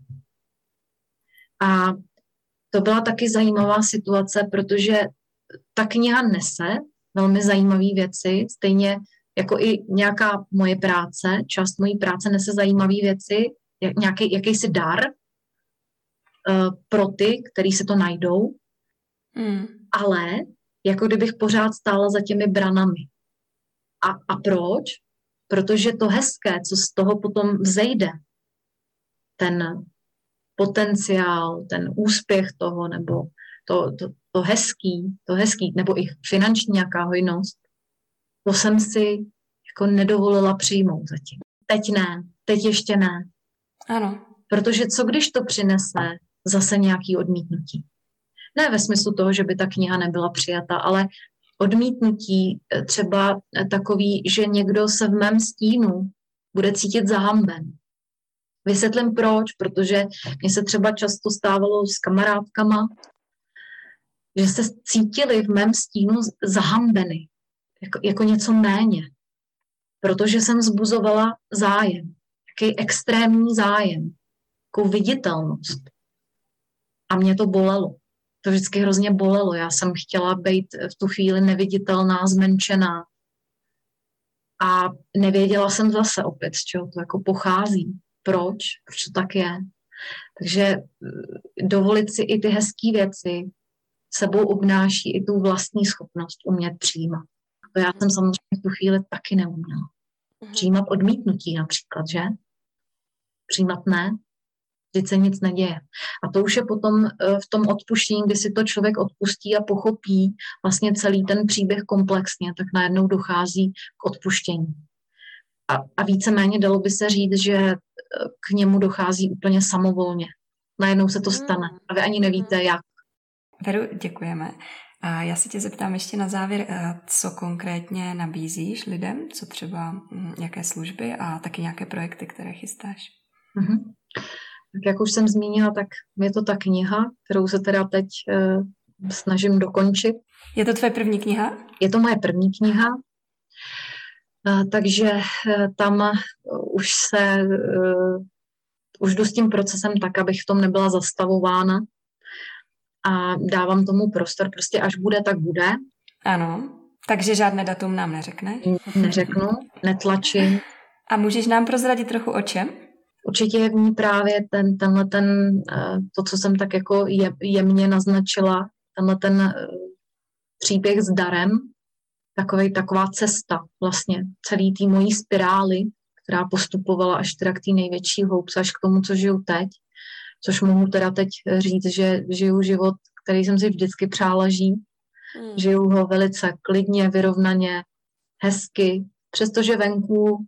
A to byla taky zajímavá situace, protože ta kniha nese velmi zajímavé věci, stejně jako i nějaká moje práce, část mojí práce nese zajímavé věci, nějaký, jakýsi dar uh, pro ty, kteří se to najdou, mm. ale jako kdybych pořád stála za těmi branami. A, a proč? Protože to hezké, co z toho potom vzejde, ten potenciál, ten úspěch toho, nebo to, to, to hezký, to hezký, nebo i finanční nějaká hojnost, to jsem si jako nedovolila přijmout zatím. Teď ne, teď ještě ne. Ano. Protože co když to přinese zase nějaký odmítnutí? Ne ve smyslu toho, že by ta kniha nebyla přijata, ale odmítnutí třeba takový, že někdo se v mém stínu bude cítit zahamben. Vysvětlím proč, protože mně se třeba často stávalo s kamarádkama, že se cítili v mém stínu zahambeny, jako, jako něco méně, protože jsem vzbuzovala zájem, jaký extrémní zájem, jakou viditelnost. A mě to bolelo. To vždycky hrozně bolelo. Já jsem chtěla být v tu chvíli neviditelná, zmenšená. A nevěděla jsem zase opět, z čeho to jako pochází. Proč? Proč to tak je? Takže dovolit si i ty hezké věci sebou obnáší i tu vlastní schopnost umět přijímat. To já jsem samozřejmě v tu chvíli taky neuměla. Přijímat odmítnutí například, že? Přijímat ne, vždyť se nic neděje. A to už je potom v tom odpuštění, kdy si to člověk odpustí a pochopí vlastně celý ten příběh komplexně, tak najednou dochází k odpuštění. A, a víceméně dalo by se říct, že k němu dochází úplně samovolně. Najednou se to stane a vy ani nevíte, jak. Veru, děkujeme. A já se tě zeptám ještě na závěr, co konkrétně nabízíš lidem, co třeba jaké služby a taky nějaké projekty, které chystáš. Mm-hmm. Tak jak už jsem zmínila, tak je to ta kniha, kterou se teda teď uh, snažím dokončit. Je to tvoje první kniha? Je to moje první kniha, uh, takže uh, tam uh, už se, uh, už jdu s tím procesem tak, abych v tom nebyla zastavována a dávám tomu prostor, prostě až bude, tak bude. Ano, takže žádné datum nám neřekneš? Neřeknu, netlačím. A můžeš nám prozradit trochu o čem? Určitě je v ní právě ten, tenhle ten, to, co jsem tak jako je, jemně naznačila, tenhle ten příběh s darem, takovej, taková cesta vlastně celý té mojí spirály, která postupovala až teda k té největší hloubce, až k tomu, co žiju teď, což mohu teda teď říct, že žiju život, který jsem si vždycky přála žít. Hmm. Žiju ho velice klidně, vyrovnaně, hezky, přestože venku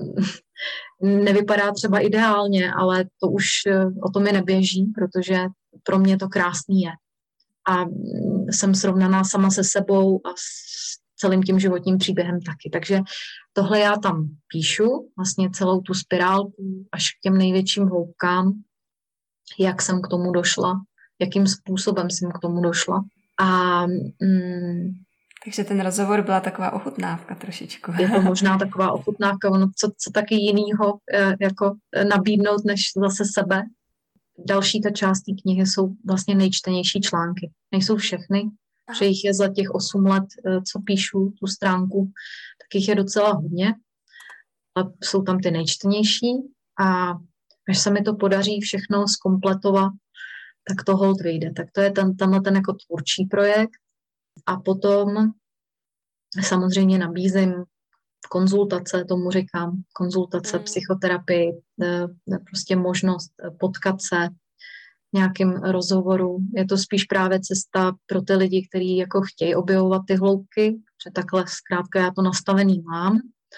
nevypadá třeba ideálně, ale to už o to mi neběží, protože pro mě to krásný je. A jsem srovnaná sama se sebou a s celým tím životním příběhem taky. Takže tohle já tam píšu, vlastně celou tu spirálku až k těm největším hloubkám, jak jsem k tomu došla, jakým způsobem jsem k tomu došla. A mm, takže ten rozhovor byla taková ochutnávka trošičku. Je to možná taková ochutnávka, ono co, co taky jinýho e, jako nabídnout, než zase sebe. Další ta část té knihy jsou vlastně nejčtenější články. Nejsou všechny, že jich je za těch osm let, e, co píšu tu stránku, tak jich je docela hodně. Ale jsou tam ty nejčtenější a až se mi to podaří všechno zkompletovat, tak to hold vyjde. Tak to je ten, tenhle ten jako tvůrčí projekt. A potom samozřejmě nabízím konzultace, tomu říkám, konzultace, mm. psychoterapii, prostě možnost potkat se v nějakým rozhovoru. Je to spíš právě cesta pro ty lidi, kteří jako chtějí objevovat ty hloubky, že takhle zkrátka já to nastavený mám.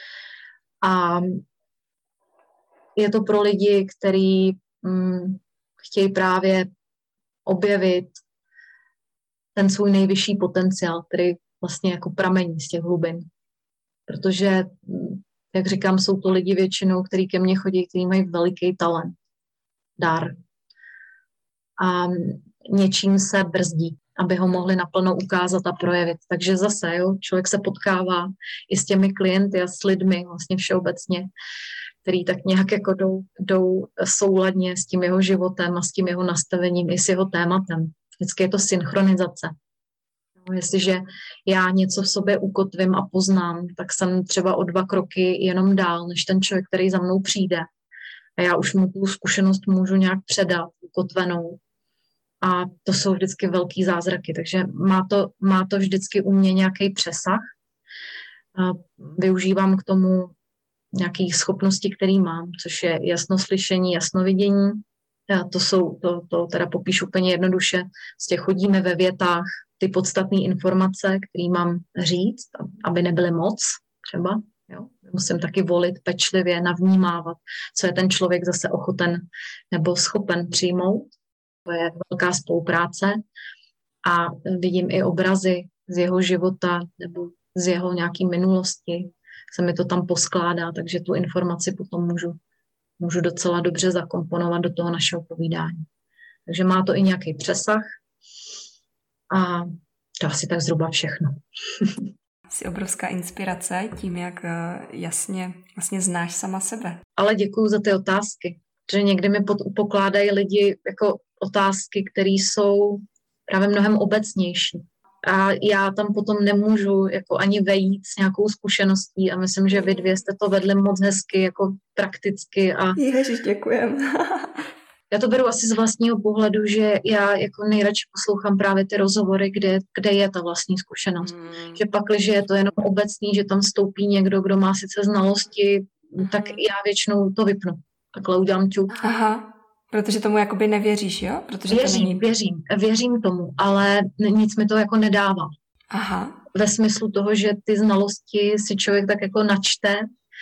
A je to pro lidi, kteří hm, chtějí právě objevit ten svůj nejvyšší potenciál, který vlastně jako pramení z těch hlubin. Protože, jak říkám, jsou to lidi většinou, kteří ke mně chodí, kteří mají veliký talent, dar. A něčím se brzdí, aby ho mohli naplno ukázat a projevit. Takže zase, jo, člověk se potkává i s těmi klienty a s lidmi vlastně všeobecně, který tak nějak jako jdou, jdou souladně s tím jeho životem a s tím jeho nastavením i s jeho tématem. Vždycky je to synchronizace. No, jestliže já něco v sobě ukotvím a poznám, tak jsem třeba o dva kroky jenom dál, než ten člověk, který za mnou přijde. A já už mu tu zkušenost můžu nějak předat, ukotvenou. A to jsou vždycky velký zázraky, takže má to, má to vždycky u mě nějaký přesah. A využívám k tomu nějaké schopnosti, které mám, což je jasnoslyšení, jasnovidění. A to jsou, to, to teda popíšu úplně jednoduše. Prostě chodíme ve větách ty podstatné informace, které mám říct, aby nebyly moc třeba. Jo? Musím taky volit pečlivě, navnímávat, co je ten člověk zase ochoten nebo schopen přijmout. To je velká spolupráce a vidím i obrazy z jeho života nebo z jeho nějaký minulosti. Se mi to tam poskládá, takže tu informaci potom můžu, můžu docela dobře zakomponovat do toho našeho povídání. Takže má to i nějaký přesah a to asi tak zhruba všechno. Jsi obrovská inspirace tím, jak jasně vlastně znáš sama sebe. Ale děkuju za ty otázky, protože někdy mi pod, pokládají lidi jako otázky, které jsou právě mnohem obecnější. A já tam potom nemůžu jako ani vejít s nějakou zkušeností a myslím, že vy dvě jste to vedli moc hezky, jako prakticky. A Ježiš, děkujem. Já to beru asi z vlastního pohledu, že já jako nejradši poslouchám právě ty rozhovory, kde, kde je ta vlastní zkušenost. Mm. Že pak, když je to jenom obecný, že tam stoupí někdo, kdo má sice znalosti, mm. tak já většinou to vypnu. Takhle udělám ťuk. Aha. Protože tomu jakoby nevěříš, jo? Protože věřím, to není... věřím, věřím tomu, ale nic mi to jako nedává. Aha. Ve smyslu toho, že ty znalosti si člověk tak jako načte,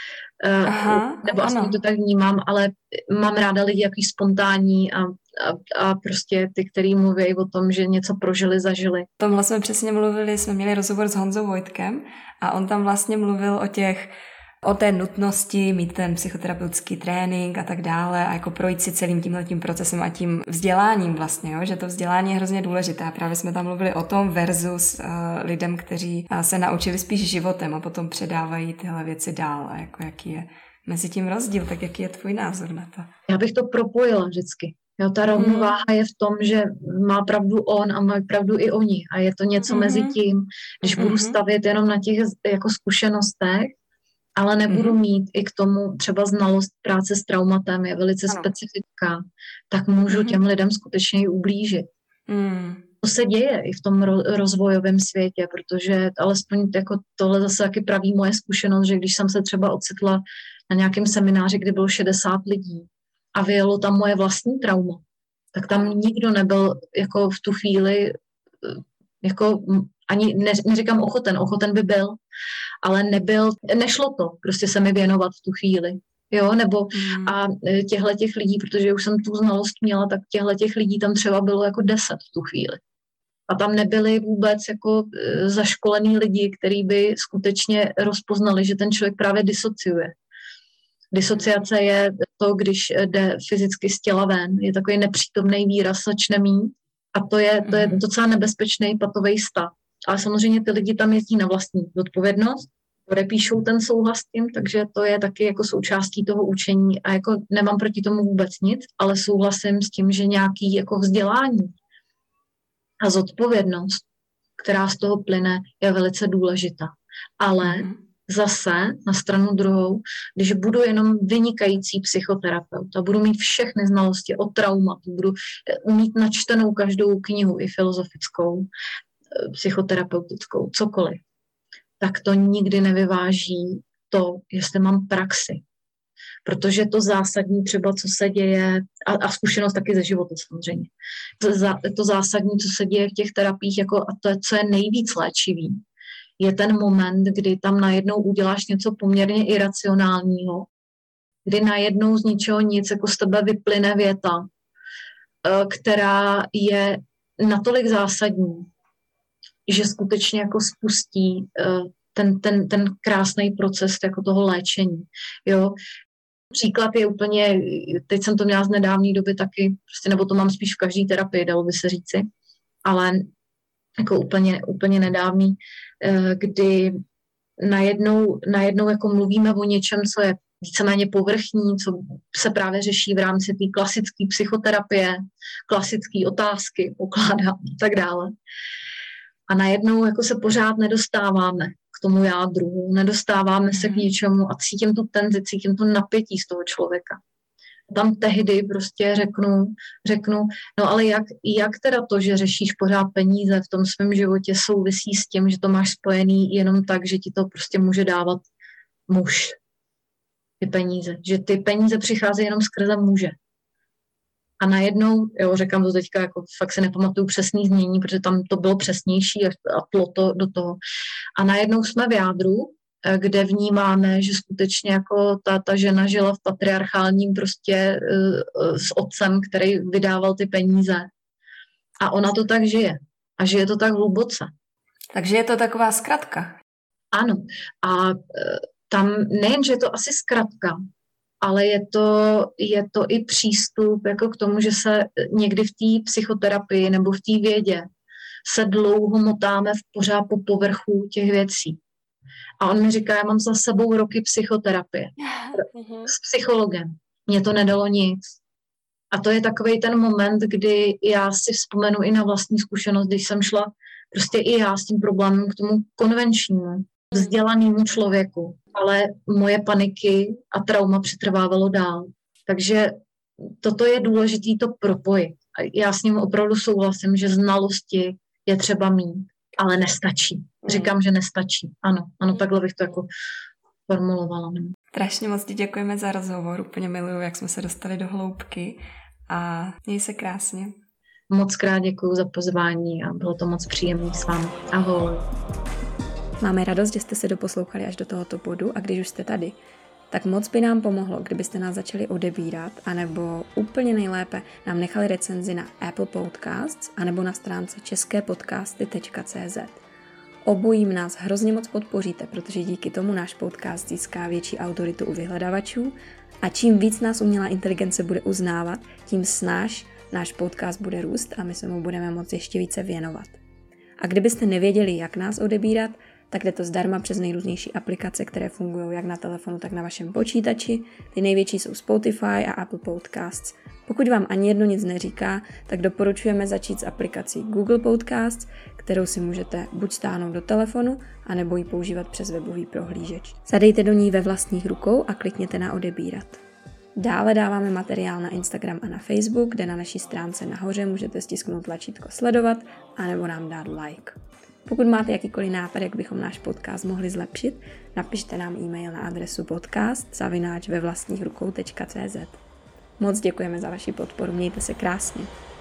Aha, nebo aspoň to tak vnímám, ale mám ráda lidi jaký spontánní a, a, a prostě ty, který mluví o tom, že něco prožili, zažili. O tomhle jsme přesně mluvili, jsme měli rozhovor s Honzou Vojtkem a on tam vlastně mluvil o těch o té nutnosti mít ten psychoterapeutický trénink a tak dále a jako projít si celým tímhletím procesem a tím vzděláním vlastně, jo? Že to vzdělání je hrozně důležité. A právě jsme tam mluvili o tom versus uh, lidem, kteří uh, se naučili spíš životem a potom předávají tyhle věci dál a jako jaký je mezi tím rozdíl, tak jaký je tvůj názor na to? Já bych to propojila vždycky. Jo, ta rovnováha mm. je v tom, že má pravdu on a má pravdu i oni a je to něco mm-hmm. mezi tím, když mm-hmm. budu stavět jenom na těch jako zkušenostech, ale nebudu mm-hmm. mít i k tomu třeba znalost práce s traumatem, je velice ano. specifická, tak můžu mm-hmm. těm lidem skutečně i ublížit. Mm. To se děje i v tom ro- rozvojovém světě, protože alespoň jako tohle zase taky praví moje zkušenost, že když jsem se třeba ocitla na nějakém semináři, kde bylo šedesát lidí a vyjelo tam moje vlastní trauma, tak tam nikdo nebyl jako v tu chvíli jako ani ne, neříkám ochoten, ochoten by byl, ale nebyl, nešlo to prostě se mi věnovat v tu chvíli, jo, nebo mm. a těchhle těch lidí, protože už jsem tu znalost měla, tak těchhle těch lidí tam třeba bylo jako deset v tu chvíli. A tam nebyli vůbec jako zaškolený lidi, kteří by skutečně rozpoznali, že ten člověk právě disociuje. Disociace je to, když jde fyzicky z těla ven, je takový nepřítomný výraz, začne mít, a to je, to je docela nebezpečný patový stav. Ale samozřejmě ty lidi tam jezdí na vlastní odpovědnost, podepíšou ten souhlas s tím, takže to je taky jako součástí toho učení a jako nemám proti tomu vůbec nic, ale souhlasím s tím, že nějaký jako vzdělání a zodpovědnost, která z toho plyne, je velice důležitá. Ale zase na stranu druhou, když budu jenom vynikající psychoterapeut a budu mít všechny znalosti o traumatu, budu mít načtenou každou knihu i filozofickou, psychoterapeutickou, cokoliv, tak to nikdy nevyváží to, jestli mám praxi. Protože to zásadní třeba, co se děje, a, a zkušenost taky ze života samozřejmě, to zásadní, co se děje v těch terapiích, jako, a to je, co je nejvíc léčivý, je ten moment, kdy tam najednou uděláš něco poměrně iracionálního, kdy najednou z ničeho nic jako z tebe vyplyne věta, která je natolik zásadní, že skutečně jako spustí ten, ten, ten krásný proces jako toho léčení. Jo? Příklad je úplně, teď jsem to měla z nedávné doby taky, prostě, nebo to mám spíš v každé terapii, dalo by se říci, ale jako úplně, úplně nedávný, kdy najednou, najednou jako mluvíme o něčem, co je víceméně povrchní, co se právě řeší v rámci té klasické psychoterapie, klasické otázky pokládám a tak dále. A najednou jako se pořád nedostáváme k tomu jádru, nedostáváme se k něčemu a cítím tu tenzi, cítím tu napětí z toho člověka. Tam tehdy prostě řeknu, řeknu, no ale jak, jak teda to, že řešíš pořád peníze v tom svém životě, souvisí s tím, že to máš spojený jenom tak, že ti to prostě může dávat muž, ty peníze. Že ty peníze přicházejí jenom skrze muže. A najednou, jo, říkám to teďka, jako fakt si nepamatuju přesný znění, protože tam to bylo přesnější a, a tlo to do toho. A najednou jsme v jádru, kde vnímáme, že skutečně jako ta, ta žena žila v patriarchálním prostě uh, s otcem, který vydával ty peníze. A ona to tak žije. A žije to tak hluboce. Takže je to taková zkratka. Ano. A uh, tam nejen, že je to asi zkratka, ale je to, je to i přístup jako k tomu, že se někdy v té psychoterapii nebo v té vědě se dlouho motáme v pořád po povrchu těch věcí. A on mi říká, já mám za sebou roky psychoterapie s psychologem. Mně to nedalo nic. A to je takovej ten moment, kdy já si vzpomenu i na vlastní zkušenost, když jsem šla prostě i já s tím problémem k tomu konvenčnímu, vzdělanému člověku. Ale moje paniky a trauma přetrvávalo dál. Takže toto je důležité to propojit. A já s ním opravdu souhlasím, že znalosti je třeba mít, ale nestačí. Říkám, že nestačí. Ano, ano, takhle bych to jako formulovala. Ne? Strašně moc ti děkujeme za rozhovor. Úplně miluju, jak jsme se dostali do hloubky a měj se krásně. Moc krát děkuju za pozvání a bylo to moc příjemné s vámi. Ahoj. Máme radost, že jste se doposlouchali až do tohoto bodu a když už jste tady, tak moc by nám pomohlo, kdybyste nás začali odebírat, anebo úplně nejlépe nám nechali recenzi na Apple Podcasts, anebo na stránce české podcasty tečka cé zet. Obojím nás hrozně moc podpoříte, protože díky tomu náš podcast získá větší autoritu u vyhledavačů a čím víc nás umělá inteligence bude uznávat, tím snáš náš podcast bude růst a my se mu budeme moct ještě více věnovat. A kdybyste nevěděli, jak nás odebírat, tak jde to zdarma přes nejrůznější aplikace, které fungují jak na telefonu, tak na vašem počítači. Ty největší jsou Spotify a Apple Podcasts. Pokud vám ani jedno nic neříká, tak doporučujeme začít s aplikací Google Podcasts, kterou si můžete buď stáhnout do telefonu, anebo ji používat přes webový prohlížeč. Zadejte do ní ve vlastních rukou a klikněte na odebírat. Dále dáváme materiál na Instagram a na Facebook, kde na naší stránce nahoře můžete stisknout tlačítko sledovat, anebo nám dát like. Pokud máte jakýkoliv nápad, jak bychom náš podcast mohli zlepšit, napište nám e-mail na adresu podcast zavináč ve vlastních rukou tečka cé zet. Moc děkujeme za vaši podporu, mějte se krásně.